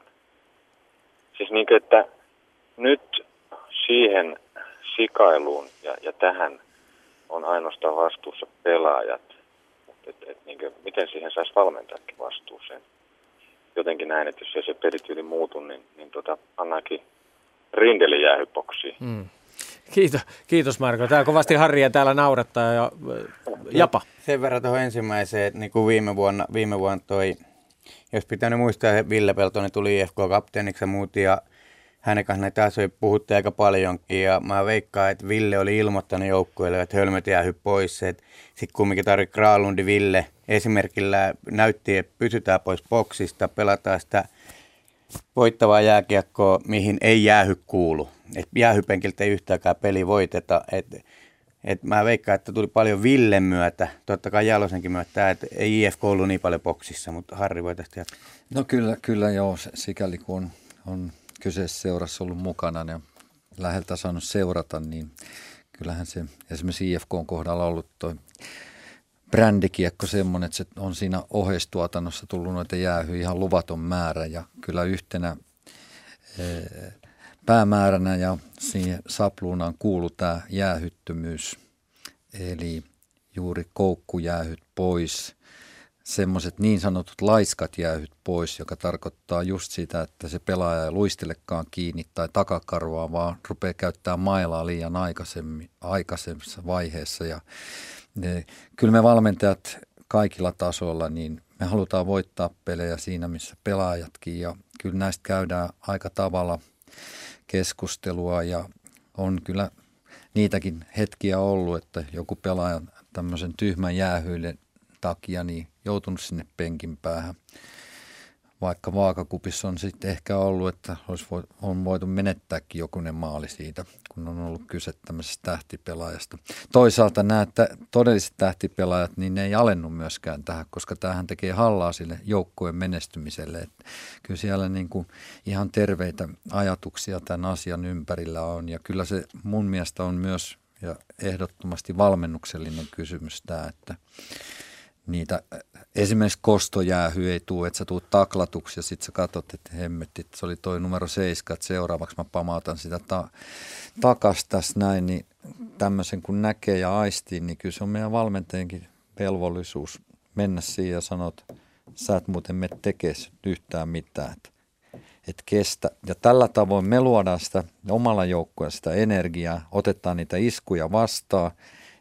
Siis niin kuin, että nyt siihen sikailuun ja, ja tähän on ainoastaan vastuussa pelaajat. Et, et, niin kuin, miten siihen saisi valmentajakin vastuuseen? Jotenkin näin, että jos ei se pelityyli muutu, niin, niin tota, pannaankin rindeli jäähyboksiin. Mm. Kiitos, kiitos Marko. Tämä kovasti Harria täällä naurattaa. Ja, Japa. Sen verran tuohon ensimmäiseen, että niin kuin viime vuonna, viime vuonna toi, jos pitää nyt muistaa, että Ville Peltonen tuli I F K-kapteeniksi ja muut, ja hänen kanssa näitä asioita puhuttiin aika paljonkin, ja mä veikkaan, että Ville oli ilmoittanut joukkueelle, että hölmöt jäähy pois. Sitten kumminkin Tari Kralundi Ville esimerkillä näytti, että pysytään pois boksista, pelataan sitä voittavaa jääkiekkoa, mihin ei jäähy kuulu. Et jäähypenkiltä ei yhtäkään peli voiteta. Et, et mä veikkaan, että tuli paljon Villen myötä, totta kai Jalosenkin myötä, että ei I F K ollut niin paljon boksissa, mutta Harri voi tästä jatkaa. No kyllä, kyllä joo, sikäli kun on, on kyseessä seurassa ollut mukana ja läheltä saanut seurata, niin kyllähän se esimerkiksi I F K:n kohdalla ollut toi brändikiekko semmoinen, että se on siinä oheistuotannossa tullut noita jäähyjä ihan luvaton määrä ja kyllä yhtenä e, päämääränä ja siihen sapluunaan kuuluu tämä jäähyttömyys, eli juuri koukkujäähyt pois, semmoiset niin sanotut laiskat jäähyt pois, joka tarkoittaa just sitä, että se pelaaja ei luistelekaan kiinni tai takakarvaa, vaan rupeaa käyttämään mailaa liian aikaisemmassa vaiheessa. Ja ne, kyllä me valmentajat kaikilla tasoilla, niin me halutaan voittaa pelejä siinä, missä pelaajatkin. Ja kyllä näistä käydään aika tavalla keskustelua ja on kyllä niitäkin hetkiä ollut, että joku pelaaja tämmöisen tyhmän jäähyiden takia niin joutunut sinne penkin päähän. Vaikka vaakakupissa on sitten ehkä ollut, että olisi vo, on voitu menettääkin jokunen maali siitä, kun on ollut kyse tämmöisestä tähtipelaajasta. Toisaalta nämä tä- todelliset tähtipelaajat, niin ne ei alennu myöskään tähän, koska tämähän tekee hallaa sille joukkueen menestymiselle. Et kyllä siellä niin kuin ihan terveitä ajatuksia tämän asian ympärillä on ja kyllä se mun mielestä on myös ja ehdottomasti valmennuksellinen kysymys tämä, että niitä esimerkiksi kostojäähy ei tule, että sä tuut taklatuksi ja sitten sä katsot, että hemmetti, että se oli toi numero seitsemän, että seuraavaksi mä pamautan sitä ta- takas tässä näin, niin tämmöisen kun näkee ja aistii, niin kyllä se on meidän valmentajienkin velvollisuus mennä siihen ja sanoa, että sä et muuten mene tekemään yhtään mitään, että et kestä. Ja tällä tavoin me luodaan sitä omalla joukkueella sitä energiaa, otetaan niitä iskuja vastaan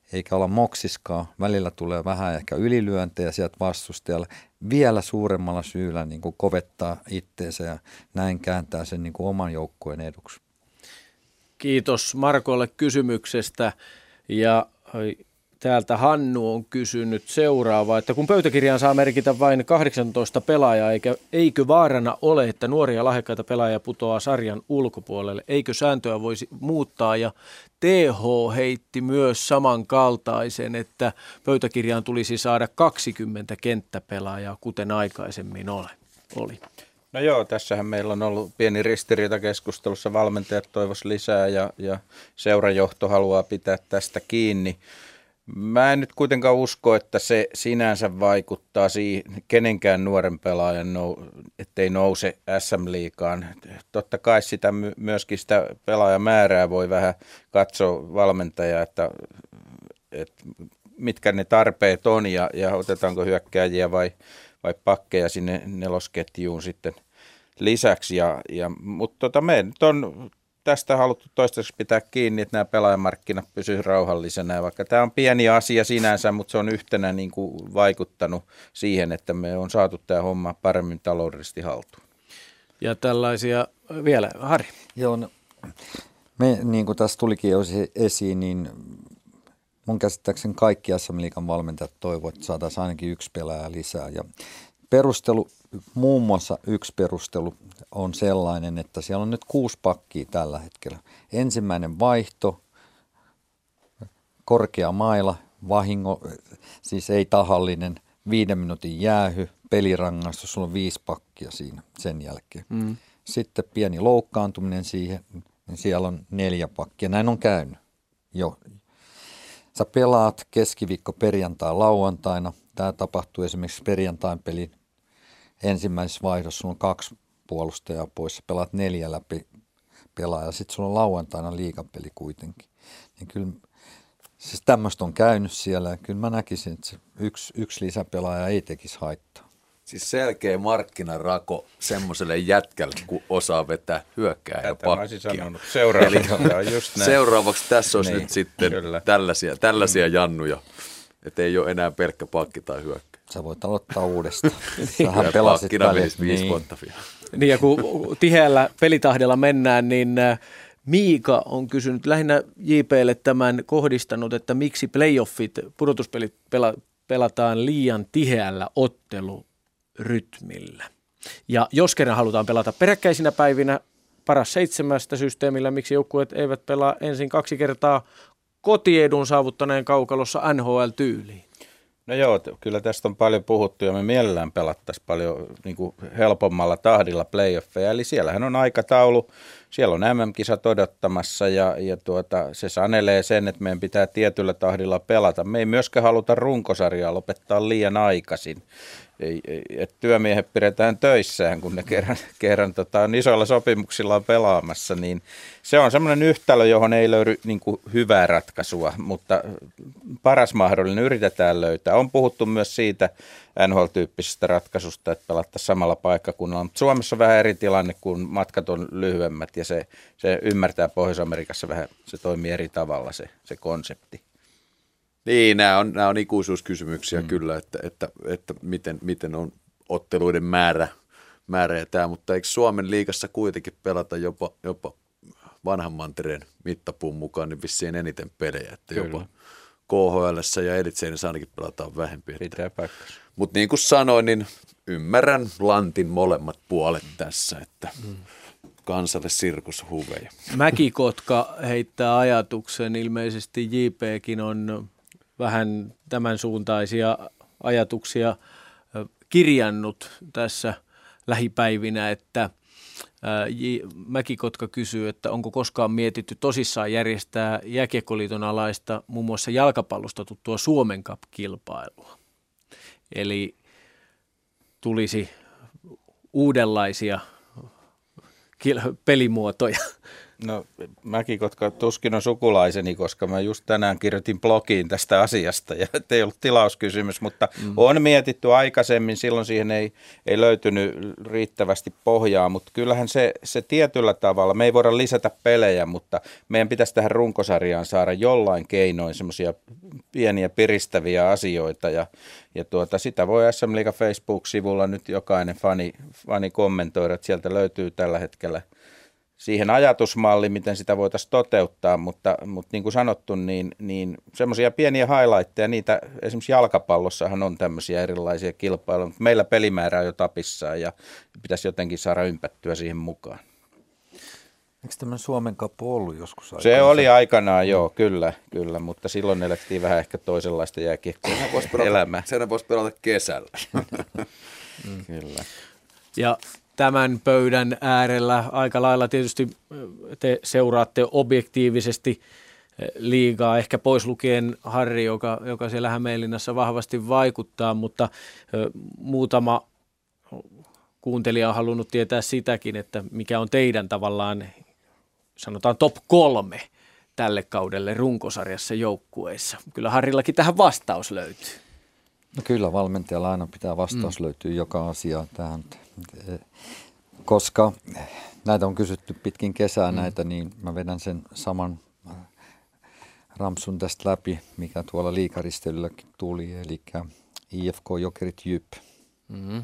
eikä olla moksiskaan. Välillä tulee vähän ehkä ylilyöntejä sieltä vastustajalle. Vielä suuremmalla syyllä niin kuin kovettaa itteensä ja näin kääntää sen niin kuin oman joukkueen eduksi. Kiitos Markolle kysymyksestä ja täältä Hannu on kysynyt seuraavaa, että kun pöytäkirjaan saa merkitä vain kahdeksantoista pelaajaa, eikä, eikö vaarana ole, että nuoria lahjakkaita pelaajia putoaa sarjan ulkopuolelle? Eikö sääntöä voisi muuttaa? Ja T H heitti myös samankaltaisen, että pöytäkirjaan tulisi saada kaksikymmentä kenttäpelaajaa, kuten aikaisemmin oli. No joo, tässähän meillä on ollut pieni ristiriita keskustelussa. Valmentajat toivoisivat lisää ja, ja seurajohto haluaa pitää tästä kiinni. Mä en nyt kuitenkaan usko, että se sinänsä vaikuttaa siihen, kenenkään nuoren pelaajan, ettei nouse S M-liigaan. Totta kai sitä myöskin sitä pelaajamäärää voi vähän katsoa valmentaja, että, että mitkä ne tarpeet on ja, ja otetaanko hyökkääjiä vai, vai pakkeja sinne nelosketjuun sitten lisäksi. Ja, ja, mutta tota, me nyt on tästä haluttu toistaiseksi pitää kiinni, että nämä pelaajamarkkinat pysyvät rauhallisena. Ja vaikka tämä on pieni asia sinänsä, mutta se on yhtenä niin kuin vaikuttanut siihen, että me on saatu tämä homma paremmin taloudellisesti haltuun. Ja tällaisia vielä, Harri. Joo, no, me, niin kuin tässä tulikin jo esiin, niin mun käsittääkseni kaikki S M-liigan valmentajat toivovat, että saataisiin ainakin yksi pelaaja lisää. Ja perustelu, muun muassa yksi perustelu on sellainen, että siellä on nyt kuusi pakkia tällä hetkellä. Ensimmäinen vaihto, korkea maila, vahingo, siis ei tahallinen, viiden minuutin jäähy, pelirangaistus, sulla on viisi pakkia siinä sen jälkeen. Mm. Sitten pieni loukkaantuminen siihen, niin siellä on neljä pakkia. Näin on käynyt jo. Sä pelaat keskiviikko, perjantai, lauantaina. Tämä tapahtuu esimerkiksi perjantain pelin ensimmäisessä vaihdossa. Sulla on kaksi puolustajaa pois. Sä pelaat neljä läpi pelaajaa. Sitten sulla on lauantaina liigapeli kuitenkin. Niin kyllä siis tämmöistä on käynyt siellä. Ja kyllä mä näkisin, että se yksi, yksi lisäpelaaja ei tekisi haittaa. Siis selkeä markkinarako semmoiselle jätkälle, kun osaa vetää hyökkää ja pakkia. Seuraavaksi, seuraavaksi tässä olisi niin, nyt sitten kyllä. tällaisia, tällaisia jannuja, että ei ole enää pelkkä pakki tai hyökkää. Sä voit aloittaa uudestaan. Sähän pelasit välissä viisi niin. vuotta vielä. Niin ja kun tiheällä pelitahdella mennään, niin Miika on kysynyt lähinnä J P:lle tämän kohdistanut, että miksi playoffit, pudotuspelit pela, pelataan liian tiheällä ottelurytmillä. Ja jos kerran halutaan pelata peräkkäisinä päivinä paras seitsemästä systeemillä, miksi joukkueet eivät pelaa ensin kaksi kertaa kotiedun saavuttaneen kaukalossa N H L-tyyliin? No joo, kyllä tästä on paljon puhuttu ja me mielellään pelattaisiin paljon niin kuin helpommalla tahdilla playoffeja. Eli siellähän on aikataulu, siellä on M M-kisat odottamassa ja, ja tuota, se sanelee sen, että meidän pitää tietyllä tahdilla pelata. Me ei myöskään haluta runkosarjaa lopettaa liian aikaisin. Ei, ei, että työmiehet pidetään töissään, kun ne kerran, kerran tota, on isoilla sopimuksilla pelaamassa, niin se on semmoinen yhtälö, johon ei löydy niin kuin hyvää ratkaisua, mutta paras mahdollinen yritetään löytää. On puhuttu myös siitä N H L-tyyppisestä ratkaisusta, että pelattaisiin samalla paikkakunnalla, mutta Suomessa on vähän eri tilanne, kun matkat on lyhyemmät ja se, se ymmärtää Pohjois-Amerikassa vähän, se toimii eri tavalla se, se konsepti. Niin, nämä on, nämä on ikuisuuskysymyksiä mm. kyllä, että, että, että miten, miten on otteluiden määrä, määrä ja tämä, mutta eikö Suomen liigassa kuitenkin pelata jopa, jopa vanhan mantereen mittapuun mukaan niin vissiin eniten pelejä, että kyllä. Jopa K H L:ssä ja Elitseenissä ainakin pelataan vähempi. Pitää paikkansa. Mutta niin kuin sanoin, niin ymmärrän lantin molemmat puolet tässä, että mm. kansalle sirkushuveja. Mäkikotka heittää ajatuksen, ilmeisesti J P:kin on vähän tämän suuntaisia ajatuksia kirjannut tässä lähipäivinä, että Mäkikotka kysyy, että onko koskaan mietitty tosissaan järjestää Jääkiekkoliiton alaista muun muassa jalkapallosta tuttua Suomen Cup-kilpailua. Eli tulisi uudenlaisia pelimuotoja No Mäki-Kotka tuskin on sukulaiseni, koska mä just tänään kirjoitin blogiin tästä asiasta ja ei ollut tilauskysymys, mutta mm. on mietitty aikaisemmin, silloin siihen ei, ei löytynyt riittävästi pohjaa, mutta kyllähän se, se tietyllä tavalla, me ei voida lisätä pelejä, mutta meidän pitäisi tähän runkosarjaan saada jollain keinoin semmoisia pieniä piristäviä asioita ja, ja tuota, sitä voi S M Liiga Facebook-sivulla nyt jokainen fani, fani kommentoida, että sieltä löytyy tällä hetkellä siihen ajatusmalli, miten sitä voitaisiin toteuttaa, mutta, mutta niin kuin sanottu, niin, niin semmoisia pieniä highlightteja, niitä esimerkiksi jalkapallossahan on tämmöisiä erilaisia kilpailuja, mutta meillä pelimäärä on jo tapissaan ja pitäisi jotenkin saada ympättyä siihen mukaan. Eikö tämmöinen Suomen Cup ollut joskus aikanaan? Se oli aikanaan, joo, kyllä, kyllä, mutta silloin elettiin vähän ehkä toisenlaista jääkiekko-elämää. Senhän voisi pelata kesällä. mm. Kyllä. Ja tämän pöydän äärellä aika lailla tietysti te seuraatte objektiivisesti liigaa, ehkä pois lukien Harri, joka, joka siellä Hämeenlinnassa vahvasti vaikuttaa, mutta muutama kuuntelija on halunnut tietää sitäkin, että mikä on teidän tavallaan, sanotaan top kolme tälle kaudelle runkosarjassa joukkueissa. Kyllä Harrillakin tähän vastaus löytyy. No kyllä, valmentajalla aina pitää vastaus mm. löytyy joka asiaan tähän. Koska näitä on kysytty pitkin kesää mm. näitä, niin mä vedän sen saman rampsun tästä läpi, mikä tuolla liigaristelylläkin tuli, eli I F K, Jokerit, Jyp. Mm-hmm.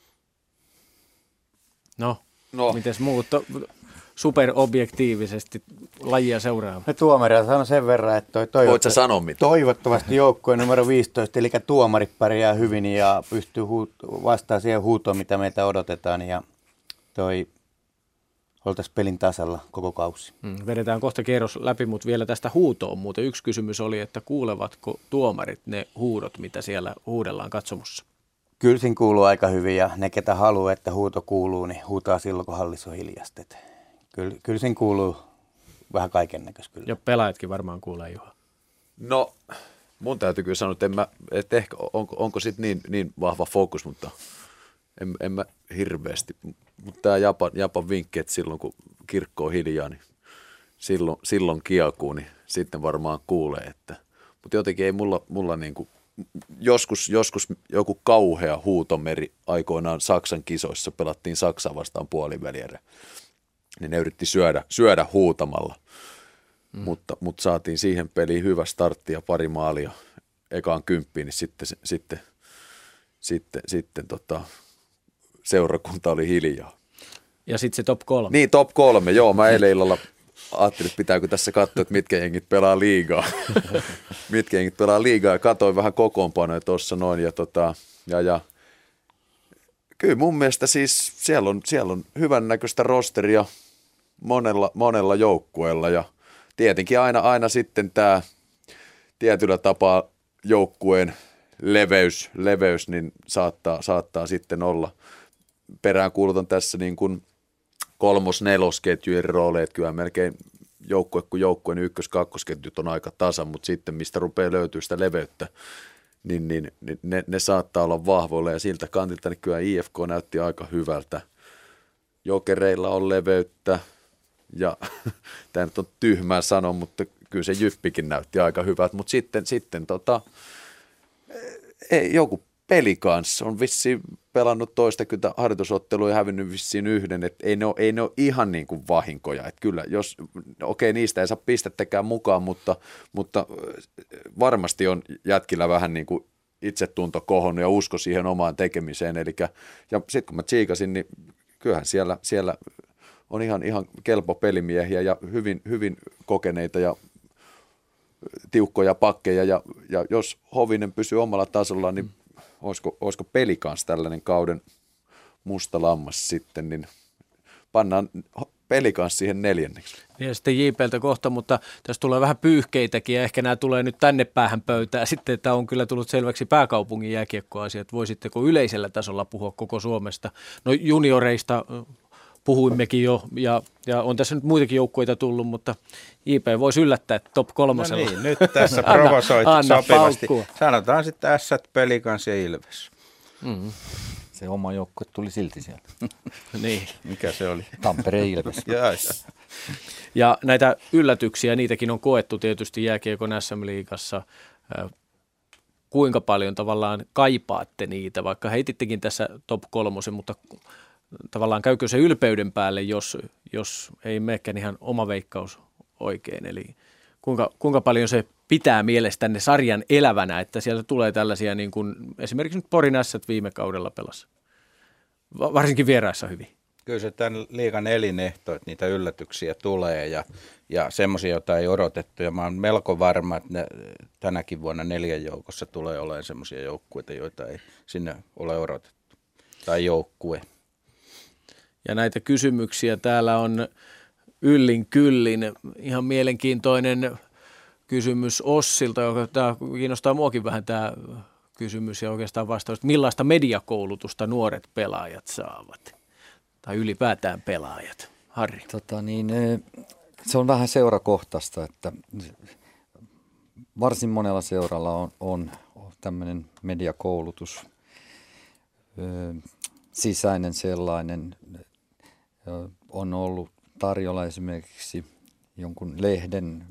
No, no. Mites muut? Superobjektiivisesti lajia seuraava. No tuomaria sanon sen verran, että toi toivottavasti, sanoa toivottavasti joukkueen numero viisitoista, eli tuomarit pärjää hyvin ja pystyy huut- vastaamaan siihen huutoon, mitä meiltä odotetaan ja toi oltaisiin pelin tasalla koko kausi. Hmm, vedetään kohta kierros läpi, mutta vielä tästä huutoon muuten yksi kysymys oli, että kuulevatko tuomarit ne huudot, mitä siellä huudellaan katsomussa? Kyllä siinä kuuluu aika hyvin ja ne, ketä haluaa, että huuto kuuluu, niin huutaa silloin, kun hallissa on hiljasta. Kyllä, kyllä siinä kuuluu vähän kaiken näköistä. Ja pelaajatkin varmaan kuulee, Juha. No, mun täytyy kyllä sanoa, että, en mä, että ehkä onko, onko sitten niin, niin vahva fokus, mutta en, en mä hirveästi. Mutta tämä Japan, Japan vinkki, että silloin kun kirkko on hiljaa, niin silloin, silloin kiakuu, niin sitten varmaan kuulee. Että, mutta jotenkin ei mulla, mulla niin kuin, joskus, joskus joku kauhea huutomeri aikoinaan Saksan kisoissa, pelattiin Saksaa vastaan puolivälierä. Niin ne yritti syödä, syödä huutamalla, mm. mutta, mutta saatiin siihen peliin hyvä startti ja pari maalia ekaan kymppiin, niin sitten, sitten, sitten, sitten tota, seurakunta oli hiljaa. Ja sitten se top kolme. Niin, top kolme, joo. Mä eilen illalla ajattelin, että pitääkö tässä katsoa, että mitkä jengit pelaa liigaa. mitkä jengit pelaa liigaa ja katsoin vähän kokoonpanoja tuossa noin ja tota, ja, ja kyllä mun mielestä siis siellä on, siellä on hyvän näköistä rosteria monella, monella joukkueella ja tietenkin aina, aina sitten tämä tietyllä tapaa joukkueen leveys, leveys niin saattaa, saattaa sitten olla. Peräänkuulutan tässä niin kuin kolmos-nelosketjujen rooleja, että kyllä melkein joukkue kuin joukkueen ykkös-kakkosketjut on aika tasan, mutta sitten mistä rupeaa löytyä sitä leveyttä, niin, niin, niin ne, ne saattaa olla vahvoilla ja siltä kantilta niin kyllä I F K näytti aika hyvältä. Jokereilla on leveyttä ja tämä nyt on tyhmää sanoa, mutta kyllä se Jyppikin näytti aika hyvältä, mutta sitten, sitten tota, ei, joku peli kanssa on vissiin pelannut toistakymmentä harjoitusottelua ja hävinnyt vissiin yhden, että ei ne ole, ei ne ole ihan niin kuin vahinkoja, että kyllä jos, okei niistä ei saa pistettäkään mukaan, mutta, mutta varmasti on jätkillä vähän niin kuin itsetunto kohonnut ja usko siihen omaan tekemiseen, eli ja sitten kun mä tsiikasin, niin kyllähän siellä, siellä on ihan, ihan kelpo pelimiehiä ja hyvin, hyvin kokeneita ja tiukkoja pakkeja ja, ja jos Hovinen pysyy omalla tasollaan, niin olisiko, olisiko peli kanssa tällainen kauden musta lammas sitten, niin pannaan peli kanssa siihen neljänneksi. Ja sitten J P:ltä kohta, mutta tässä tulee vähän pyyhkeitäkin ja ehkä nämä tulee nyt tänne päähän pöytään. Sitten tämä on kyllä tullut selväksi pääkaupungin jääkiekkoasiat. Voisitteko yleisellä tasolla puhua koko Suomesta? No junioreista puhuimmekin jo ja, ja on tässä nyt muitakin joukkueita tullut, mutta J P voisi yllättää top kolmosella. No niin, nyt tässä provosoit sopivasti. Sanotaan sitten Ässät, Pelikans ja Ilves. Mm-hmm. Se oma joukkue tuli silti sieltä. Niin. Mikä se oli? Tampere Ilves. Ja näitä yllätyksiä, niitäkin on koettu tietysti jääkiekon äs äm-liigassa. Kuinka paljon tavallaan kaipaatte niitä, vaikka heitittekin tässä top kolmosen, mutta tavallaan käykö se ylpeyden päälle, jos, jos ei menekään ihan oma veikkaus oikein. Eli kuinka, kuinka paljon se pitää mielestänne sarjan elävänä, että sieltä tulee tällaisia, niin kuin esimerkiksi nyt Porin Ässät viime kaudella pelasi, varsinkin vieraissa hyvin. Kyllä se tämän liigan elinehto, että niitä yllätyksiä tulee ja, ja semmoisia, joita ei odotettu. Ja mä oon melko varma, että ne, tänäkin vuonna neljän joukossa tulee olemaan semmoisia joukkueita, joita ei sinne ole odotettu. Tai joukkue. Ja näitä kysymyksiä täällä on yllin kyllin. Ihan mielenkiintoinen kysymys Ossilta, joka tämä kiinnostaa muakin vähän tämä kysymys ja oikeastaan vastaus. Millaista mediakoulutusta nuoret pelaajat saavat? Tai ylipäätään pelaajat. Harri. Tota niin, se on vähän seurakohtaista, että varsin monella seuralla on, on tämmöinen mediakoulutus, sisäinen sellainen. On ollut tarjolla esimerkiksi jonkun lehden,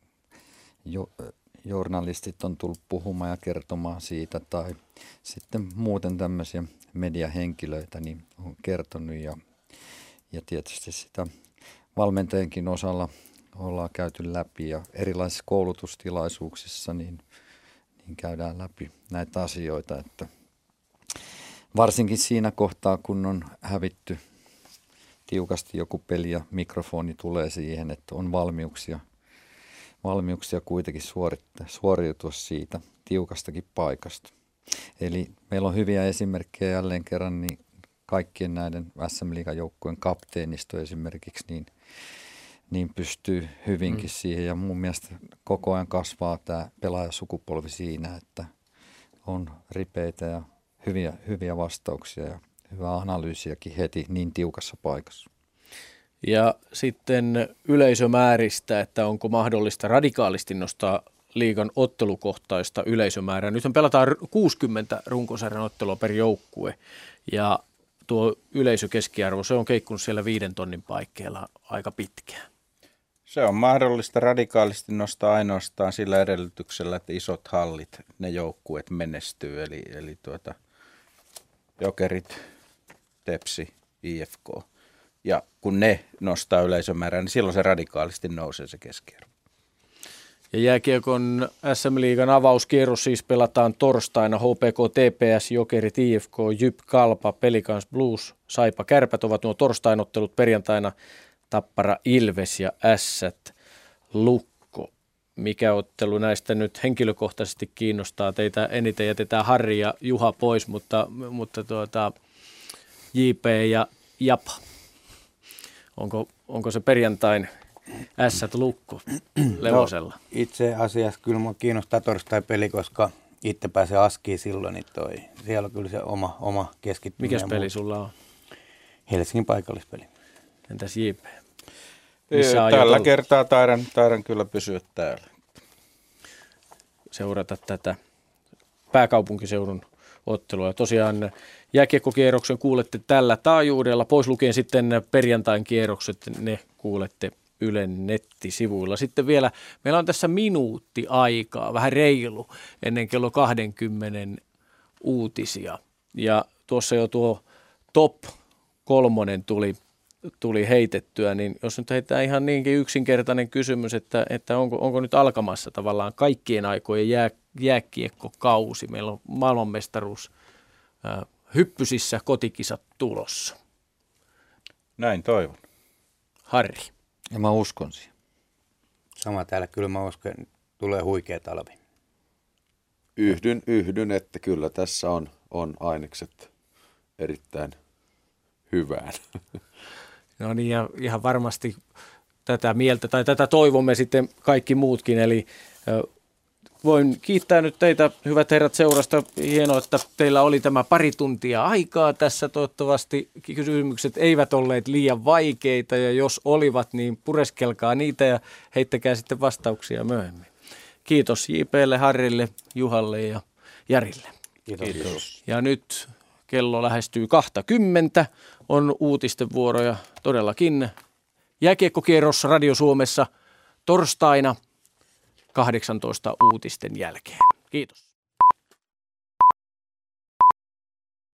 jo, journalistit on tullut puhumaan ja kertomaan siitä, tai sitten muuten tämmöisiä mediahenkilöitä niin on kertonut ja, ja tietysti sitä valmentajienkin osalla ollaan käyty läpi ja erilaisissa koulutustilaisuuksissa niin, niin käydään läpi näitä asioita, että varsinkin siinä kohtaa, kun on hävitty tiukasti joku peli ja mikrofoni tulee siihen, että on valmiuksia, valmiuksia kuitenkin suoriutua siitä tiukastakin paikasta. Eli meillä on hyviä esimerkkejä jälleen kerran, niin kaikkien näiden äs äm-liigan joukkueen kapteenisto esimerkiksi, niin, niin pystyy hyvinkin mm. siihen. Ja mun mielestä koko ajan kasvaa tämä pelaajasukupolvi siinä, että on ripeitä ja hyviä, hyviä vastauksia ja hyvää analyysiäkin heti niin tiukassa paikassa. Ja sitten yleisömääristä, että onko mahdollista radikaalisti nostaa liigan ottelukohtaista yleisömäärää. Nythän pelataan kuusikymmentä runkosarjan ottelua per joukkue ja tuo yleisökeskiarvo, se on keikkunut siellä viiden tonnin paikkeilla aika pitkään. Se on mahdollista radikaalisti nostaa ainoastaan sillä edellytyksellä, että isot hallit, ne joukkueet menestyy, eli, eli tuota, Jokerit, Tepsi, I F K. Ja kun ne nostaa yleisömäärää, niin silloin se radikaalisti nousee se keskiarvo. Ja jääkiekon äs äm-liigan avauskierros siis pelataan torstaina. H P K, T P S, Jokerit, I F K, Jyp, Kalpa, Pelicans, Blues, Saipa, Kärpät ovat nuo torstainottelut. Perjantaina Tappara, Ilves ja Ässät, Lukko. Mikä ottelu näistä nyt henkilökohtaisesti kiinnostaa teitä eniten? Jätetään Harri ja Juha pois, mutta, mutta tuota, J P ja Japa. Onko, onko se perjantain Ässät Lukko Levosella? No, itse asiassa kyllä minua kiinnostaa torstai-peli, koska itse pääsee askiin silloin, niin toi, siellä on kyllä se oma, oma keskittyminen. Mikäs peli sulla on? Helsingin paikallispeli. Entäs J P? Tällä kertaa taidan, taidan kyllä pysyä täällä. Seurata tätä pääkaupunkiseudun ottelua. Tosiaan jääkiekkokierroksen kuulette tällä taajuudella, pois lukien sitten perjantain kierrokset, ne kuulette Ylen nettisivuilla. Sitten vielä, meillä on tässä minuutti aikaa, vähän reilu, ennen kello kaksikymmentä uutisia. Ja tuossa jo tuo top kolmonen tuli, tuli heitettyä, niin jos nyt heitetään ihan niinkin yksinkertainen kysymys, että, että onko, onko nyt alkamassa tavallaan kaikkien aikojen jää, jääkiekkokausi. Meillä on maailmanmestaruus äh, hyppysissä, kotikisat tulossa. Näin toivon. Harri. Ja mä uskon siihen. Sama täällä, kyllä mä uskon, että tulee huikea talvi. Yhdyn, yhdyn, että kyllä tässä on, on ainekset erittäin hyvään. No niin, ja ihan varmasti tätä mieltä tai tätä toivomme sitten kaikki muutkin, eli voin kiittää nyt teitä, hyvät herrat, seurasta. Hienoa, että teillä oli tämä pari tuntia aikaa tässä. Toivottavasti kysymykset eivät olleet liian vaikeita, ja jos olivat, niin pureskelkaa niitä ja heittäkää sitten vastauksia myöhemmin. Kiitos J P:lle, Harrille, Juhalle ja Jarille. Kiitos. Kiitos. Ja nyt kello lähestyy kaksikymmentä, on uutisten vuoroja todellakin Jääkiekkokierros Radio Suomessa torstaina kahdeksantoista uutisten jälkeen. Kiitos.